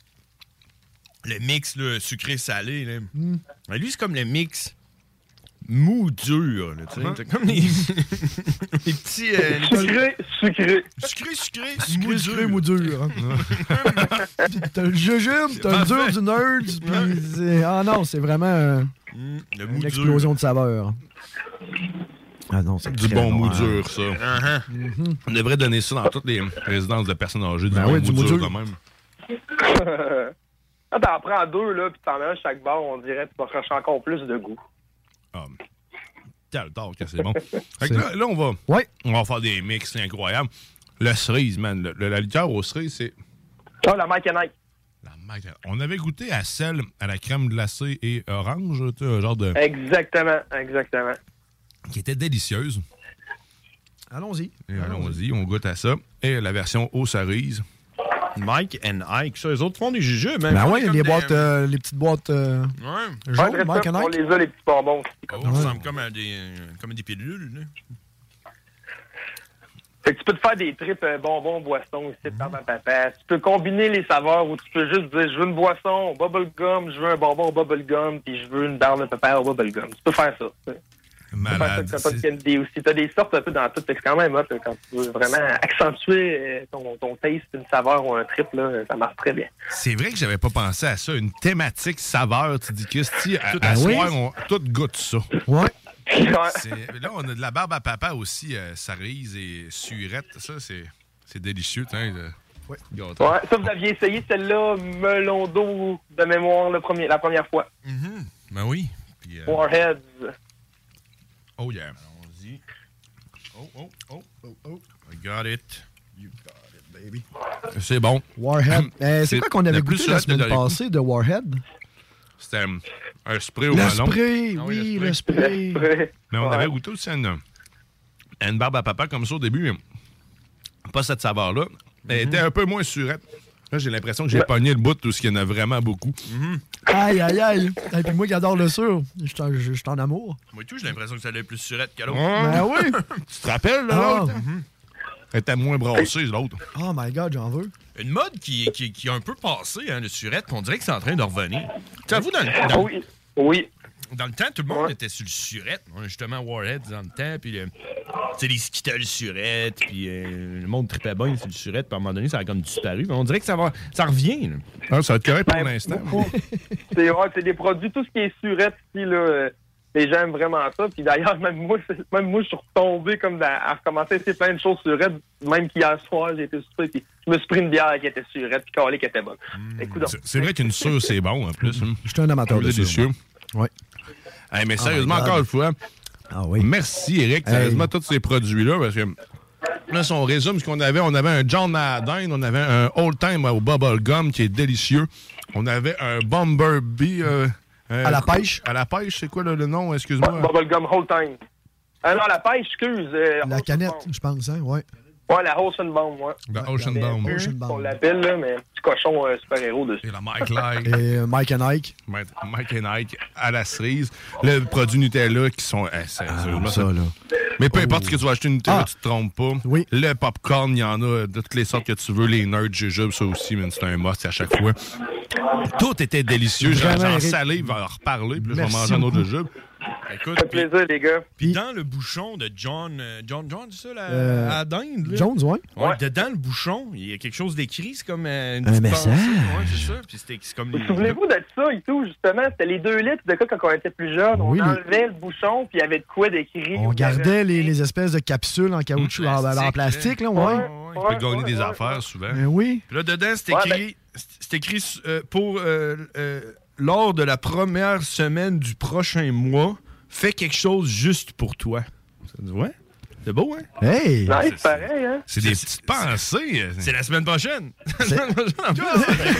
le mix là, sucré-salé. Là. Mm. Ben, lui, c'est comme le mix mou dur. Là, tu sais. Uh-huh. T'as comme les, les petits. euh, les petits- Sucré, sucré. Sucré, sucré, Sucré, mou sucré, dur. mou dur. hein. Puis t'as le jujube, t'as le dur parfait. du nerd. Puis c'est... Ah non, c'est vraiment euh, Mm, le mou une dur. explosion de saveurs. Ah non, c'est Du très bon mou hein. dur, ça. Uh-huh. Mhm. On devrait donner ça dans toutes les résidences de personnes âgées. Du Ben bon oui, du mou mou dur, dur. quand même. Quand t'en prends deux, là, puis t'en mets un chaque barre, on dirait que tu vas chercher encore plus de goût. Ah, quel tard que c'est bon. Fait que là, là, on va, Ouais. on va faire des mix incroyables. Le cerise, man. Le- le- la liqueur au cerise, c'est. Ah, la Mike and Ike. la marque- On avait goûté à celle à la crème glacée et orange, tu sais, un genre de. Exactement, exactement. qui était délicieuse. Allons-y. Et allons-y, on goûte à ça. Et la version aux cerises. Mike and Ike, ça, les autres font des jujubes. hein. Ben Ils font oui, comme les des- boîtes, euh, les petites boîtes euh, Ouais. jaunes, Ouais, Mike and on Ike. les a, les petits bonbons. Oh, ça ressemble comme à des, euh, comme à des pilules. Là. Fait que tu peux te faire des tripes euh, bonbons, boissons ici, par ma papa. Tu peux combiner les saveurs ou tu peux juste dire, je veux une boisson au bubblegum, je veux un bonbon au bubblegum, puis je veux une barre de pépère au bubblegum. Tu peux faire ça. Tu sais. Tu peux faire Malade. ça comme ça de Candy aussi. T'as des sortes un peu dans tout. C'est quand même hot, là, quand tu veux vraiment accentuer euh, ton, ton taste, une saveur ou un trip, là, ça marche très bien. C'est vrai que j'avais pas pensé à ça. Une thématique saveur. Tu dis, Christy, à, Tout- à Ah oui? soir, on tout goûte ça. Ouais. C'est- Là, on a de la barbe à papa aussi, euh, cerise et surette. Ça, c'est c'est délicieux. Hein, le... ouais. Gâteau. Ouais, ça, vous aviez essayé celle-là, melon d'eau de mémoire le premier, la première fois. Mm-hmm. Ben oui. Puis, euh... Warheads. Oh yeah. Allons-y. Oh, oh, oh, oh, oh. I got it. You got it, baby. C'est bon. Warhead. Euh, c'est quoi qu'on avait le plus goûté la surette de semaine Dorico. passée de Warhead? C'était um, un spray au Le melon. spray, Ah oui, le spray. Mais on Ouais. avait goûté aussi à une, à une barbe à papa comme ça au début, mais pas cette saveur-là. Elle était un peu moins surette. Là, j'ai l'impression que j'ai pogné le bout de tout ce qu'il y en a vraiment beaucoup. Aïe, aïe, aïe. Et puis moi qui adore le sur, je suis en- je suis en amour. Moi, tout, j'ai l'impression que ça allait plus surette que l'autre. Ben oui. Tu te rappelles, là, Ah. l'autre? Elle était moins brassée, l'autre. Oh my God, j'en veux. Une mode qui, qui, qui a un peu passé, hein, le surette, puis on dirait que c'est en train de revenir. Tu sais, vous, dans le, dans, oui. oui. Dans le temps, tout le monde était sur le surette. On a justement Warhead dans le temps, puis le- tu sais, les Skittles surette, puis euh, le monde tripait bien sur le surette, puis à un moment donné, ça a comme disparu. Mais on dirait que ça, va, ça revient. Là. Ah, ça va être correct pour l'instant. C'est ouais, c'est des produits, tout ce qui est surette ici, là, euh, les gens aiment vraiment ça. Puis d'ailleurs, même moi, c'est- même moi, je suis retombé comme dans- à recommencer à essayer plein de choses surette. Même qu'hier soir, j'ai été souper, puis je me suis pris une bière qui était surette, puis calée qui était bonne. Écoute, C'est- C'est vrai qu'une sûre, c'est bon, en plus. hein. Je suis un amateur de délicieux. sûre, Ouais. Hey, mais Oh sérieusement, my God. encore une fois, ah oui. merci, Eric. Hey. Sérieusement, tous ces produits-là, parce que là, si on résume ce qu'on avait, on avait un John Madden, on avait un Old Time au Bubblegum qui est délicieux. On avait un Bumblebee. euh, euh, À la pêche? À la pêche, c'est quoi là, le nom? Excuse-moi. Bubblegum Whole Time. Ah non, la pêche, excuse. euh, La canette, je pense, hein, ouais. Ouais, la Ocean Bomb, ouais. La Ocean Bomb. Ocean Bomb. On l'appelle, là, mais petit cochon euh, super-héros dessus. Et la Mike Like. Et euh, Mike and Ike. Mike Mike et Nike à la cerise. Le produit Nutella qui sont. eh, sérieusement, Ah, ça, là. Mais peu importe ce que tu vas acheter une Nutella, Ah. tu te trompes pas. Oui. Le popcorn, il y en a de toutes les sortes que tu veux. Les nerds, jujubes, ça aussi, mais c'est un must à chaque fois. Tout était délicieux. J'en Vraiment, j'en Eric. salé, il va en reparler. Puis là, je vais Merci manger un autre beaucoup. jujube. Écoute, Ça fait plaisir, les gars. Puis dans le bouchon de John, euh, John, John, c'est ça, la, Euh, à la dinde, là? Jones, ouais. Ouais, dedans le bouchon, il y a quelque chose d'écrit, c'est comme euh, une Un petite message. pensée. Ouais, c'est ça. Puis c'était c'est comme Vous les... souvenez-vous de ça et tout, justement? C'était les deux litres de cas quand on était plus jeune. On Oui, les- enlevait le bouchon, puis il y avait de quoi d'écrit. On gardait les, les espèces de capsules en caoutchouc, en, en plastique, plastique, là, Ouais, ouais. tu peux gagner des affaires souvent. Ben oui. Puis là, dedans, c'est Ouais, écrit, c'est écrit euh, pour euh, euh, lors de la première semaine du prochain mois, fais quelque chose juste pour toi. Ça dit, ouais? C'est beau, hein? Hey! Ouais, c'est pareil, hein? C'est des petites pensées. C'est la semaine prochaine. La semaine prochaine, en plus.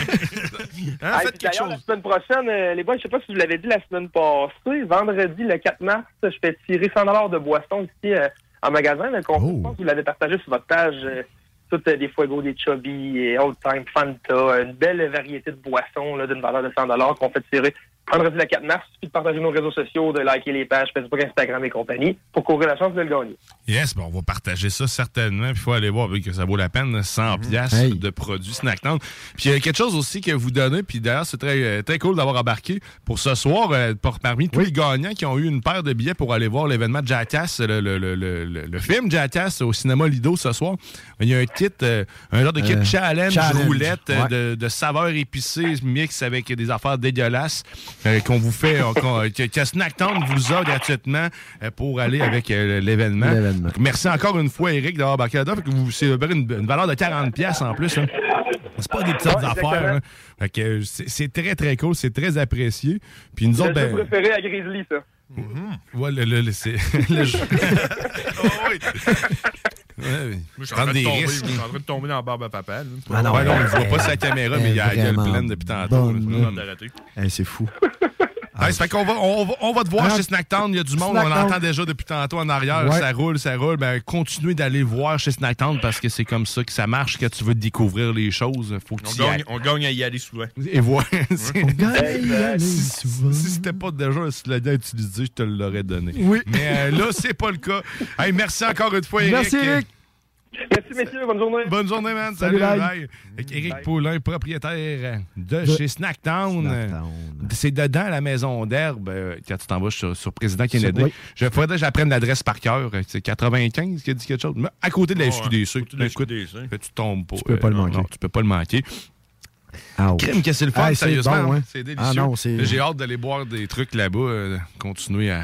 Hein, Hey, faites puis quelque d'ailleurs, chose. la semaine prochaine, euh, les boys, je sais pas si vous l'avez dit la semaine passée, vendredi, le quatre mars, je fais tirer cent dollars de boissons ici euh, en magasin. Donc, on, je pense que vous l'avez partagé sur votre page. euh, toutes euh, des Fuego, des Chubby, et Old Time, Fanta, une belle variété de boissons là, d'une valeur de cent dollars qu'on fait tirer vendredi le quatre mars. Il suffit de partager nos réseaux sociaux, de liker les pages Facebook, Instagram et compagnie pour courir la chance de le gagner. Yes, ben on va partager ça certainement. Il faut aller voir vu que ça vaut la peine. cent piastres Hey. de produits Snacktown. Puis il y a quelque chose aussi que vous donnez. Puis d'ailleurs, c'est très, euh, très cool d'avoir embarqué pour ce soir. euh, pour, parmi tous les gagnants qui ont eu une paire de billets pour aller voir l'événement Jackass, le, le, le, le, le- le film Jackass au cinéma Lido ce soir, il y a un kit, euh, un genre de kit Euh, challenge, challenge, roulette euh, ouais. de, de saveurs épicées mix avec des affaires dégueulasses euh, qu'on vous fait, euh, qu'on- que, que Snacktown vous a gratuitement euh, pour aller avec euh, l'événement. L'événement. Merci encore une fois, Eric, d'avoir embarqué là-dedans. Fait que vous célébrez une, une valeur de quarante piastres en plus. Hein. C'est pas des petites Ouais, exactement. affaires. Hein. Fait que euh, c'est c'est très, très cool. C'est très apprécié. Puis nous autres, Le jeu ben. préféré à Grizzly, ça. Ouais, le, le- le- c'est le jeu. Oh, oui. Ouais, Moi, je suis en prendre train de des tomber, risques. je suis en train de tomber dans la barbe à papa. là. Ah non, Ouais, non, on ne elle- voit pas sa caméra, mais il y a la gueule vraiment pleine depuis tantôt. bonne. là. Je demande d'arrêter. Hey, c'est fou. Ouais, ça fait qu'on va, on va, on va te voir Ah. chez Snacktown. Il y a du monde, Snacktown. on l'entend déjà depuis tantôt en arrière. Ouais. Ça roule, ça roule. Ben, continuez d'aller voir chez Snacktown parce que c'est comme ça que ça marche. Quand tu veux découvrir les choses, faut que On tu y ailles. gagne, on gagne à y aller souvent. Et voilà. C'est- Gagne, Si, souvent. si c'était pas déjà un slogan utilisé, je te l'aurais donné. Oui. Mais euh, là, c'est pas le cas. Hey, merci encore une fois, Eric. Merci, Eric. Merci, messieurs. Bonne journée. Bonne journée, man. Salut, Salut, bye. bye. Avec Éric Paulin, propriétaire de, De chez Snacktown. Snacktown. C'est dedans la maison d'herbe, euh, quand tu t'en vas sur, sur Président Kennedy. Oui. Je faudrait que j'apprenne l'adresse par cœur. C'est quatre-vingt-quinze qui a dit quelque chose. Mais à côté de la Ouais, S Q D C. à côté de la Écoute, S Q D C. que tu tombes pas. Tu peux pas le non, manquer. non, tu peux pas le manquer. Ah, Crème, que c'est le fun, Hey, c'est sérieusement. bon, hein. C'est délicieux. Ah non, c'est- J'ai hâte d'aller boire des trucs là-bas, euh, continuer à,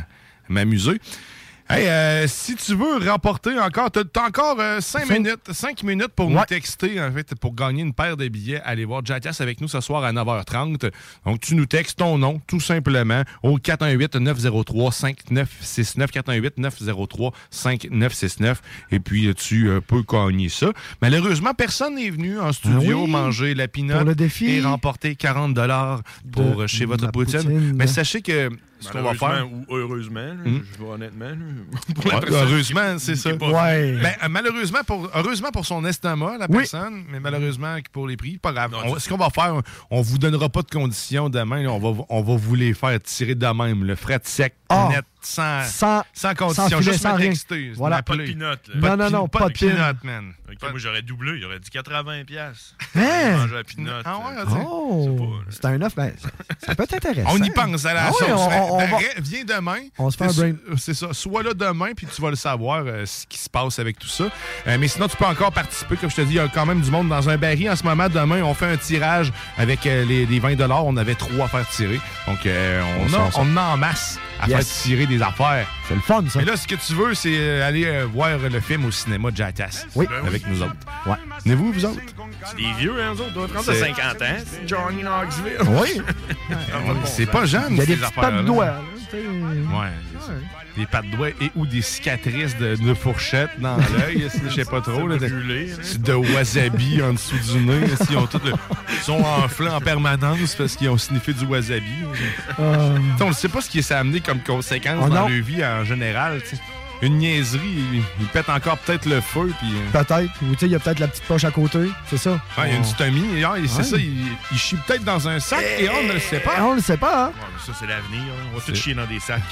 m'amuser. Hey, euh, si tu veux remporter encore, t'as, t'as encore euh, cinq minutes, cinq minutes pour ouais. nous texter, en fait, pour gagner une paire de billets. Allez voir Jackass avec nous ce soir à neuf heures trente. Donc, tu nous textes ton nom, tout simplement, au quatre un huit, neuf zéro trois, cinq neuf six neuf, quatre un huit, neuf zéro trois, cinq neuf six neuf. Et puis, tu euh, peux gagner ça. Malheureusement, personne n'est venu en studio ah oui. manger la pinotte pour le défi. Et remporter quarante dollars pour de, chez votre poutine. poutine. Mais sachez que ce qu'on va faire... ou heureusement, là, hum. je vais honnêtement... Pour la ouais, heureusement, c'est ça. Ouais. Ben, malheureusement, pour, heureusement pour son estomac, la oui. personne, mais malheureusement pour les prix, pas grave. Non, on, ce qu'on va faire, on vous donnera pas de conditions demain. Là, on, va, on va vous les faire tirer de même. Le fret sec, oh. net, sans, sans, sans conditions. Sans filet, juste sans rien. Texter, voilà. Pas de peanut. Non, non, non, pas, pas de peanut, man. Okay, moi, j'aurais doublé. J'aurais dit quatre-vingts piastres. Hein? Manger la peanut. Ah ouais, oh, c'est un offre. Ben, ça peut être intéressant. On y pense à la ah sauce. Oui, on, ben, on, ben, on viens demain. On se fait un brain. C'est ça. Sois là demain, puis tu vas le savoir, euh, ce qui se passe avec tout ça. Euh, mais sinon, tu peux encore participer. Comme je te dis, il y a quand même du monde dans un baril en ce moment. Demain, on fait un tirage avec euh, les, les vingt dollars. On avait trois à faire tirer. Donc, euh, on, a, on a en masse à yes. faire tirer des affaires. C'est le fun, ça. Mais là, ce que tu veux, c'est aller euh, voir le film au cinéma Jackass. Oui. Avec nous autres. Ouais. Venez-vous, vous autres? C'est des vieux, hein, nous autres. On a cinquante ans. C'est Johnny Knoxville. Oui. C'est pas jeune, il y a des petits pas de doigts. Ouais, ouais. Des pattes de doigts et ou des cicatrices de, de fourchette dans l'œil, je sais pas trop. Là, de, de wasabi en dessous du nez. Ils ont tout le, ils sont enflés en permanence parce qu'ils ont sniffé du wasabi. Euh... On ne sait pas ce qui s'est amené comme conséquence oh, dans leur vie en général. T'sais. Une niaiserie, il, il pète encore peut-être le feu. Puis, euh... peut-être. Ou tu sais, il y a peut-être la petite poche à côté. C'est ça. Ah, il y a une stomie. Et, ah, et c'est ouais. ça, il, il chie peut-être dans un sac et, et on ne le sait pas. On ne le sait pas. Hein? Ouais, mais ça, c'est l'avenir. Hein. On va tous chier dans des sacs.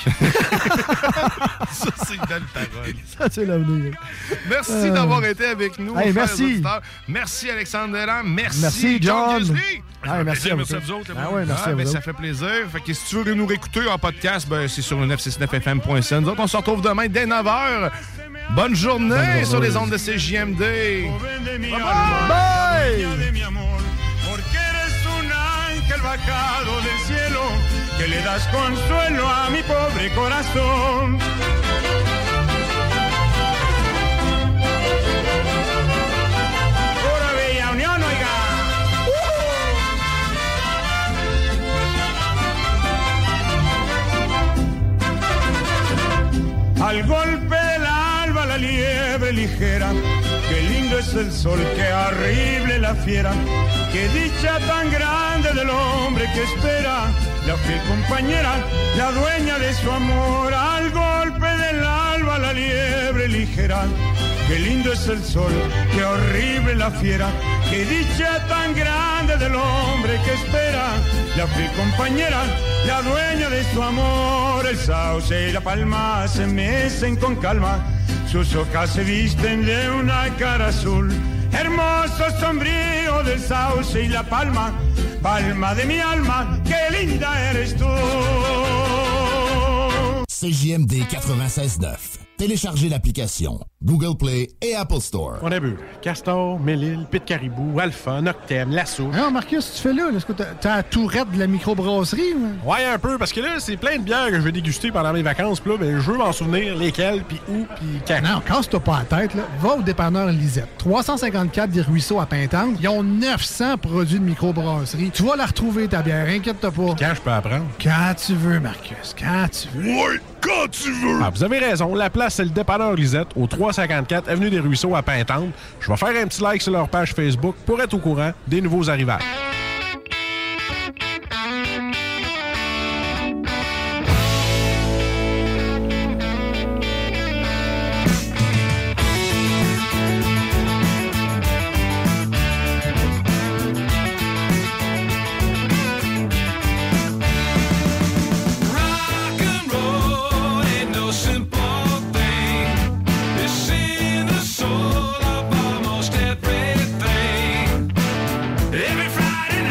Ça, c'est une belle parole. Ça, c'est l'avenir. Merci euh... d'avoir été avec nous. Hey, merci. Merci, Alexandre Delan. Merci, merci, John. John ah, merci, à vous. merci à vous autres. Ah, ouais, merci ah, à ben, vous ça fait plaisir. Fait que si tu veux nous réécouter en podcast, ben, c'est sur le neuf cent soixante-neuf F M point C A. Nous autres, on se retrouve demain dès neuf heures. Bonne journée, Bonne journée sur les ondes de C J M D. Bye bye. Bajado del cielo, que le das consuelo a mi pobre corazón. Pura bella unión, oiga. Uh-huh. Al golpe del alba la liebre ligera, qué lindo es el sol, qué horrible la fiera. Qué dicha tan grande del hombre que espera la fiel compañera, la dueña de su amor. Al golpe del alba la liebre ligera, qué lindo es el sol, qué horrible la fiera. Qué dicha tan grande del hombre que espera la fiel compañera, la dueña de su amor. El sauce y la palma se mecen con calma, sus hojas se visten de una cara azul. Hermoso sombrío del sauce y la palma, palma de mi alma, qué linda eres tú. C J M D quatre-vingt-seize neuf. Téléchargez l'application Google Play et Apple Store. On a vu Castor, Mélile, Pit Caribou, Alpha, Noctem, Lasso. Non, Marcus, tu fais là, là est-ce que t'as, t'as la tourette de la microbrasserie? Ou... Ouais, un peu, parce que là, c'est plein de bières que je vais déguster pendant mes vacances. Puis là, ben, je veux m'en souvenir lesquelles, puis où, puis quand. Non, casse-toi pas la tête, là. Va au dépanneur Lisette. trois cent cinquante-quatre des Ruisseaux à Pintante. Ils ont neuf cents produits de microbrasserie. Tu vas la retrouver, ta bière, inquiète-toi pas. Quand je peux apprendre? Quand tu veux, Marcus, quand tu veux. Ouais, quand tu veux. Ah, vous avez raison, la place, c'est le dépanneur Lisette, au trois cent cinquante-quatre Avenue des Ruisseaux à Pintante. Je vais faire un petit like sur leur page Facebook pour être au courant des nouveaux arrivages. Every Friday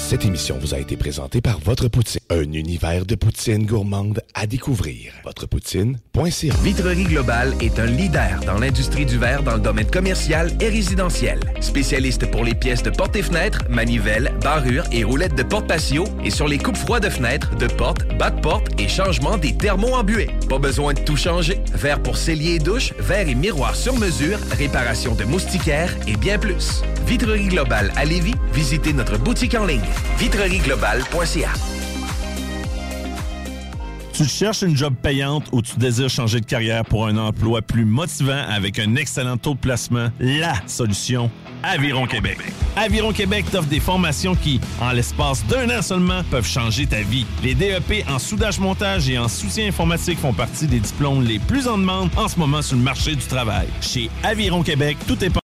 Cette émission vous a été présentée par Votre Poutine, un univers de poutine gourmande à découvrir. votre poutine point c a. Vitrerie Globale est un leader dans l'industrie du verre dans le domaine commercial et résidentiel. Spécialiste pour les pièces de portes et fenêtres, manivelles, barrures et roulettes de porte patio et sur les coupes froides de fenêtres, de portes, bas de porte et changement des thermos embués. Pas besoin de tout changer. Verre pour cellier et douche, verre et miroir sur mesure, réparation de moustiquaires et bien plus. Vitrerie Globale à Lévis, visitez notre boutique en ligne. vitrerie globale point c a. Tu cherches une job payante ou tu désires changer de carrière pour un emploi plus motivant avec un excellent taux de placement? La solution, Aviron Québec. Aviron Québec t'offre des formations qui, en l'espace d'un an seulement, peuvent changer ta vie. Les D E P en soudage-montage et en soutien informatique font partie des diplômes les plus en demande en ce moment sur le marché du travail. Chez Aviron Québec, tout est